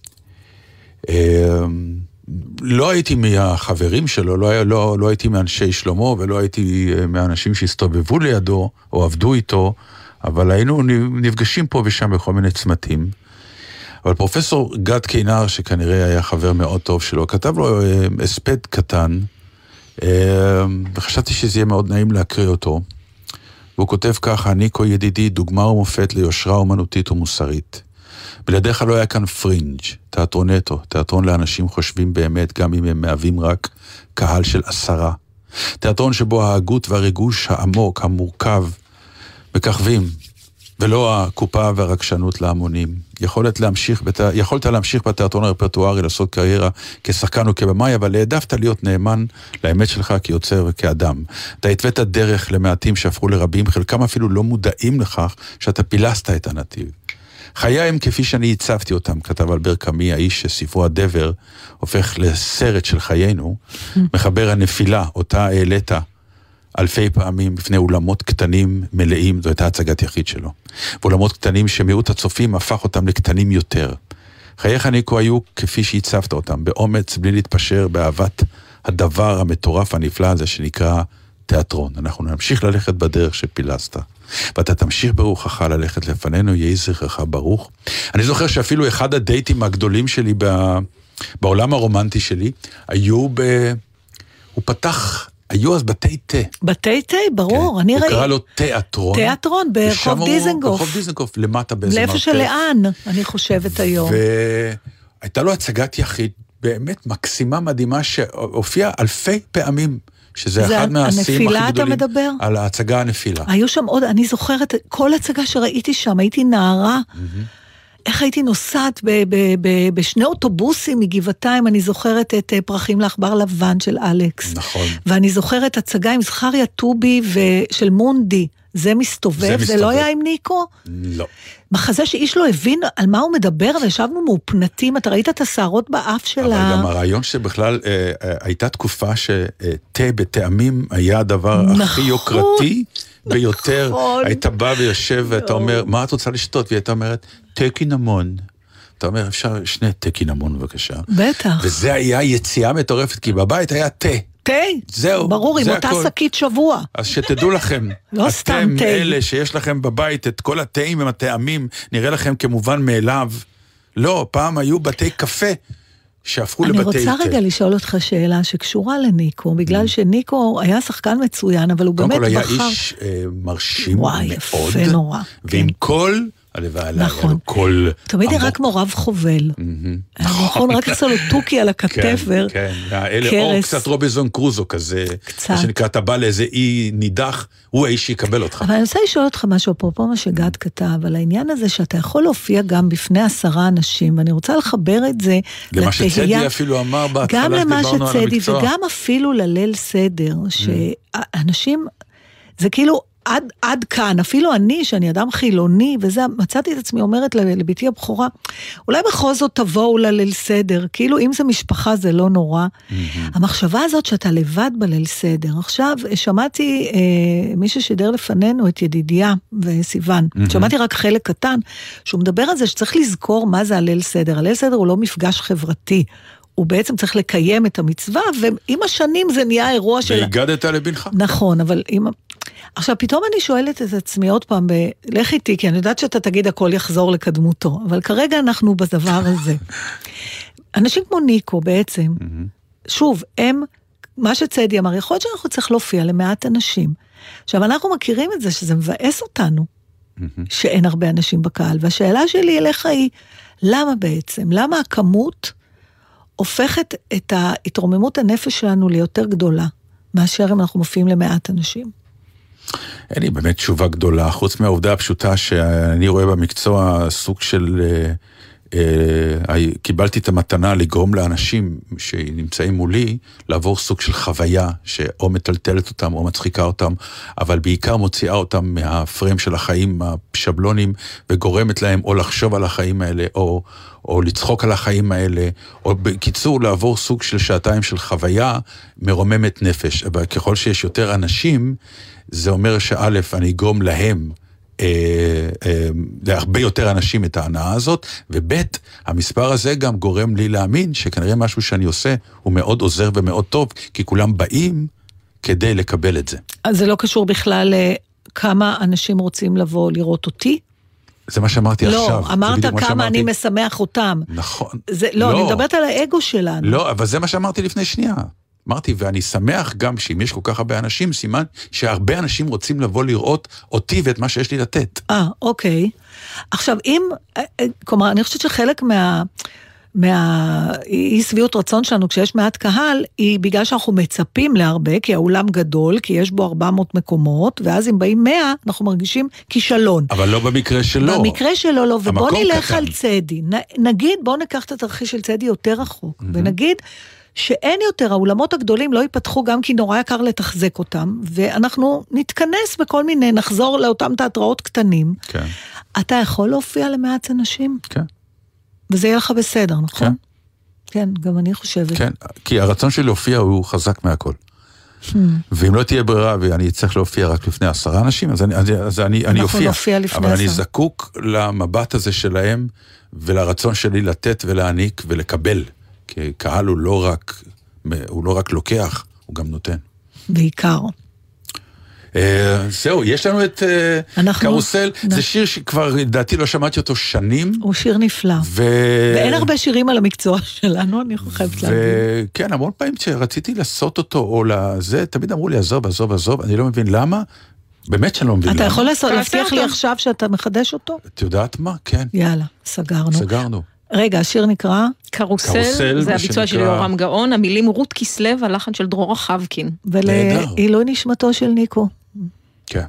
S4: לא הייתי מהחברים שלו, לא הייתי מאנשי שלמה, ולא הייתי מהאנשים שהסתובבו לידו, או עבדו איתו, אבל היינו נפגשים פה ושם בכל מיני צמתים. אבל פרופסור גד קינר, שכנראה היה חבר מאוד טוב שלו, כתב לו הספד קטן, וחשבתי שזה יהיה מאוד נעים להקריא אותו. והוא כותב ככה: ניקו ידידי, דוגמה ומופת ליושרה אומנותית ומוסרית. בלעדיך לא היה כאן פרינג', תיאטרון נטו, תיאטרון לאנשים חושבים באמת, גם אם הם מהווים רק קהל של 10. תיאטרון שבו ההגות והריגוש העמוק, המורכב, מככבים, ולא הקופה והרגשנות להמונים. יכולת להמשיך בתיאטרון הרפרטוארי, לעשות קריירה כשחקן או כבמאי, אבל העדפת להיות נאמן לאמת שלך כיוצר וכאדם. אתה התווית דרך למעטים שהפכו לרבים, חלקם אפילו לא מודעים לכך שאתה פילסת את הנתיב. חיי הם כפי שאני הצבתי אותם, כתב אלבר קאמי, האיש שספרו הדבר הופך לסרט של חיינו, מחבר הנפילה, אותה העלית אלפי פעמים בפני אולמות קטנים מלאים, זו הייתה הצגת יחיד שלו. ואולמות קטנים שמיעוט הצופים הפך אותם לקטנים יותר. חייך ניקו היו כפי שהצבת אותם, באומץ, בלי להתפשר, באהבת הדבר המטורף הנפלא הזה שנקרא תיאטרון. אנחנו נמשיך ללכת בדרך שפילסת. ואתה תמשיך ברוחך ללכת לפנינו, יהי זכרך ברוך. אני זוכר שאפילו אחד הדייטים הגדולים שלי בעולם הרומנטי שלי, הוא פתח, היו אז בתי תה.
S5: בתי תה, ברור.
S4: כן. הוא קרא לו תיאטרון.
S5: תיאטרון, ברחוב דיזנגוף.
S4: ברחוב דיזנגוף, למטה באיזה מרתף.
S5: לאיפה שלאן, אני חושבת היום.
S4: והייתה לו הצגת יחיד, באמת מקסימה מדהימה, שהופיעה אלפי פעמים. שזה אחד מהשיאים הכי גדולים. על ההצגה הנפילה.
S5: היו שם עוד, אני זוכרת, כל הצגה שראיתי שם, הייתי נערה, איך הייתי נוסעת בשני אוטובוסים מגבעתיים, אני זוכרת את פרחים לעכבר לבן של אלכס.
S4: נכון.
S5: ואני זוכרת הצגה עם זכריה טובי ושל מונדי. זה מסתובב, זה לא היה עם ניקו?
S4: לא.
S5: מחזה שאיש לא הבין על מה הוא מדבר, וישבנו מאופנתים, אתה ראית את השערות באף שלה.
S4: אבל גם הרעיון שבכלל הייתה תקופה שתה בטעמים היה הדבר הכי יוקרתי ביותר. היית בא ויושב ואתה אומר, מה את רוצה לשתות? והיא הייתה אומרת, תה קינמון. אתה אומר, אפשר 2 תה קינמון בבקשה.
S5: בטח.
S4: וזה היה יציאה מטורפת, כי בבית היה תה.
S5: תה,
S4: זהו,
S5: ברור, עם אותה שקית שבוע.
S4: אז שתדעו לכם,
S5: לא סתם תה.
S4: אתם אלה שיש לכם בבית את כל התאים והטעמים, נראה לכם כמובן מאליו. לא, פעם היו בתי קפה שהפכו לבתי תה.
S5: אני רוצה רגע לשאול אותך שאלה שקשורה לניקו, בגלל שניקו היה שחקן מצוין, אבל הוא באמת בחר.
S4: קודם כל היה איש מרשים מאוד.
S5: וואי, יפה נורא.
S4: ועם כל...
S5: נכון, תמיד היה רק מורב חובל, נכון, רק עשה לו טוקי על הכתפר,
S4: או קצת רובינזון קרוזו כזה, מה שנקרא, אתה בא לאיזה אי נידח, הוא האיש שיקבל אותך.
S5: אבל אני רוצה לשאול אותך משהו, אפרופו מה שגד כתב, על העניין הזה שאתה יכול להופיע גם בפני 10 אנשים, ואני רוצה לחבר את זה
S4: למה שצדי אפילו אמר בהתחלה,
S5: גם למה שצדי, וגם אפילו לליל סדר, שאנשים, זה כאילו, עד כאן, אפילו אני, שאני אדם חילוני, וזה, מצאתי את עצמי אומרת לביתי הבכורה, אולי בכל זאת תבואו לליל סדר, כאילו אם זה משפחה זה לא נורא. המחשבה הזאת שאתה לבד בליל סדר, עכשיו שמעתי מי ששידר לפנינו את ידידיה וסיוון, שמעתי רק חלק קטן, שהוא מדבר על זה שצריך לזכור מה זה הליל סדר. הליל סדר הוא לא מפגש חברתי, הוא בעצם צריך לקיים את המצווה, ועם השנים זה נהיה אירוע של...
S4: והגדת לבנך.
S5: נכון, אבל אם... עכשיו, פתאום אני שואלת את עצמי עוד פעם, לך איתי, כי אני יודעת שאתה תגיד הכל יחזור לקדמותו, אבל כרגע אנחנו בדבר הזה. אנשים כמו ניקו בעצם, שוב, הם, מה שצדי אמר, יכול להיות שאנחנו צריך להופיע למעט אנשים. עכשיו, אנחנו מכירים את זה, שזה מבאס אותנו, שאין הרבה אנשים בקהל, והשאלה שלי אליך היא, למה בעצם? למה הכמות הופכת את התרוממות הנפש שלנו ליותר גדולה, מאשר אם אנחנו מופיעים למעט אנשים?
S4: אין לי באמת תשובה גדולה, חוץ מהעובדה הפשוטה שאני רואה במקצוע סוג של קיבלתי את המתנה לגרום לאנשים שנמצאים מולי, לעבור סוג של חוויה, שאו מטלטלת אותם או מצחיקה אותם, אבל בעיקר מוציאה אותם מהפריים של החיים השבלונים, וגורמת להם או לחשוב על החיים האלה, או לצחוק על החיים האלה, או בקיצור לעבור סוג של שעתיים של חוויה מרוממת נפש. אבל ככל שיש יותר אנשים, זה אומר שא' אני אגרום להם, להרבה יותר אנשים את ההנאה הזאת, וב' המספר הזה גם גורם לי להאמין שכנראה משהו שאני עושה הוא מאוד עוזר ומאוד טוב, כי כולם באים כדי לקבל את זה.
S5: אז זה לא קשור בכלל לכמה אנשים רוצים לבוא לראות אותי?
S4: זה מה שאמרתי עכשיו.
S5: לא, אמרת כמה אני משמח אותם.
S4: נכון.
S5: לא, אני מדברת על האגו שלנו.
S4: לא, אבל זה מה שאמרתי לפני שנייה. אמרתי, ואני שמח גם שאם יש כל כך הרבה אנשים, סימן שהרבה אנשים רוצים לבוא לראות אותי ואת מה שיש לי לתת.
S5: אוקיי. עכשיו, כלומר, אני חושבת שחלק מהאי סביעות רצון שלנו, כשיש מעט קהל, היא בגלל שאנחנו מצפים להרבה, כי האולם גדול, כי יש בו 400 מקומות, ואז אם באים 100, אנחנו מרגישים כישלון.
S4: אבל לא במקרה שלו.
S5: במקרה שלו לא, ובוא נלך על צדי. נגיד, בוא ניקח את התרחיש של צדי יותר רחוק, ונגיד, שאין יותר, האולמות הגדולים לא ייפתחו גם כי נורא יקר לתחזק אותם, ואנחנו נתכנס בכל מיני, נחזור לאותם תיאטראות קטנים.
S4: כן.
S5: אתה יכול להופיע למעט אנשים?
S4: כן.
S5: וזה יהיה לך בסדר, נכון?
S4: כן.
S5: כן, גם אני חושבת.
S4: כן, כי הרצון שלי להופיע הוא חזק מהכל. ואם לא תהיה ברירה ואני צריך להופיע רק לפני 10 אנשים, אז אני אופיע. אבל אני זקוק למבט הזה שלהם, ולרצון שלי לתת ולהעניק ולקבל. כי קהל הוא לא רק לוקח, הוא גם נותן.
S5: בעיקר.
S4: זהו, יש לנו את קרוסל, זה שיר שכבר לדעתי לא שמעתי אותו שנים.
S5: הוא שיר נפלא. ואין הרבה שירים על המקצוע שלנו, אני חושבת להגיד.
S4: כן, המון פעמים שרציתי לעשות אותו, או לזה, תמיד אמרו לי, עזוב, אני לא מבין למה. באמת שאני לא מבין למה.
S5: אתה יכול להבטיח לי עכשיו שאתה מחדש אותו?
S4: את יודעת מה? כן.
S5: יאללה, סגרנו. רגע, השיר נקרא?
S1: קרוסל, זה הביצוע של יורם גאון, המילים רות כסלב, הלחן של דרורה חבקין.
S5: ולעילוי נשמתו של ניקו.
S4: כן.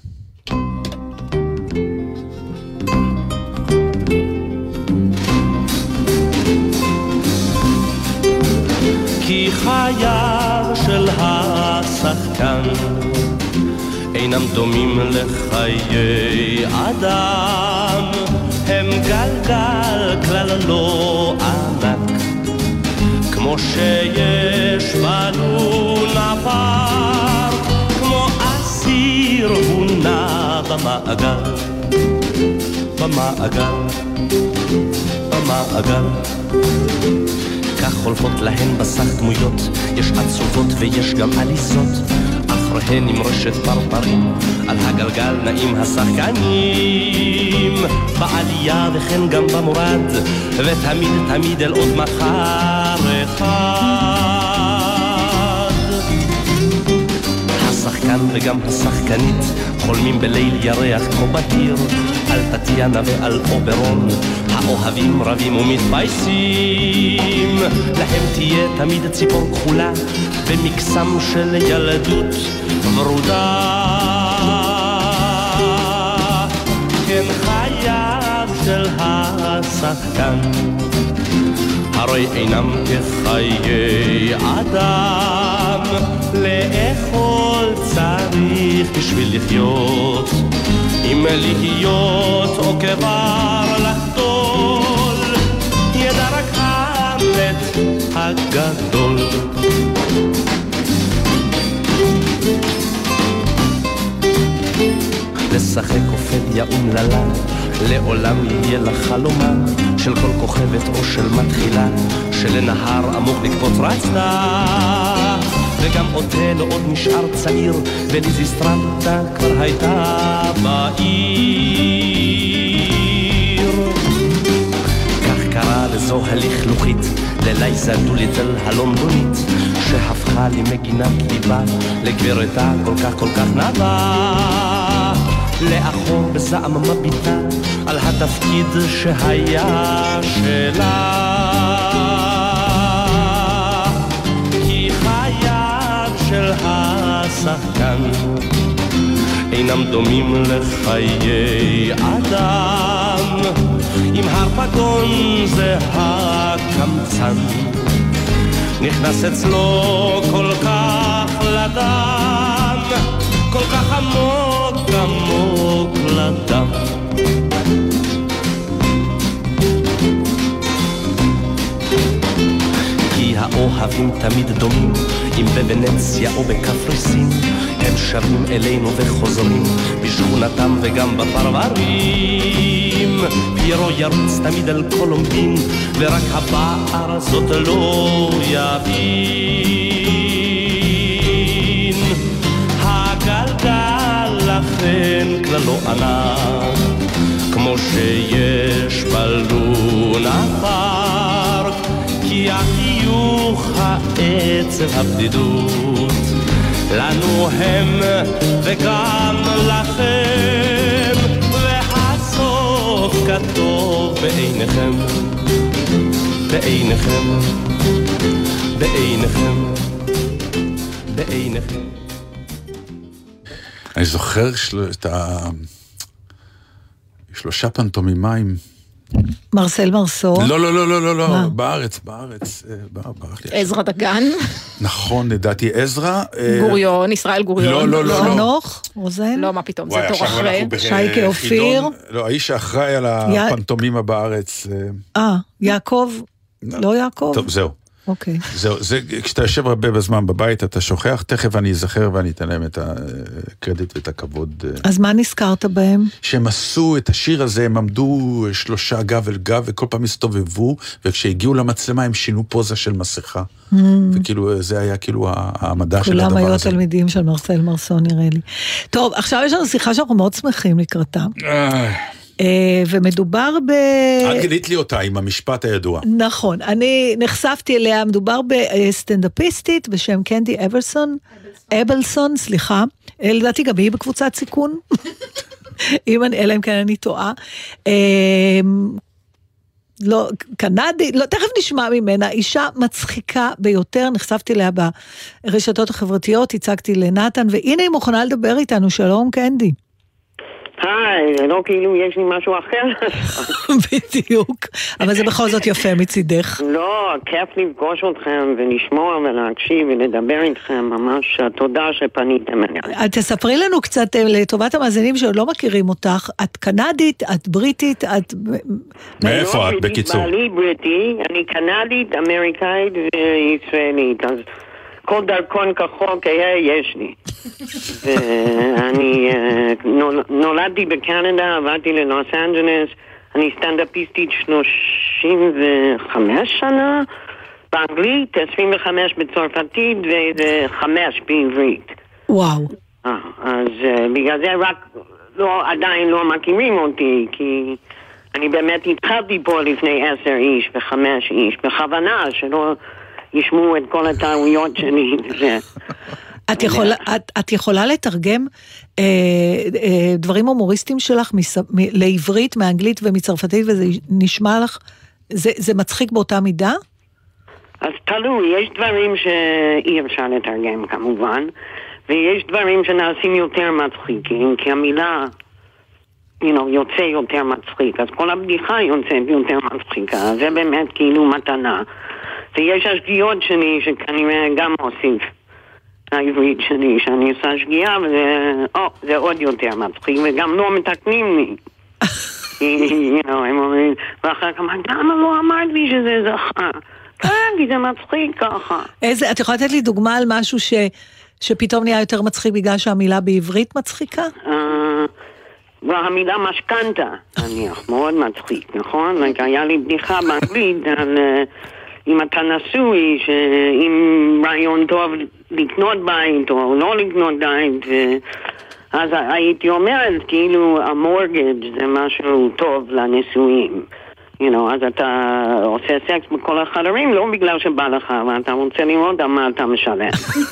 S12: כי חייו של השחקן אינם דומים לחיי אדם, הם גלגל כלל לא ענק, כמו שיש בנו נפר, כמו אסיר הוא נע במעגל, במעגל. כך חולפות להן בסך דמויות, יש עצובות ויש גם עליסות, אחריהן עם רשת פרפרים, על הגלגל נעים השחקנים, בעלייה וכן גם במורד, ותמיד אל עוד מחר אחד. השחקן וגם השחקנית חולמים בליל ירח כמו בהיר, על טטיאנה ועל אוברון, האוהבים רבים ומתבייסים, להם תהיה תמיד ציפור כחולה, במקסם של ילדות ורודה. כן חייו של השחקן, הרי אינם כחיי אדם, לאכול צריך בשביל לחיות, אם להיות או כבר לחדול, ידע רק המלט הגדול. לשחק אופדיה אומללה, לעולם יהיה לך חלומה, של כל כוכבת או של מתחילה, שלנהר עמוק לקפוץ רצתה, וגם אותנו עוד נשאר צעיר, וליזיסטרנטה כבר הייתה בעיר. כך קרה לזו הלכלוכית, ללייזה דוליטל הלונדונית, שהפכה לי מגינת ליבה, לגברתה כל כך נאווה, לאחור בזעם מביטה, על התפקיד שהיה שלה. כי חייו של השחקן אינם דומים לחיי אדם, עם הרפתון זה הקמצן. נכנס אצלו כל כך לדם, כל כך עמוק עמוק לדם. כי האוהבים תמיד דומים, אם בוונציה או בקפריסין, הם שבים אלינו וחוזרים בשכונתם וגם בפרברים. פיירו ירוץ תמיד על קולומבין, ורק הבער זאת לא יבין. הגלגל לכן כלל לא ענה, כמו שיש בלונה פארק, כי החיוך, העצב, הבדידות לנו הם וגם לכם, והסוף כתוב בעיניכם, בעיניכם, בעיניכם, בעיניכם.
S4: אני זוכר את שלושה פנטומימיים.
S5: מרסל מרסו?
S4: לא, בארץ.
S1: עזרא דגן?
S4: נכון, לדעתי עזרא.
S1: גוריון, ישראל גוריון.
S4: לא.
S5: חנוך? רוזן?
S1: לא, מה פתאום, זה תור אחרי.
S5: שייקה אופיר?
S4: לא, האיש האחראי על הפנטומימה בארץ.
S5: יעקב? לא יעקב?
S4: טוב, זהו.
S5: אוקיי.
S4: זהו, כשאתה יושב הרבה בזמן בבית, אתה שוכח, תכף אני אזכר ואני אתן להם את הקרדיט ואת הכבוד.
S5: אז מה נזכרת בהם?
S4: שהם עשו את השיר הזה, הם עמדו שלושה גב אל גב, וכל פעם הסתובבו, וכשהגיעו למצלמה הם שינו פוזה של מסכה. וכאילו, זה היה כאילו המדע של הדבר הזה.
S5: כולם היו תלמידים של מרסל מרסו, נראה לי. טוב, עכשיו יש לנו שיחה שאנחנו מאוד שמחים לקראתה. ומדובר
S4: את גילית לי אותה עם המשפט הידוע.
S5: נכון, אני נחשפתי אליה, מדובר בסטנדאפיסטית בשם קנדי אבלסון, סליחה, לדעתי גם היא בקבוצת סיכון, אלא אם כן אני טועה, לא, קנדי, לא, תכף נשמע ממנה, אישה מצחיקה ביותר, נחשפתי אליה ברשתות החברתיות, הצגתי לנתן, והנה היא מוכנה לדבר איתנו, שלום קנדי.
S13: היי, לא כאילו יש לי משהו אחר.
S5: בדיוק, אבל זה בכל זאת יפה מצידך.
S13: לא, כיף לפגוש אתכם ולשמוע ולהקשיב ולדבר איתכם, ממש תודה שפניתם אליי.
S5: תספרי לנו קצת לטובת המאזינים שעוד לא מכירים אותך, את קנדית, את בריטית, את...
S4: מאיפה את בקיצור?
S13: בעלי בריטי, אני קנדית, אמריקאית וישראלית, אז... כל דרכון כחוק יש לי. ואני נולדתי בקנדה, עברתי ללוס אנג'לס, אני סטנדאפיסטית 35 שנה, באנגלית, 25 בצרפתית ו5 בעברית.
S5: וואו.
S13: אז בגלל זה רק עדיין לא מכירים אותי, כי אני באמת התחלתי פה לפני 10 איש ו5 איש, בכוונה שלא... ישמעו את כל הטעויות שלי.
S5: את יכולה לתרגם דברים הומוריסטיים שלך לעברית, מאנגלית ומצרפתית, וזה נשמע לך, זה מצחיק באותה מידה?
S13: אז תלוי, יש דברים שאי אפשר לתרגם כמובן, ויש דברים שנעשים יותר מצחיקים, כי המילה יוצא יותר מצחיק, אז כל הבדיחה יוצאת יותר מצחיקה, זה באמת כאילו מתנה. ויש השגיאות שלי שכנראה גם מוסיף העברית שלי, שאני עושה שגיאה וזה עוד יותר מצחיק, וגם לא מתקנים לי. הם אומרים, ואחר כך אמרת, למה לא אמרת לי שזה זכה? כן, כי זה מצחיק ככה.
S5: את יכולה לתת לי דוגמה על משהו שפתאום נהיה יותר מצחיק בגלל שהמילה בעברית מצחיקה?
S13: והמילה משכנתה, נניח, מאוד מצחיק, נכון? היה לי בדיחה באנגלית על... אם אתה נשוי, שאם רעיון טוב לקנות בית או לא לקנות בית, אז הייתי אומרת, כאילו, המורגד זה משהו טוב לנישואים. אז אתה עושה סקס בכל החדרים, לא בגלל שבא לך, אבל אתה רוצה לראות מה אתה משלם.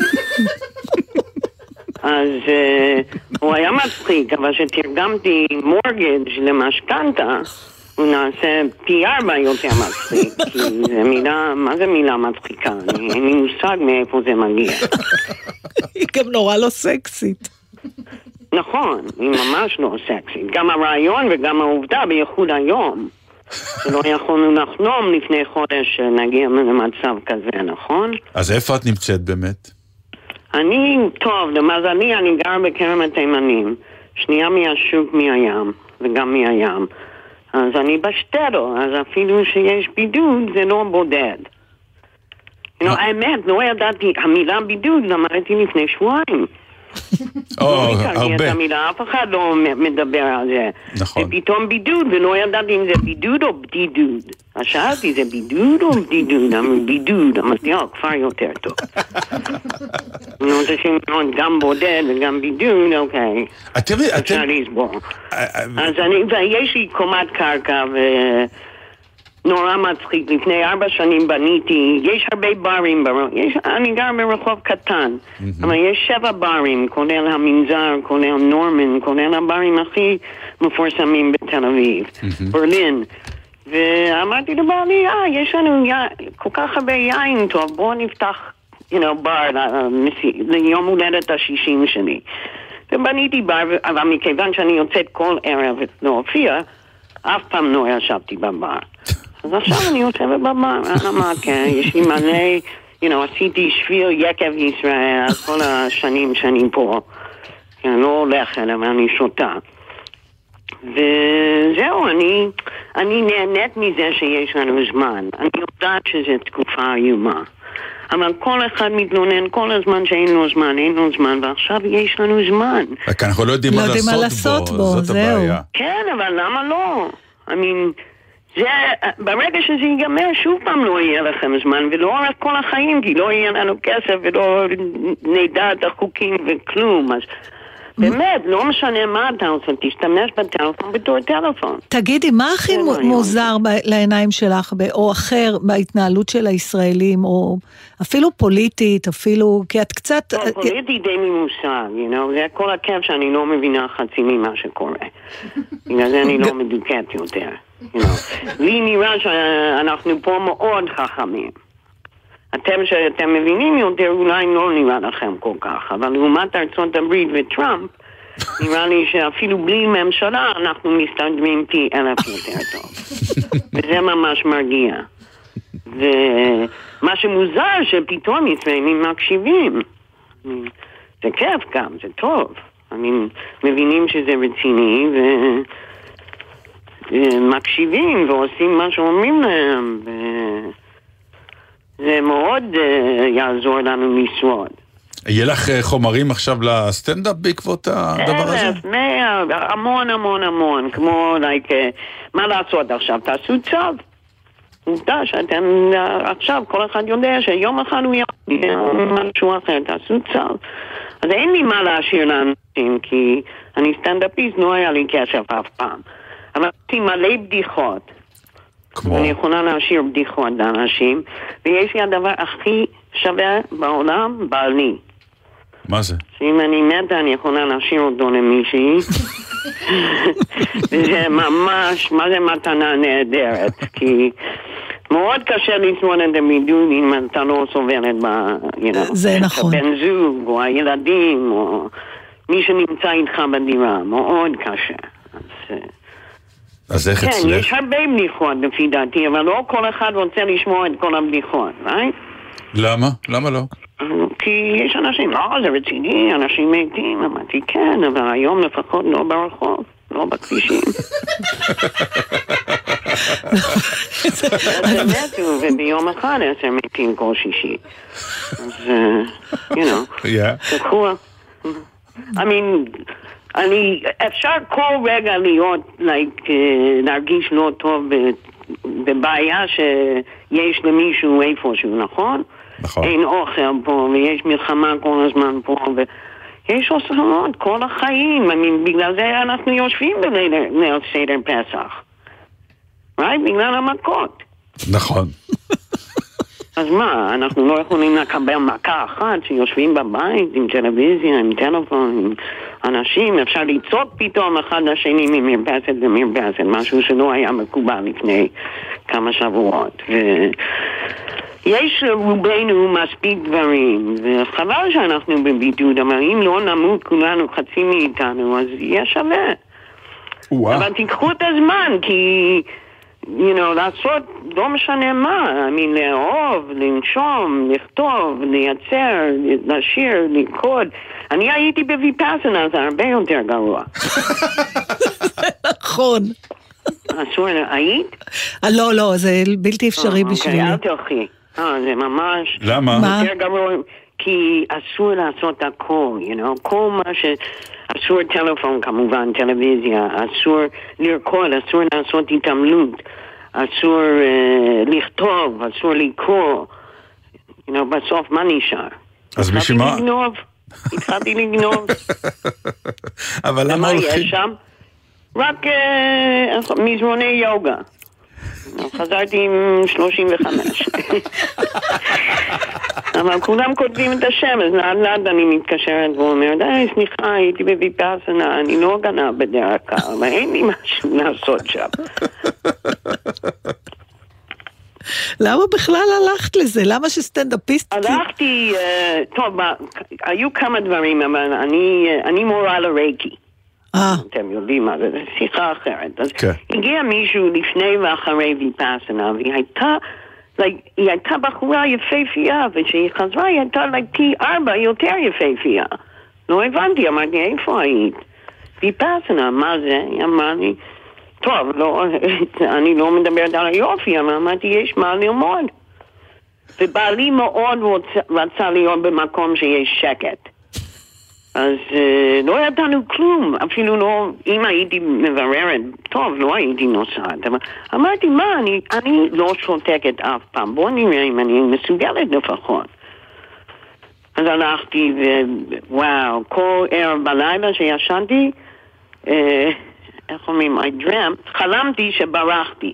S13: אז הוא היה מצחיק, אבל שתרגמתי מורגד למשכנתה, הוא נעשה פי 4 יותר מצחיק, כי זה מילה, מה זה מילה מצחיקה? אין לי מושג מאיפה זה מגיע.
S5: היא גם נורא לא סקסית.
S13: נכון, היא ממש לא סקסית. גם הרעיון וגם העובדה בייחוד היום, שלא יכולנו לחלום לפני חודש שנגיע למצב כזה, נכון?
S4: אז איפה את נמצאת באמת?
S13: אני, טוב, למזלי אני גר בכרם התימנים, שנייה מהשוק מהים, וגם מהים. אז אני בשטרו, אז אפילו שיש בידוד זה לא בודד. האמת, לא ידעתי, המילה בידוד למדתי לפני שבועיים. לא הכרתי את המילה, אף אחד לא מדבר על זה.
S4: נכון.
S13: ופתאום בידוד, ולא ידעתי אם זה בידוד או בדידוד. אז שאלתי, זה בידוד או בדידוד? בידוד, אמרתי, כבר יותר טוב. אני רוצה שמות גם בודד וגם בידוד, אוקיי. אפשר לסבור. אז ויש לי קומת קרקע נורא מצחיק, לפני 4 שנים בניתי, יש הרבה ברים, אני גר ברחוב קטן, אבל יש 7 ברים, כולל המנזר, כולל נורמן, כולל הברים הכי מפורסמים בתל אביב, ברלין, ואמרתי לבעלי, יש לנו כל כך הרבה יין טוב, בואו נפתח בר ליום הולדת ה-60 שלי. ובניתי בר, אבל מכיוון שאני יוצאת כל ערב להופיע, אף פעם לא ישבתי בבר. אז עכשיו אני יושבת בבר, יש לי מלא, עשיתי שביל יקב ישראל, כל השנים שאני פה, אני לא הולך אליו, אני שותה. וזהו, אני נהנית מזה שיש לנו זמן. אני יודעת שזו תקופה איומה. אבל כל אחד מתלונן כל הזמן שאין לו זמן, אין לו זמן, ועכשיו יש לנו זמן.
S4: רק אנחנו לא יודעים מה לעשות בו, זאת הבעיה.
S13: כן, אבל למה לא? ברגע שזה ייגמר, שוב פעם לא יהיה לכם זמן, ולא רק כל החיים, כי לא יהיה לנו כסף ולא נדע את החוקים וכלום, אז באמת, לא משנה מה אתה עושה, תשתמש בטלפון בתור טלפון.
S5: תגידי, מה הכי מוזר לעיניים שלך, או אחר בהתנהלות של הישראלים, או אפילו פוליטית, אפילו, כי את קצת...
S13: פוליטית די ממושג, זה כל הכיף שאני לא מבינה חצי ממה שקורה. בגלל זה אני לא מדוקת יותר. לי נראה שאנחנו פה מאוד חכמים. שאתם מבינים יותר, אולי לא נראה לכם כל כך, אבל לעומת ארצות הברית וטראמפ, נראה לי שאפילו בלי ממשלה אנחנו מסתדרים פי 1000 יותר טוב. וזה ממש מרגיע. ומה שמוזר שפתאום ישראלים מקשיבים. זה כיף גם, זה טוב. מבינים שזה רציני ומקשיבים ועושים מה שאומרים להם זה מאוד יעזור לנו לשרוד.
S4: יהיה לך חומרים עכשיו לסטנדאפ בעקבות הדבר הזה?
S13: 100, המון, כמו, מה לעשות עכשיו? תעשו צו. עובדה שאתם, עכשיו כל אחד יודע שיום אחד הוא יהיה משהו אחר, תעשו צו. אז אין לי מה להשאיר לאנשים, כי אני סטנדאפיסט, לא היה לי כסף אף פעם. אבל עשיתי מלא בדיחות. אני יכולה להשאיר בדיחות לאנשים, ויש לי הדבר הכי שווה בעולם, בעלי.
S4: מה זה?
S13: שאם אני מתה, אני יכולה להשאיר אותו למישהי. וזה ממש, מה זה מתנה נהדרת? כי מאוד קשה לשמוע את הבידוד אם אתה לא סובלת
S5: זה נכון.
S13: הבן זוג, או הילדים, או מי שנמצא איתך בדירה. מאוד קשה.
S4: אז איך אצלך?
S13: כן, יש הרבה בדיחות לפי דעתי, אבל לא כל אחד רוצה לשמוע את כל הבדיחות, right?
S4: למה? למה לא?
S13: כי יש אנשים, לא, זה רציני, אנשים מתים, אמרתי, כן, אבל היום לפחות לא ברחוב, לא בכבישים. אז מתו, וביום אחד 10 מתים כל שישי. אז, תקחו. אפשר כל רגע להיות, להרגיש לא טוב בבעיה שיש למישהו איפשהו, נכון?
S4: נכון.
S13: אין אוכל פה, ויש מלחמה כל הזמן פה, ויש אסונות כל החיים. בגלל זה אנחנו יושבים בליל סדר פסח. בגלל המכות.
S4: נכון.
S13: אז מה, אנחנו לא יכולים לקבל מכה אחת שיושבים בבית עם טלוויזיה, עם טלפון, עם אנשים, אפשר לצעוק פתאום אחד לשני ממרפסת למרפסת, משהו שלא היה מקובל לפני כמה שבועות. יש רובנו מספיק דברים, וחבל שאנחנו בבידוד, אבל אם לא נמות כולנו חצי מאיתנו, אז יהיה שווה. אבל תיקחו את הזמן, כי לעשות, לא משנה מה, לאהוב, לנשום, לכתוב, לייצר, לשיר, לקרוד. אני הייתי בויפאסנה, זה הרבה יותר גרוע.
S5: נכון.
S13: אסור, היית?
S5: לא, זה בלתי אפשרי בשבילי.
S13: אל תלכי. זה ממש...
S4: למה?
S13: יותר גרוע, כי אסור לעשות הכל, כל מה ש... אסור טלפון כמובן, טלוויזיה, אסור לרקוד, אסור לעשות התעמלות, אסור לכתוב, אסור לקרוא. בסוף מה נשאר?
S4: אז בשביל מה?
S13: התחלתי לגנוב.
S4: אבל למה הולכים?
S13: מה יש שם? רק מזרוני יוגה. חזרתי עם 35. אבל כולם כותבים את השם, אז לאט אני מתקשרת ואומרת, סליחה, הייתי בויפאסנה, אני לא גנב בדרך כלל, אבל אין לי משהו לעשות שם.
S5: למה בכלל הלכת לזה? למה שסטנדאפיסט?
S13: הלכתי, טוב, היו כמה דברים, אבל אני מורה לרייקי. אתם יודעים מה זה, זה שיחה אחרת. אז הגיע מישהו לפני ואחרי ויפאסנה, והיא הייתה בחורה יפהפייה, וכשהיא חזרה היא הייתה פי 4 יותר יפהפייה. לא הבנתי, אמרתי, איפה היית? ויפאסנה, מה זה? היא אמרה לי, טוב, אני לא מדברת על היופי, אבל אמרתי, יש מה ללמוד. ובעלי מאוד רצה להיות במקום שיש שקט. אז לא ידענו כלום, אפילו לא, אם הייתי מבררת, טוב, לא הייתי נוסעת, אבל אמרתי, מה, אני לא שותקת אף פעם, בוא נראה אם אני מסוגלת לפחות. אז הלכתי, ווואו, כל ערב בלילה שישנתי, איך אומרים, חלמתי שברחתי.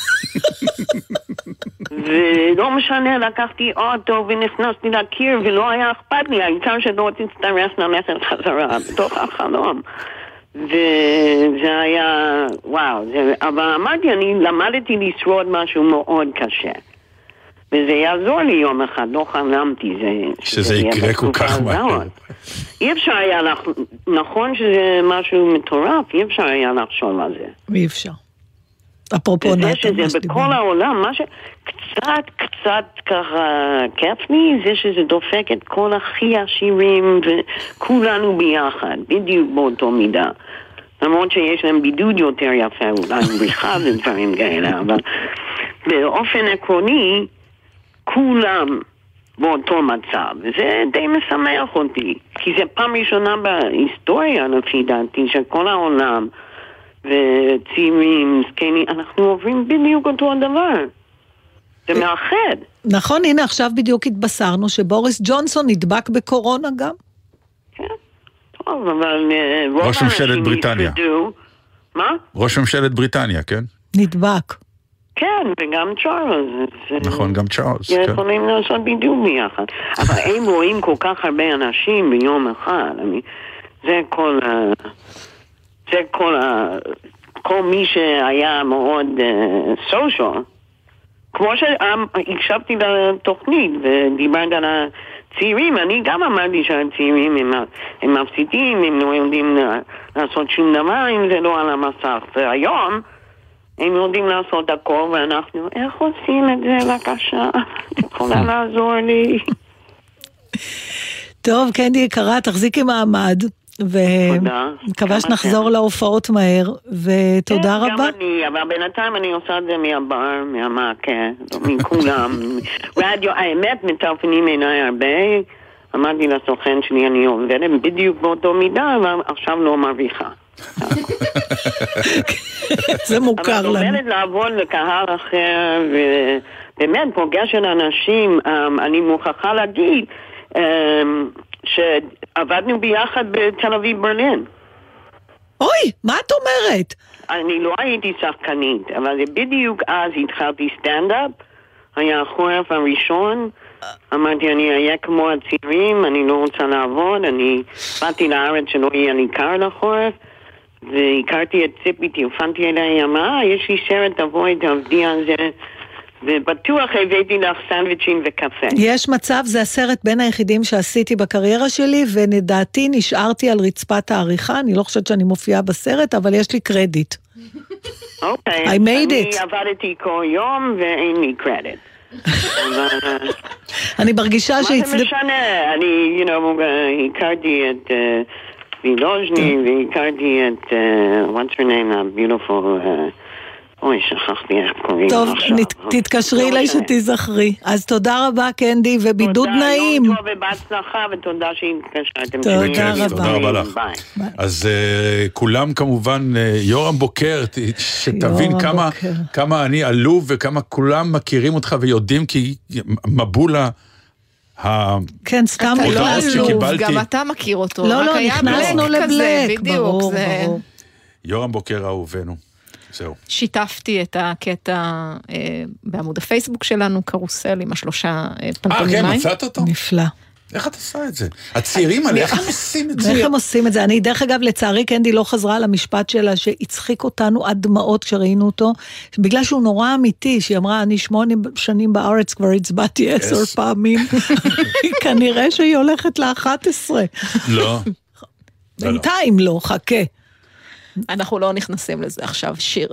S13: ולא משנה, לקחתי אוטו ונכנסתי לקיר ולא היה אכפת לי, העיקר שלא תצטרך ללכת חזרה בתוך החלום. וזה היה, וואו, אבל אמרתי, אני למדתי לשרוד משהו מאוד קשה. וזה יעזור לי יום אחד, לא חלמתי
S4: שזה יקרה כל כך מהר.
S13: אי אפשר היה, נכון שזה משהו מטורף, אי אפשר היה לחשוב על זה.
S5: אי אפשר. אפרופו נתן,
S13: שזה בכל העולם, מה שקצת ככה כיף לי, זה שזה דופק את כל הכי עשירים וכולנו ביחד, בדיוק באותו מידה. למרות שיש להם בידוד יותר יפה, אולי בריחה ודברים כאלה, אבל באופן עקרוני, כולם באותו מצב, וזה די משמח אותי, כי זה פעם ראשונה בהיסטוריה, לפי דעתי, של כל העולם, וצעירים, זקנים, אנחנו עוברים בדיוק אותו הדבר. זה מאחד.
S5: נכון, הנה עכשיו בדיוק התבשרנו שבוריס ג'ונסון נדבק בקורונה גם.
S13: כן, טוב, אבל
S4: ראש ממשלת בריטניה.
S13: מה?
S4: ראש ממשלת בריטניה, כן?
S5: נדבק.
S13: כן, וגם צ'ארלס.
S4: נכון, גם צ'ארלס.
S13: יכולים לעשות בדיוק ביחד. אבל הם רואים כל כך הרבה אנשים ביום אחד. זה כל מי שהיה מאוד סושיאל, כמו שהקשבתי לתוכנית ודיברת על הצעירים, אני גם אמרתי שהצעירים הם מפסידים, הם לא יודעים לעשות שום דבר אם זה לא על המסך, והיום הם יודעים לעשות הכל, ואנחנו, איך עושים את זה בבקשה? יכולה לעזור לי.
S5: טוב, קנדי יקרה, תחזיקי מעמד. ומקווה שנחזור להופעות מהר, ותודה רבה.
S13: גם אני, אבל בינתיים אני עושה את זה מהבר, מהמעקה, מכולם. רדיו, האמת, מטלפונים עיניי הרבה, אמרתי לסוכן שלי, אני עובדת בדיוק באותו מידה, אבל עכשיו לא מרוויחה.
S5: זה מוכר לנו.
S13: אבל עובדת לעבוד לקהל אחר, ובאמת פוגשת אנשים, אני מוכרחה להגיד, שעבדנו ביחד בתל אביב ברלין.
S5: אוי, מה את אומרת?
S13: אני לא הייתי שחקנית, אבל בדיוק אז התחלתי סטנדאפ, היה החורף הראשון, אמרתי אני אהיה כמו הצעירים, אני לא רוצה לעבוד, אני באתי לארץ שלא יהיה לי קר לחורף, והכרתי את ציפי, טילפנתי אליה, אמרה, יש לי סרט, תבואי, תעבדי על זה, ובטוח הבאתי לך סנדוויצ'ים וקפה.
S5: יש מצב, זה הסרט בין היחידים שעשיתי בקריירה שלי, ונדעתי נשארתי על רצפת העריכה, אני לא חושבת שאני מופיעה בסרט, אבל יש לי קרדיט.
S13: אוקיי.
S5: I made it.
S13: אני עבדתי כל יום ואין לי קרדיט.
S5: אני מרגישה
S13: מה זה משנה? אני, הכרתי את וילוז'ני, והכרתי את, what's her name, beautiful, אוי, שכחתי איך קוראים
S5: טוב,
S13: עכשיו.
S5: תתקשרי אליי שתזכרי. אז תודה רבה, קנדי, ובידוד נעים.
S13: תודה, יום טוב ובהצלחה, ותודה שהתקשרתם.
S5: תודה
S4: רבה לך. אז כולם כמובן, יורם בוקר, שתבין כמה אני עלוב, וכמה כולם מכירים אותך ויודעים, כי מבולה,
S5: כן, סתם
S1: גם אתה מכיר אותו.
S5: לא, נכנסנו לבלק.
S1: בדיוק, זה...
S4: יורם בוקר אהובנו. זהו.
S1: שיתפתי את הקטע בעמוד הפייסבוק שלנו, קרוסל עם 3 פנטומימיים.
S4: כן, מצאת אותו?
S5: נפלא.
S4: איך את עושה את זה? הצעירים האלה, איך הם עושים את זה?
S5: איך הם עושים את זה? אני, דרך אגב, לצערי, קנדי לא חזרה על המשפט שלה, שהצחיק אותנו עד דמעות כשראינו אותו, בגלל שהוא נורא אמיתי, שהיא אמרה, אני 8 שנים בארץ כבר הצבעתי 10 פעמים, כנראה שהיא הולכת ל-11.
S4: לא.
S5: בינתיים לא, חכה.
S1: אנחנו לא נכנסים לזה עכשיו, שיר.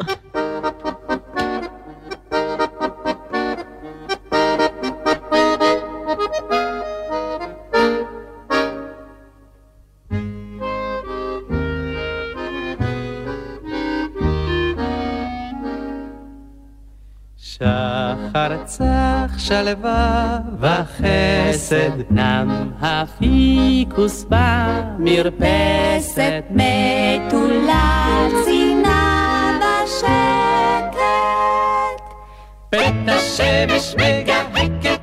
S12: שחר צח שלווה וחסד נם הפיקוס במרפסת
S3: מתולה צינה בשקט
S12: בית השמש מגהקת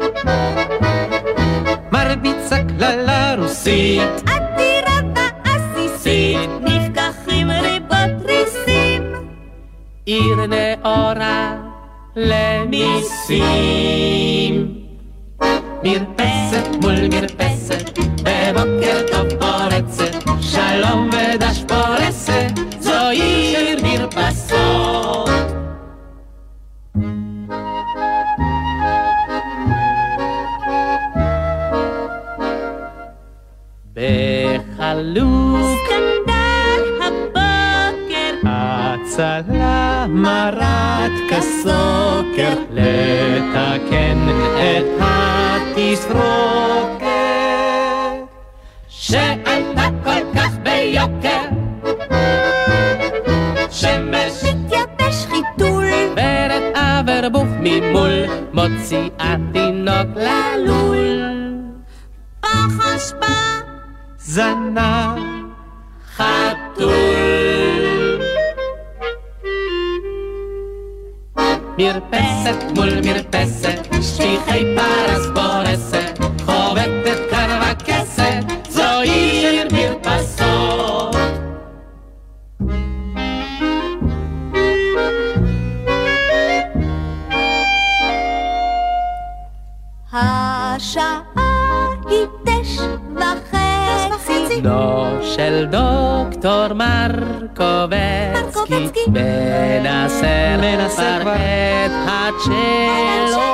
S12: מרביצה כללה רוסית
S3: עתירה ועסיסית נפקחים ריבות ריסים
S12: עיר נאורה למיסים מרפסת מול מרפסת בבוקר טוב פורצת שלום ודש פורסת זו עיר מרפסות בחלוק
S3: סקנדל הבוקר
S12: הצלה מרת כסוקר לתקן את התסרוקת שעלתה כל כך ביוקר שמש
S3: מתייבש חיתול
S12: ורד אברבוך ממול מוציאה תינוק ללול
S3: פח אשפה
S12: זנה חתול מרפסת מול מרפסת שטיחי פרס פורסת חובטת כאן וכסת זו עיר מרפסות
S3: השעה היא 9:30
S12: בנו של דוקטור מרקובצקי מנסה כבר את הצ'לו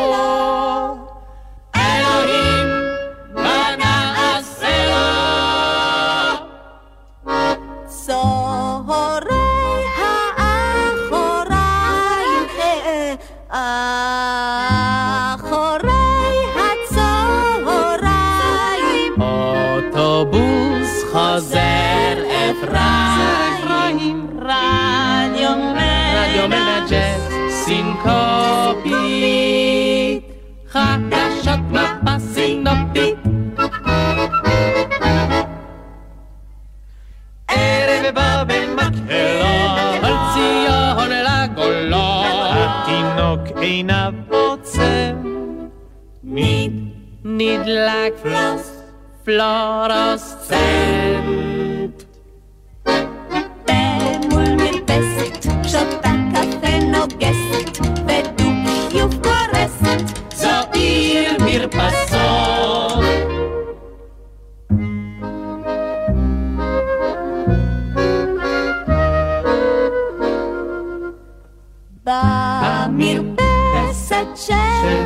S12: אלוהים מה נעשה לו
S3: צהרי האחוריים אחורי הצהריים
S12: אוטובוס חוזר אפרים רדיו מנג'ט סינקופית חדשות מפה סינופית ערב בא במקהלה על ציון לגולה התינוק עיניו עוצם נדלק פלורוסצנט
S3: במול מרפסת שותה קפה נוגסת ודוק חיוב קורסת
S12: זו עיר מרפסות
S3: במרפסת של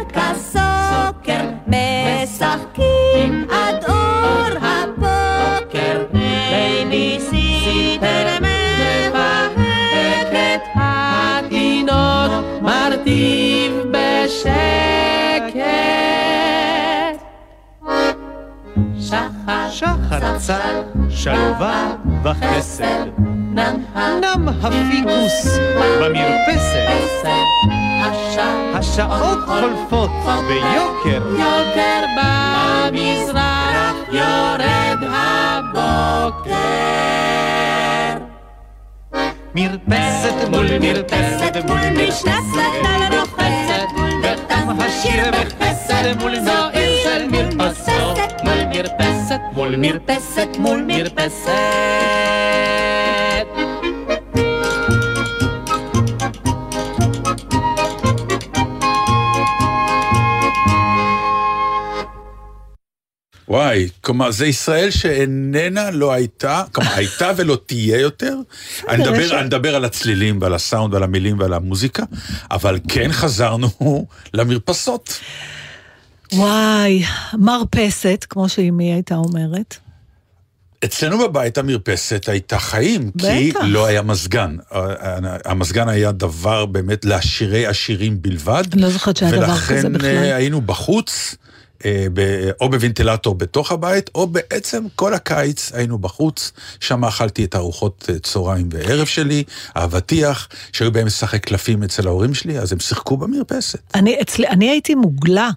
S3: כסוקר משחקים עד אור הבוקר
S6: ארצה שלווה וחסד, נם הפיקוס במרפסת, השעות חולפות ביוקר,
S8: יוקר במזרח יורד הבוקר.
S6: מרפסת מול מרפסת מול משנסת על רוחצת, ותם השיר בחסד מול זוהיר של מרפסות, מול מרפסת מול מרפסת מול מרפסת.
S4: וואי, כלומר, זה ישראל שאיננה, לא הייתה, כלומר, הייתה ולא תהיה יותר. אני מדבר על הצלילים ועל הסאונד ועל המילים ועל המוזיקה, אבל כן חזרנו למרפסות.
S5: וואי, מרפסת, כמו שאימי הייתה אומרת.
S4: אצלנו בבית המרפסת הייתה חיים, כי לא היה מזגן. המזגן היה דבר באמת לעשירי עשירים בלבד. לא זוכרת שהיה דבר כזה בכלל. ולכן היינו בחוץ, או בוונטילטור בתוך הבית, או בעצם כל הקיץ היינו בחוץ, שם אכלתי את הארוחות צהריים וערב שלי, האבטיח, שהיו בהם משחק קלפים אצל ההורים שלי, אז הם שיחקו במרפסת.
S5: אני הייתי מוגלה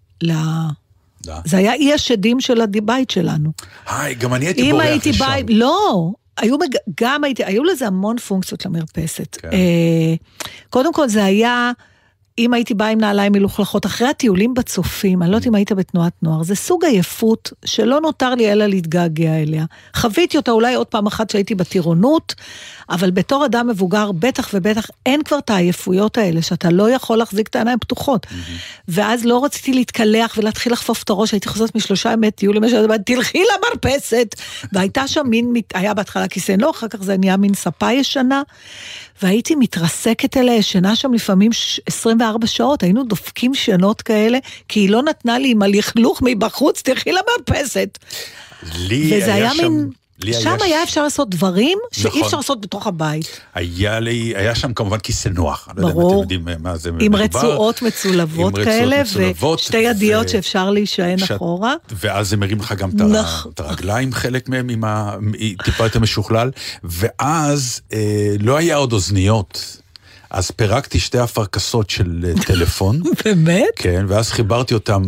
S5: זה היה אי השדים של הבית שלנו.
S4: גם אני הייתי בורח לשם.
S5: לא, היו לזה המון פונקציות למרפסת. קודם כל זה היה, אם הייתי באה עם נעליים מלוכלכות, אחרי הטיולים בצופים, אני לא יודעת אם היית בתנועת נוער, זה סוג עייפות שלא נותר לי אלא להתגעגע אליה. חוויתי אותה אולי עוד פעם אחת שהייתי בטירונות, אבל בתור אדם מבוגר, בטח ובטח, אין כבר את העייפויות האלה, שאתה לא יכול להחזיק את העיניים פתוחות. ואז לא רציתי להתקלח ולהתחיל לחפוף את הראש, הייתי חוזרת מ3 ימי טיולים, תלכי למרפסת, והייתה שם מין, היה בהתחלה כיסא נוח, אחר כך זה נהיה מין ספה ישנה, והייתי מתרסקת אליה, ישנה שם לפעמים 24 שעות, היינו דופקים שנות כאלה, כי היא לא נתנה לי עם הלכלוך מבחוץ, תלכי למרפסת. וזה היה מין, שם היה אפשר לעשות דברים שאי אפשר לעשות בתוך הבית.
S4: היה שם כמובן כיסא נוח.
S5: ברור. עם רצועות מצולבות כאלה, ושתי ידיות שאפשר להישען אחורה.
S4: ואז זה מרים לך גם את הרגליים, חלק מהם טיפה יותר משוכלל, ואז לא היה עוד אוזניות. אז פירקתי 2 אפרכסות של טלפון.
S5: באמת?
S4: כן, ואז חיברתי אותם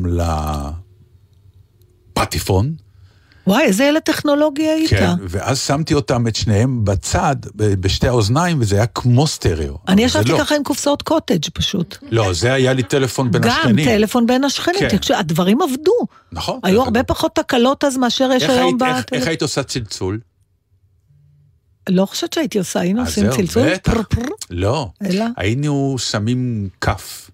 S4: לפטיפון.
S5: וואי, איזה אלה טכנולוגיה הייתה.
S4: כן, ואז שמתי אותם את שניהם בצד, בשתי האוזניים, וזה היה כמו סטריאו.
S5: אני ישבתי ככה עם קופסאות קוטג' פשוט.
S4: לא, זה היה לי טלפון בין השכנים.
S5: גם טלפון בין השכנים, הדברים עבדו.
S4: נכון.
S5: היו הרבה פחות תקלות אז מאשר יש היום בטלפון.
S4: איך היית עושה צלצול?
S5: לא חושבת שהייתי עושה, היינו עושים צלצול?
S4: לא, היינו שמים כף.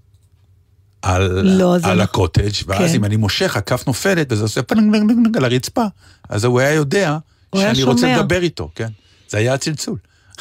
S4: על הקוטג' ואז אם אני מושך, הכף נופלת, וזה עושה פנגנגנגנג על הרצפה, אז הוא היה יודע שאני רוצה לדבר איתו, כן? זה היה הצלצול.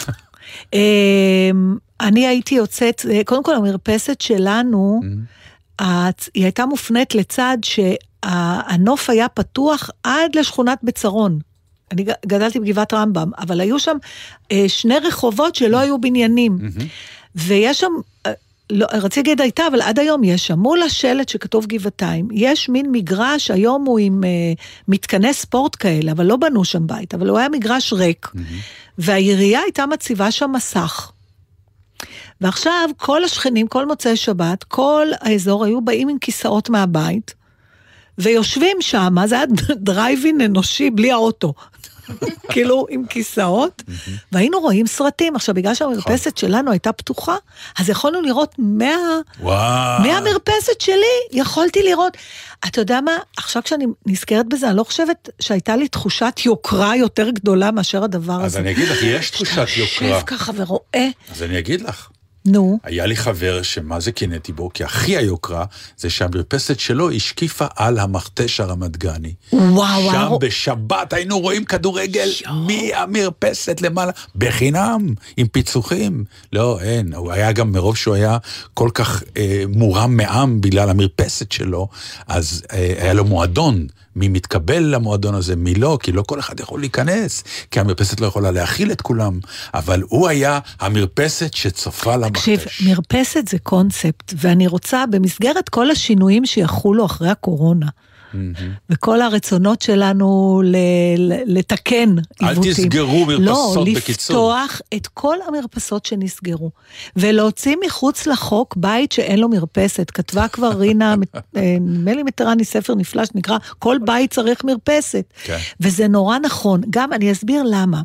S5: אני הייתי יוצאת, קודם כל המרפסת שלנו, היא הייתה מופנית לצד שהנוף היה פתוח עד לשכונת בצרון. אני גדלתי בגבעת רמב"ם, אבל היו שם 2 רחובות שלא היו בניינים, ויש שם... לא, רציתי להגיד הייתה, אבל עד היום יש שם, מול השלט שכתוב גבעתיים, יש מין מגרש, היום הוא עם מתקני ספורט כאלה, אבל לא בנו שם בית, אבל הוא היה מגרש ריק, והעירייה הייתה מציבה שם מסך. ועכשיו כל השכנים, כל מוצאי שבת, כל האזור היו באים עם כיסאות מהבית, ויושבים שם, זה היה דרייבין אנושי בלי האוטו. כאילו עם כיסאות, והיינו רואים סרטים. עכשיו, בגלל שהמרפסת שלנו הייתה פתוחה, אז יכולנו לראות מהמרפסת שלי, יכולתי לראות, אתה יודע מה, עכשיו כשאני נזכרת בזה, אני לא חושבת שהייתה לי תחושת יוקרה יותר גדולה מאשר הדבר הזה.
S4: אז אני אגיד לך, יש תחושת יוקרה.
S5: שאתה יושב ככה ורואה.
S4: אז אני אגיד לך.
S5: נו.
S4: היה לי חבר שמה זה קינאתי בו, כי הכי היוקרה זה שהמרפסת שלו השקיפה על המכתש הרמת-גני.
S5: וואו.
S4: שם בשבת היינו רואים כדורגל מהמרפסת למעלה, בחינם, עם פיצוחים. לא, אין. הוא היה גם מרוב שהוא היה כל כך מורם מעם בגלל המרפסת שלו, אז היה לו מועדון. מי מתקבל למועדון הזה, מי לא, כי לא כל אחד יכול להיכנס, כי המרפסת לא יכולה להכיל את כולם, אבל הוא היה המרפסת שצופה למכתש.
S5: תקשיב, מרפסת זה קונספט, ואני רוצה, במסגרת כל השינויים שיחולו אחרי הקורונה, וכל הרצונות שלנו לתקן עיוותים.
S4: אל תסגרו מרפסות בקיצור.
S5: לא, לפתוח את כל המרפסות שנסגרו, ולהוציא מחוץ לחוק בית שאין לו מרפסת. כתבה כבר רינה, נדמה לי מטרני ספר נפלא שנקרא, כל בית צריך מרפסת. וזה נורא נכון. גם אני אסביר למה.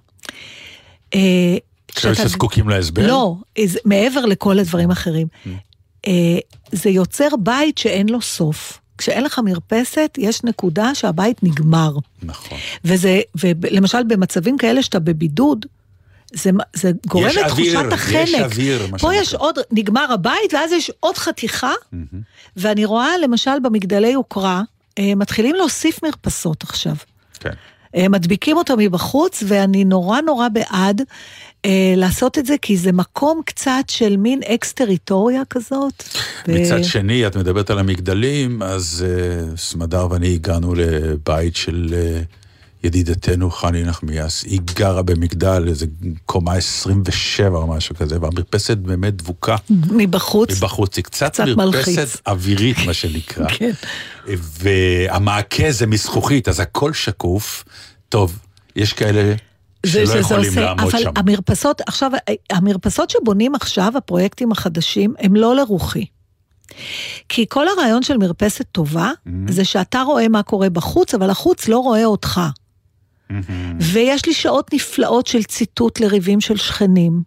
S4: שזקוקים להסבר?
S5: לא, מעבר לכל הדברים אחרים. זה יוצר בית שאין לו סוף. כשאין לך מרפסת, יש נקודה שהבית נגמר.
S4: נכון.
S5: ולמשל במצבים כאלה שאתה בבידוד, זה גורם לתחושת החנק.
S4: יש אוויר,
S5: פה יש עוד, נגמר הבית, ואז יש עוד חתיכה, ואני רואה למשל במגדלי יוקרה, מתחילים להוסיף מרפסות עכשיו.
S4: כן.
S5: מדביקים אותה מבחוץ, ואני נורא נורא בעד לעשות את זה, כי זה מקום קצת של מין אקס-טריטוריה כזאת.
S4: מצד שני, את מדברת על המגדלים, אז סמדר ואני הגענו לבית של ידידתנו חני נחמיאס. היא גרה במגדל, איזה קומה 27 או משהו כזה, והמרפסת באמת דבוקה.
S5: מבחוץ.
S4: מבחוץ, היא קצת מרפסת אווירית, מה שנקרא.
S5: כן.
S4: והמעקה זה מזכוכית, אז הכל שקוף. טוב, יש כאלה שלא יכולים לעמוד שם.
S5: אבל המרפסות, עכשיו, המרפסות שבונים עכשיו, הפרויקטים החדשים, הם לא לרוחי. כי כל הרעיון של מרפסת טובה, זה שאתה רואה מה קורה בחוץ, אבל החוץ לא רואה אותך. ויש לי שעות נפלאות של ציטוט לריבים של שכנים.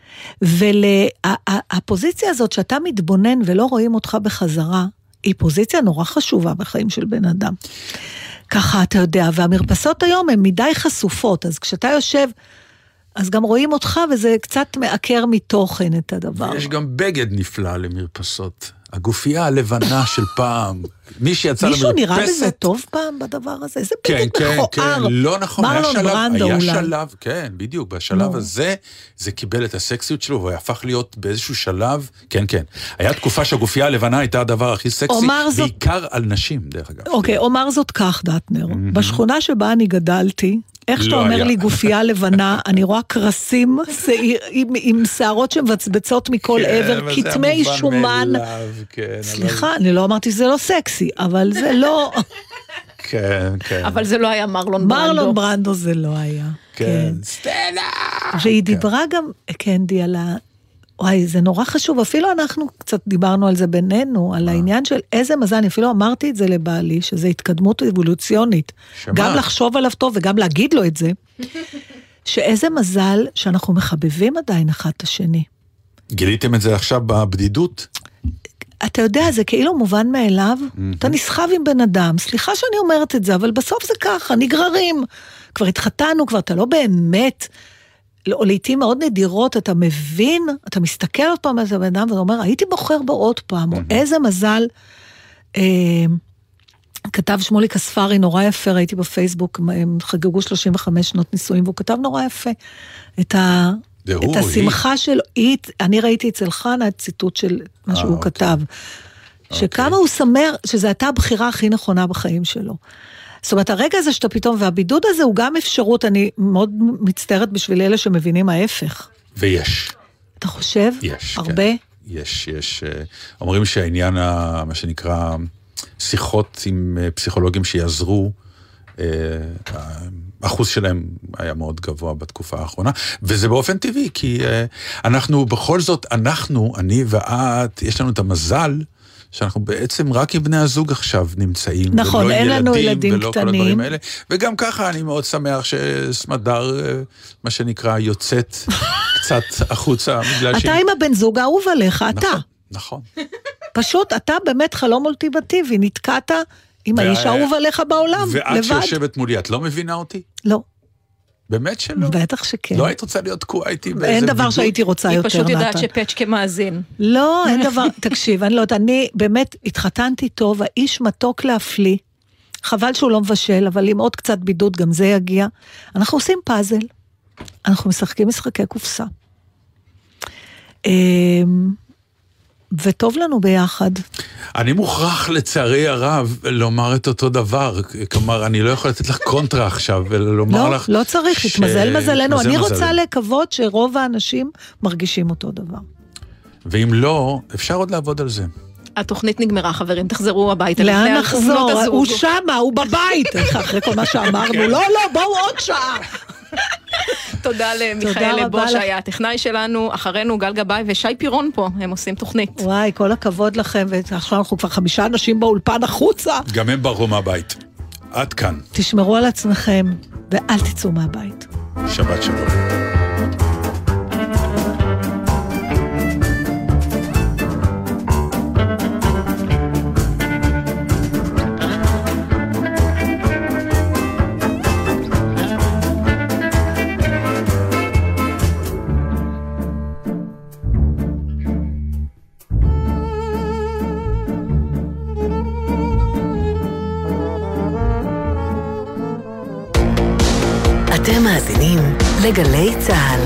S5: והפוזיציה הזאת שאתה מתבונן ולא רואים אותך בחזרה, היא פוזיציה נורא חשובה בחיים של בן אדם. ככה אתה יודע, והמרפסות היום הן מדי חשופות, אז כשאתה יושב, אז גם רואים אותך, וזה קצת מעקר מתוכן את הדבר.
S4: ויש גם בגד נפלא למרפסות. הגופייה הלבנה של פעם. מי שיצא למרפסת...
S5: מישהו נראה בזה טוב פעם בדבר הזה? איזה בגד מכוער.
S4: כן, לא נכון.
S5: מרלון ברנדו
S4: היה שלב, כן, בדיוק, בשלב הזה, זה קיבל את הסקסיות שלו, והוא הפך להיות באיזשהו שלב, כן. היה תקופה שהגופייה הלבנה הייתה הדבר הכי סקסי, בעיקר על נשים, דרך אגב.
S5: אוקיי, אומר זאת כך, דטנר. בשכונה שבה אני גדלתי, איך שאתה אומר לי גופייה לבנה, אני רואה קרסים עם שערות שמבצבצות מכל עבר, כתמי שומן. סליחה, אני לא אמרתי שזה לא סקסי, אבל זה לא...
S4: כן.
S1: אבל זה לא היה מרלון ברנדו.
S5: מרלון ברנדו זה לא היה.
S4: כן. סטלה!
S5: והיא דיברה גם, קנדי, על ה... וואי, זה נורא חשוב, אפילו אנחנו קצת דיברנו על זה בינינו, על העניין של איזה מזל, אני אפילו אמרתי את זה לבעלי, שזה התקדמות אבולוציונית, גם לחשוב עליו טוב וגם להגיד לו את זה, שאיזה מזל שאנחנו מחבבים עדיין אחד את השני.
S4: גיליתם את זה עכשיו בבדידות?
S5: אתה יודע, זה כאילו מובן מאליו, אתה נסחב עם בן אדם, סליחה שאני אומרת את זה, אבל בסוף זה ככה, נגררים, כבר התחתנו, כבר אתה לא באמת... או לעתים מאוד נדירות, אתה מבין, אתה מסתכל עוד פעם על זה בן אדם, ואתה אומר, הייתי בוחר בו עוד פעם, או איזה מזל, כתב שמוליק אספרי נורא יפה, ראיתי בפייסבוק, הם חגגו 35 שנות נישואים, והוא כתב נורא יפה, את השמחה שלו, אני ראיתי אצל חנה את ציטוט של מה שהוא כתב, שכמה הוא שמח, שזו הייתה הבחירה הכי נכונה בחיים שלו. זאת אומרת, הרגע הזה שאתה פתאום, והבידוד הזה הוא גם אפשרות, אני מאוד מצטערת בשביל אלה שמבינים ההפך.
S4: ויש.
S5: אתה חושב?
S4: יש,
S5: הרבה?
S4: כן. יש. אומרים שהעניין, מה שנקרא, שיחות עם פסיכולוגים שיעזרו, האחוז שלהם היה מאוד גבוה בתקופה האחרונה, וזה באופן טבעי, כי אנחנו בכל זאת, אני ואת, יש לנו את המזל, שאנחנו בעצם רק עם בני הזוג עכשיו נמצאים,
S5: נכון, אין לנו ילדים
S4: ולא
S5: קטנים.
S4: כל הדברים האלה. וגם ככה אני מאוד שמח שסמדר, מה שנקרא, יוצאת קצת החוצה.
S5: אתה עם הבן זוג האהוב עליך, אתה.
S4: נכון.
S5: פשוט אתה באמת חלום אולטימטיבי, נתקעת עם האיש האהוב עליך בעולם, לבד.
S4: ואת שיושבת מולי, את לא מבינה אותי?
S5: לא.
S4: באמת שלא?
S5: בטח שכן.
S4: לא היית רוצה להיות תקועה איתי באיזה
S5: אין דבר שהייתי רוצה יותר,
S1: נתן. היא פשוט יודעת שפצ'קה מאזין.
S5: לא, אין דבר, תקשיב, אני באמת התחתנתי טוב, האיש מתוק להפליא, חבל שהוא לא מבשל, אבל עם עוד קצת בידוד גם זה יגיע. אנחנו עושים פאזל, אנחנו משחקים משחקי קופסה. וטוב לנו ביחד.
S4: אני מוכרח לצערי הרב לומר את אותו דבר, כלומר אני לא יכול לתת לך קונטרה עכשיו ולומר לך...
S5: לא צריך, התמזל מזלנו, אני רוצה לקוות שרוב האנשים מרגישים אותו דבר.
S4: ואם לא, אפשר עוד לעבוד על זה.
S1: התוכנית נגמרה, חברים, תחזרו הביתה.
S5: לאן נחזור? הוא שמה, הוא בבית. אחרי כל מה שאמרנו. לא, בואו עוד שעה.
S1: תודה למיכאל לבו שהיה הטכנאי שלנו, אחרינו גל גבאי ושי פירון פה, הם עושים תוכנית.
S5: וואי, כל הכבוד לכם, ועכשיו אנחנו כבר 5 אנשים באולפן החוצה.
S4: גם הם ברחו מהבית. עד כאן.
S5: תשמרו על עצמכם, ואל תצאו מהבית.
S4: שבת שלום.
S2: אתם מאזינים לגלי צהל.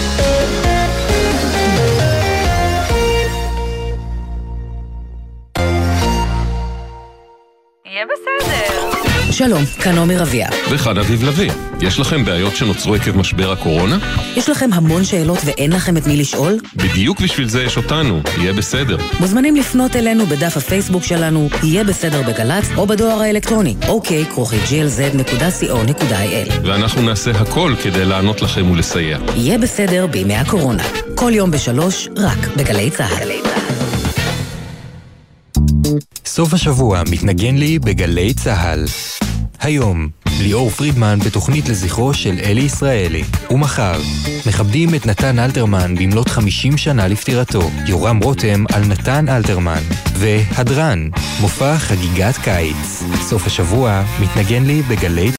S14: יהיה בסדר.
S15: שלום, כאן עומר אביה.
S16: וכאן אביב לוי. יש לכם בעיות שנוצרו עקב משבר הקורונה?
S15: יש לכם המון שאלות ואין לכם את מי לשאול?
S16: בדיוק בשביל זה יש אותנו, יהיה בסדר.
S15: מוזמנים לפנות אלינו בדף הפייסבוק שלנו, יהיה בסדר בגלץ, או בדואר האלקטרוני, ok@glz.co.il.
S16: ואנחנו נעשה הכל כדי לענות לכם ולסייע.
S15: יהיה בסדר בימי הקורונה. כל יום ב3, רק בגלי צהל.
S17: סוף השבוע מתנגן לי בגלי צהל. היום, ליאור פרידמן בתוכנית לזכרו של אלי ישראלי. ומחר, מכבדים את נתן אלתרמן במלאת 50 שנה לפטירתו. יורם רותם על נתן אלתרמן. והדרן, מופע חגיגת קיץ. סוף השבוע מתנגן לי בגלי